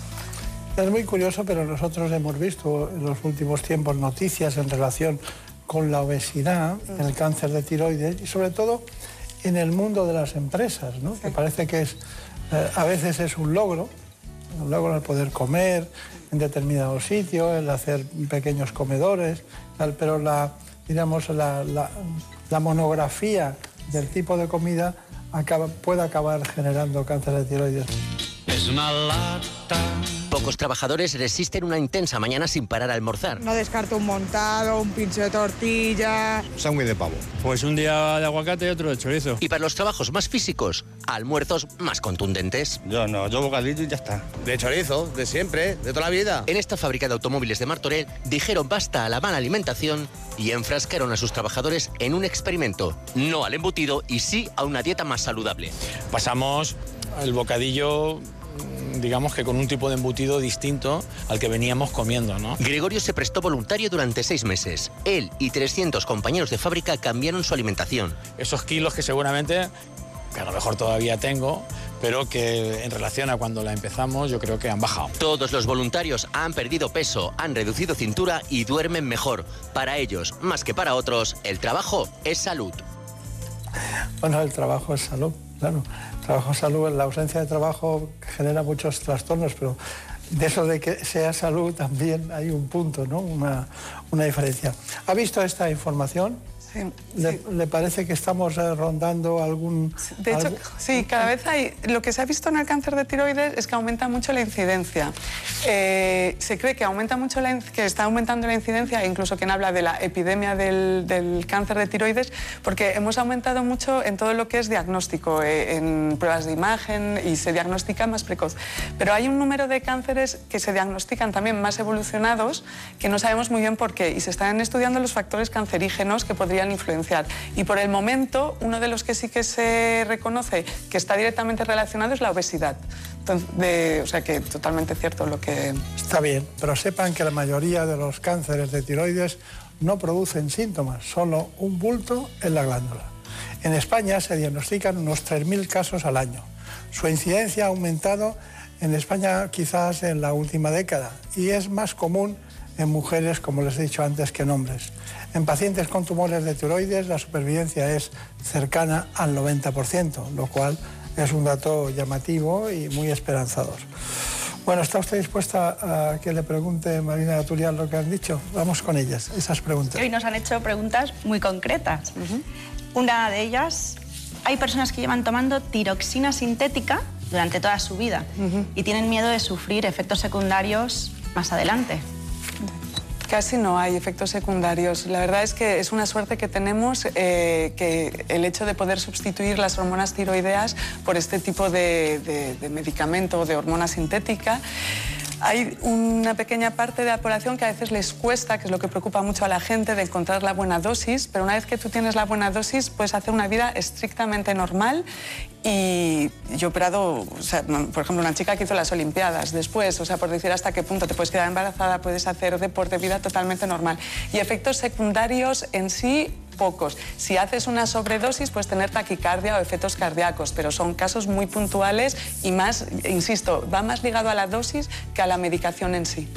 Es muy curioso, pero nosotros hemos visto en los últimos tiempos noticias en relación con la obesidad, mm. el cáncer de tiroides y sobre todo en el mundo de las empresas, ¿no? Sí. Que parece que es, eh, a veces es un logro, un logro el poder comer en determinados sitios, el hacer pequeños comedores, tal, pero la, digamos, la, la, la monografía del tipo de comida acaba, puede acabar generando cáncer de tiroides. Es una lata. Pocos trabajadores resisten una intensa mañana sin parar a almorzar. No descarto un montado, un pincho de tortilla. Sándwich de pavo. Pues un día de aguacate y otro de chorizo. Y para los trabajos más físicos, almuerzos más contundentes. Yo no, yo bocadillo y ya está. De chorizo, de siempre, de toda la vida. En esta fábrica de automóviles de Martorell dijeron basta a la mala alimentación y enfrascaron a sus trabajadores en un experimento. No al embutido y sí a una dieta más saludable. Pasamos el bocadillo, digamos que con un tipo de embutido distinto al que veníamos comiendo, ¿no? Gregorio se prestó voluntario durante seis meses. Él y trescientos compañeros de fábrica cambiaron su alimentación. Esos kilos que seguramente, que a lo mejor todavía tengo, pero que en relación a cuando la empezamos yo creo que han bajado. Todos los voluntarios han perdido peso, han reducido cintura y duermen mejor. Para ellos, más que para otros, el trabajo es salud. Bueno, el trabajo es salud, claro. Trabajo, salud, la ausencia de trabajo genera muchos trastornos, pero de eso de que sea salud también hay un punto, ¿no? Una, una diferencia. ¿Ha visto esta información? Sí, ¿Le, sí. ¿Le parece que estamos eh, rondando algún...? De hecho, algo? sí, cada vez hay... Lo que se ha visto en el cáncer de tiroides es que aumenta mucho la incidencia. Eh, se cree que, aumenta mucho la, que está aumentando la incidencia, incluso quien habla de la epidemia del, del cáncer de tiroides, porque hemos aumentado mucho en todo lo que es diagnóstico, eh, en pruebas de imagen y se diagnostica más precoz. Pero hay un número de cánceres que se diagnostican también más evolucionados que no sabemos muy bien por qué y se están estudiando los factores cancerígenos que podrían influenciar. Y por el momento, uno de los que sí que se reconoce que está directamente relacionado es la obesidad. Entonces, de, o sea que totalmente cierto lo que... Está bien, pero sepan que la mayoría de los cánceres de tiroides no producen síntomas, solo un bulto en la glándula. En España se diagnostican unos tres mil casos al año. Su incidencia ha aumentado en España quizás en la última década y es más común en mujeres, como les he dicho antes, que en hombres. En pacientes con tumores de tiroides la supervivencia es cercana al noventa por ciento, lo cual es un dato llamativo y muy esperanzador. Bueno, ¿está usted dispuesta a que le pregunte Marina Gaturial lo que han dicho? Vamos con ellas, esas preguntas. Hoy nos han hecho preguntas muy concretas. Uh-huh. Una de ellas, hay personas que llevan tomando tiroxina sintética durante toda su vida uh-huh. y tienen miedo de sufrir efectos secundarios más adelante. Casi no hay efectos secundarios. La verdad es que es una suerte que tenemos eh, que el hecho de poder sustituir las hormonas tiroideas por este tipo de, de, de medicamento o de hormona sintética. Hay una pequeña parte de la población que a veces les cuesta, que es lo que preocupa mucho a la gente, de encontrar la buena dosis, pero una vez que tú tienes la buena dosis puedes hacer una vida estrictamente normal. Y yo he operado, o sea, por ejemplo, una chica que hizo las Olimpiadas después, o sea, por decir hasta qué punto te puedes quedar embarazada, puedes hacer deporte, vida totalmente normal. Y efectos secundarios en sí, pocos. Si haces una sobredosis, puedes tener taquicardia o efectos cardíacos, pero son casos muy puntuales y más, insisto, va más ligado a la dosis que a la medicación en sí.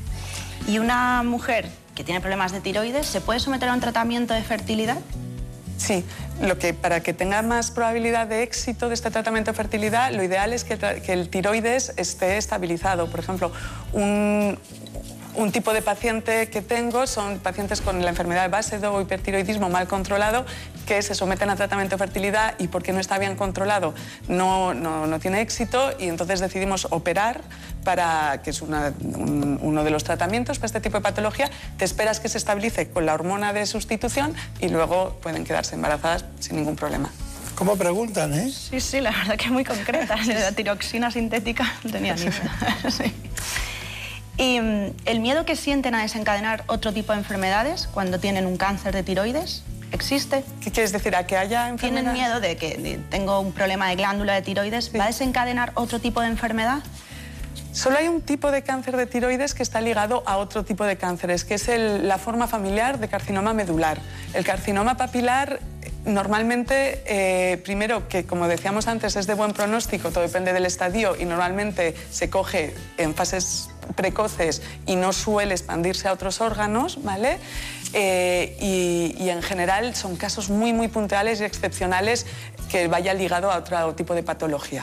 ¿Y una mujer que tiene problemas de tiroides se puede someter a un tratamiento de fertilidad? Sí, lo que, para que tenga más probabilidad de éxito de este tratamiento de fertilidad, lo ideal es que, que el tiroides esté estabilizado. Por ejemplo, un, un tipo de paciente que tengo son pacientes con la enfermedad de Basedow o hipertiroidismo mal controlado, que se someten a tratamiento de fertilidad y porque no está bien controlado no, no, no tiene éxito, y entonces decidimos operar, para, que es una, un, uno de los tratamientos para este tipo de patología. Te esperas que se estabilice con la hormona de sustitución y luego pueden quedarse embarazadas sin ningún problema. ¿Cómo preguntan, eh? Sí, sí, la verdad que es muy concreta. La tiroxina sintética no tenía ni idea. Sí. ¿Y el miedo que sienten a desencadenar otro tipo de enfermedades cuando tienen un cáncer de tiroides existe? ¿Qué quieres decir? ¿A que haya enfermedades? ¿Tienen miedo de que de, tengo un problema de glándula de tiroides? ¿Va a desencadenar otro tipo de enfermedad? Solo hay un tipo de cáncer de tiroides que está ligado a otro tipo de cánceres, que es el, la forma familiar de carcinoma medular. El carcinoma papilar normalmente, eh, primero, que como decíamos antes, es de buen pronóstico, todo depende del estadio y normalmente se coge en fases precoces y no suele expandirse a otros órganos, ¿vale? Eh, y, y en general son casos muy, muy puntuales y excepcionales que vaya ligado a otro tipo de patología.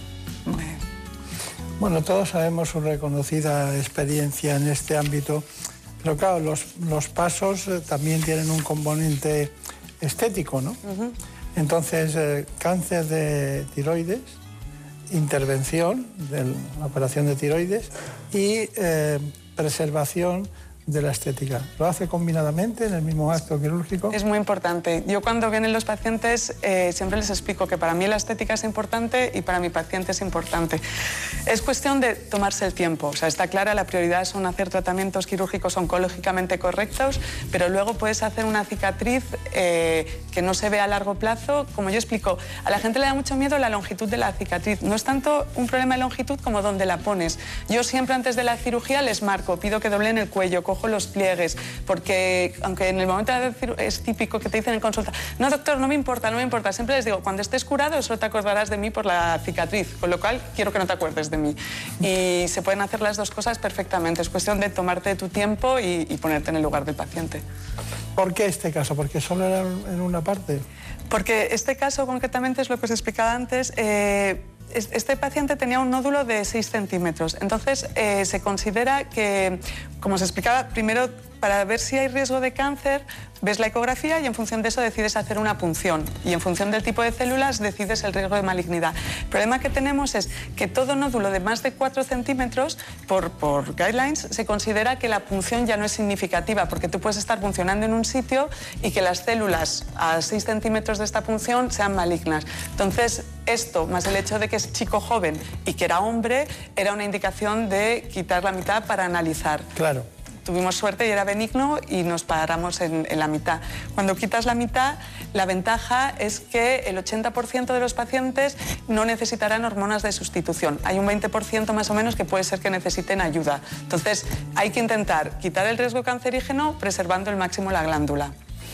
Bueno, todos sabemos su reconocida experiencia en este ámbito, pero claro, los, los pasos eh, también tienen un componente estético, ¿no? Uh-huh. Entonces, eh, cáncer de tiroides, intervención de la operación de tiroides y eh, preservación de la estética. ¿Lo hace combinadamente en el mismo acto quirúrgico? Es muy importante. Yo cuando vienen los pacientes eh, siempre les explico que para mí la estética es importante y para mi paciente es importante. Es cuestión de tomarse el tiempo. O sea, está clara, la prioridad son hacer tratamientos quirúrgicos oncológicamente correctos, pero luego puedes hacer una cicatriz eh, que no se ve a largo plazo. Como yo explico, a la gente le da mucho miedo la longitud de la cicatriz. No es tanto un problema de longitud como dónde la pones. Yo siempre antes de la cirugía les marco, pido que doblen el cuello, cojo los pliegues, porque aunque en el momento de decir, es típico que te dicen en consulta, no doctor, no me importa, no me importa, siempre les digo, cuando estés curado solo te acordarás de mí por la cicatriz, con lo cual quiero que no te acuerdes de mí. Y se pueden hacer las dos cosas perfectamente, es cuestión de tomarte tu tiempo y, y ponerte en el lugar del paciente. ¿Por qué este caso? ¿Porque solo era en una parte? Porque este caso concretamente es lo que os explicaba antes. Eh, Este paciente tenía un nódulo de seis centímetros, entonces eh, se considera que, como os explicaba, primero para ver si hay riesgo de cáncer, ves la ecografía y en función de eso decides hacer una punción y en función del tipo de células decides el riesgo de malignidad. El problema que tenemos es que todo nódulo de más de cuatro centímetros, por, por guidelines, se considera que la punción ya no es significativa porque tú puedes estar puncionando en un sitio y que las células a seis centímetros de esta punción sean malignas. Entonces, esto, más el hecho de que es chico joven y que era hombre, era una indicación de quitar la mitad para analizar. Claro. Tuvimos suerte y era benigno y nos paramos en, en la mitad. Cuando quitas la mitad, la ventaja es que el ochenta por ciento de los pacientes no necesitarán hormonas de sustitución. Hay un veinte por ciento más o menos que puede ser que necesiten ayuda. Entonces, hay que intentar quitar el riesgo cancerígeno preservando al máximo la glándula.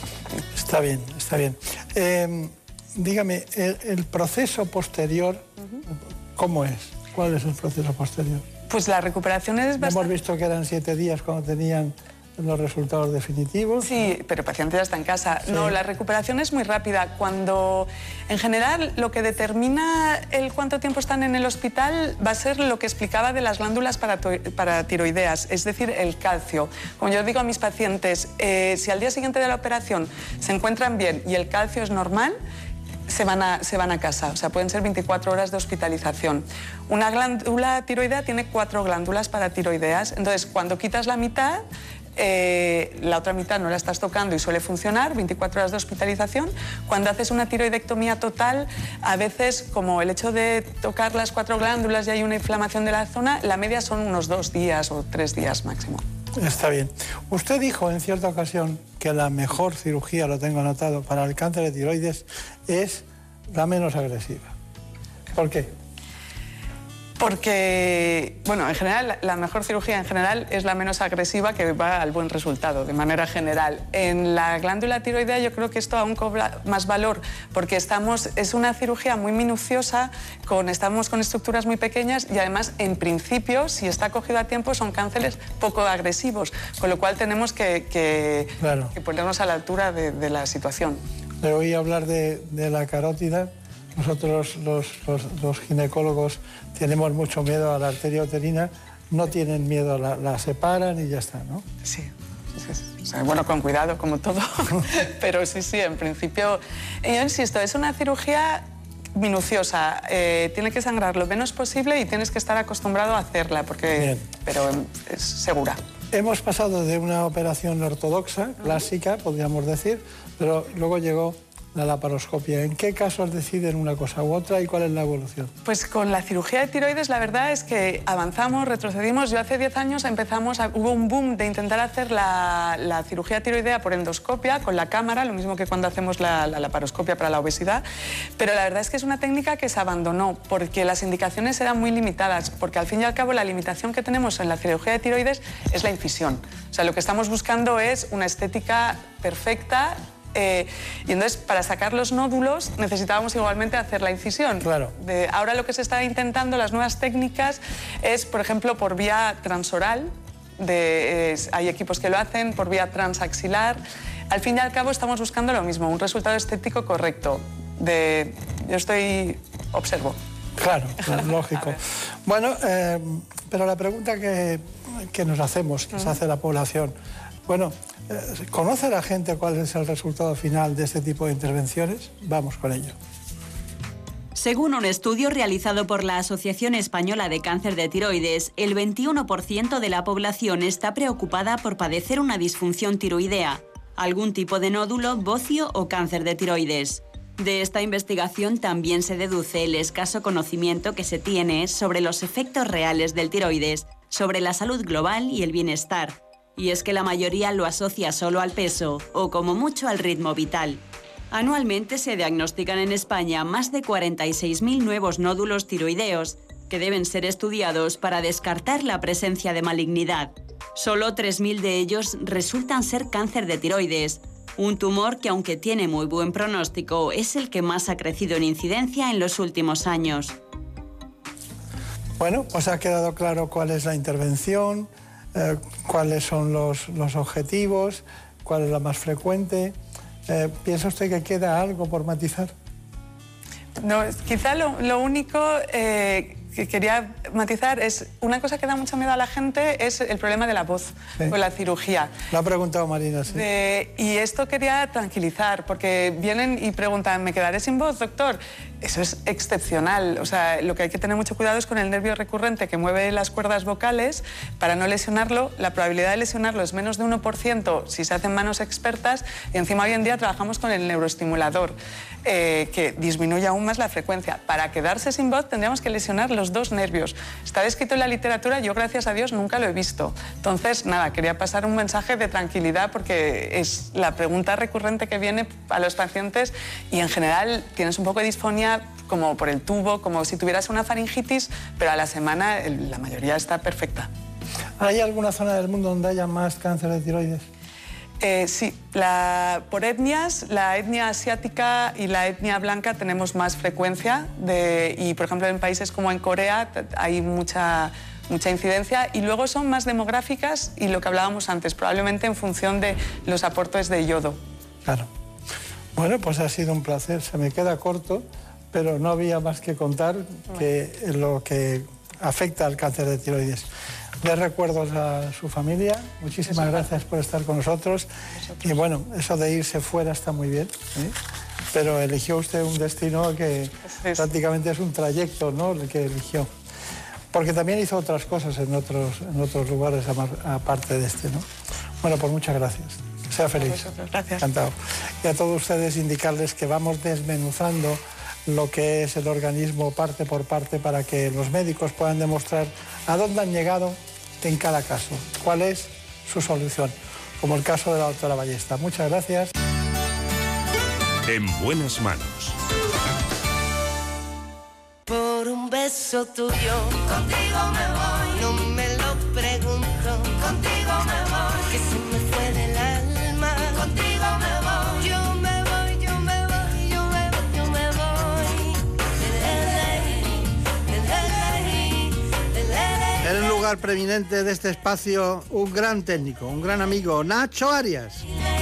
Está bien, está bien. Eh, dígame, el, el proceso posterior, ¿cómo es? ¿Cuál es el proceso posterior? Pues la recuperación es bastante... Hemos visto que eran siete días cuando tenían los resultados definitivos. Sí, pero el paciente ya está en casa. Sí. No, la recuperación es muy rápida. Cuando, en general, lo que determina el cuánto tiempo están en el hospital va a ser lo que explicaba de las glándulas paratiroideas, es decir, el calcio. Como yo digo a mis pacientes, eh, si al día siguiente de la operación se encuentran bien y el calcio es normal, se van, a, se van a casa, o sea, pueden ser veinticuatro horas de hospitalización. Una glándula tiroidea tiene cuatro glándulas paratiroideas, entonces cuando quitas la mitad, eh, la otra mitad no la estás tocando y suele funcionar, veinticuatro horas de hospitalización. Cuando haces una tiroidectomía total, a veces, como el hecho de tocar las cuatro glándulas y hay una inflamación de la zona, la media son unos dos días o tres días máximo. Está bien. Usted dijo en cierta ocasión que la mejor cirugía, lo tengo anotado, para el cáncer de tiroides es la menos agresiva. ¿Por qué? Porque, bueno, en general, la mejor cirugía en general es la menos agresiva, que va al buen resultado, de manera general. En la glándula tiroidea yo creo que esto aún cobra más valor, porque estamos, es una cirugía muy minuciosa, con, estamos con estructuras muy pequeñas y además, en principio, si está cogido a tiempo, son cánceres poco agresivos, con lo cual tenemos que, que, claro. que ponernos a la altura de, de la situación. Le oí hablar de, de la carótida. Nosotros los, los, los ginecólogos tenemos mucho miedo a la arteria uterina, no tienen miedo, la, la separan y ya está, ¿no? Sí, sí, sí. O sea, bueno, con cuidado, como todo, pero sí, sí, en principio, yo insisto, es una cirugía minuciosa, eh, tiene que sangrar lo menos posible y tienes que estar acostumbrado a hacerla, porque, Bien. pero es segura. Hemos pasado de una operación ortodoxa, clásica, podríamos decir, pero luego llegó la laparoscopia. ¿En qué casos deciden una cosa u otra y cuál es la evolución? Pues con la cirugía de tiroides la verdad es que avanzamos, retrocedimos. Yo hace diez años empezamos, a, hubo un boom de intentar hacer la, la cirugía tiroidea por endoscopia, con la cámara, lo mismo que cuando hacemos la, la laparoscopia para la obesidad, pero la verdad es que es una técnica que se abandonó porque las indicaciones eran muy limitadas, porque al fin y al cabo la limitación que tenemos en la cirugía de tiroides es la incisión. O sea, lo que estamos buscando es una estética perfecta. Eh, y entonces, para sacar los nódulos necesitábamos igualmente hacer la incisión. Claro. De, ahora lo que se está intentando, las nuevas técnicas, es, por ejemplo, por vía transoral. De, es, hay equipos que lo hacen por vía transaxilar. Al fin y al cabo estamos buscando lo mismo, un resultado estético correcto. De, yo estoy... observo. Claro, lógico. Bueno, eh, pero la pregunta que, que nos hacemos, que uh-huh. se hace la población, bueno, ¿conoce la gente cuál es el resultado final de este tipo de intervenciones? Vamos con ello. Según un estudio realizado por la Asociación Española de Cáncer de Tiroides, el veintiuno por ciento de la población está preocupada por padecer una disfunción tiroidea, algún tipo de nódulo, bocio o cáncer de tiroides. De esta investigación también se deduce el escaso conocimiento que se tiene sobre los efectos reales del tiroides, sobre la salud global y el bienestar. Y es que la mayoría lo asocia solo al peso o como mucho al ritmo vital. Anualmente se diagnostican en España más de cuarenta y seis mil nuevos nódulos tiroideos que deben ser estudiados para descartar la presencia de malignidad. Solo tres mil de ellos resultan ser cáncer de tiroides, un tumor que, aunque tiene muy buen pronóstico, es el que más ha crecido en incidencia en los últimos años. Bueno, pues ha quedado claro cuál es la intervención, Eh, cuáles son los, los objetivos, cuál es la más frecuente. Eh, ¿Piensa usted que queda algo por matizar? No, quizá lo, lo único eh, que quería matizar es una cosa que da mucho miedo a la gente, es el problema de la voz, sí. con la cirugía. Lo ha preguntado Marina, sí. De, y esto quería tranquilizar, porque vienen y preguntan, ¿me quedaré sin voz, doctor? Eso es excepcional. O sea, lo que hay que tener mucho cuidado es con el nervio recurrente que mueve las cuerdas vocales. Para no lesionarlo, la probabilidad de lesionarlo es menos de uno por ciento si se hacen manos expertas, y encima hoy en día trabajamos con el neuroestimulador, eh, que disminuye aún más la frecuencia. Para quedarse sin voz tendríamos que lesionar los dos nervios. Está descrito en la literatura, yo gracias a Dios nunca lo he visto. Entonces, nada, quería pasar un mensaje de tranquilidad porque es la pregunta recurrente que viene a los pacientes, y en general tienes un poco de disfonía como por el tubo, como si tuvieras una faringitis, pero a la semana la mayoría está perfecta. ¿Hay alguna zona del mundo donde haya más cáncer de tiroides? Eh, sí, la, por etnias, la etnia asiática y la etnia blanca tenemos más frecuencia, de, y por ejemplo en países como en Corea hay mucha, mucha incidencia, y luego son más demográficas y lo que hablábamos antes, probablemente en función de los aportes de yodo. Claro. Bueno, pues ha sido un placer, se me queda corto, pero no había más que contar que lo que afecta al cáncer de tiroides. Les recuerdos a su familia, muchísimas gracias por estar con nosotros. Y bueno, eso de irse fuera está muy bien, ¿eh? pero eligió usted un destino que prácticamente es un trayecto, ¿no?, el que eligió. Porque también hizo otras cosas en otros, en otros lugares aparte de este, ¿no? Bueno, pues muchas gracias. Sea feliz. Gracias. Encantado. Y a todos ustedes indicarles que vamos desmenuzando lo que es el organismo parte por parte para que los médicos puedan demostrar a dónde han llegado en cada caso, cuál es su solución, como el caso de la doctora Ballesta. Muchas gracias. En buenas manos. Por un beso tuyo, contigo me voy, no me lo pregunto, contigo me voy, que se me fue del alma, contigo me voy, yo me voy, yo me voy, yo me voy, yo me voy. En el lugar preeminente de este espacio, un gran técnico, un gran amigo, Nacho Arias.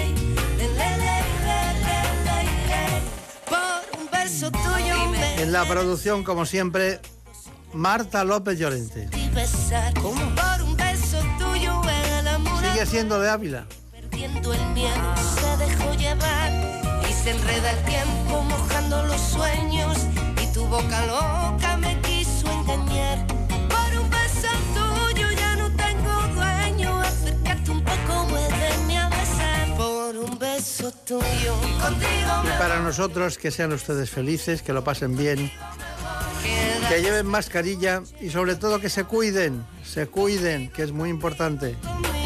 Por un beso tuyo me... En la producción, como siempre, Marta López Llorente. Por un beso tuyo el amor. Sigue siendo de Ávila. Perdiendo el miedo se dejó llevar y se enreda el tiempo mojando los sueños y tu boca loca me quiso engañar. Por un beso tuyo ya no tengo dueño, acércate un poco, muéveme a besar. Por un beso tuyo contigo me... Y para nosotros, que sean ustedes felices, que lo pasen bien, que lleven mascarilla y sobre todo que se cuiden, se cuiden, que es muy importante.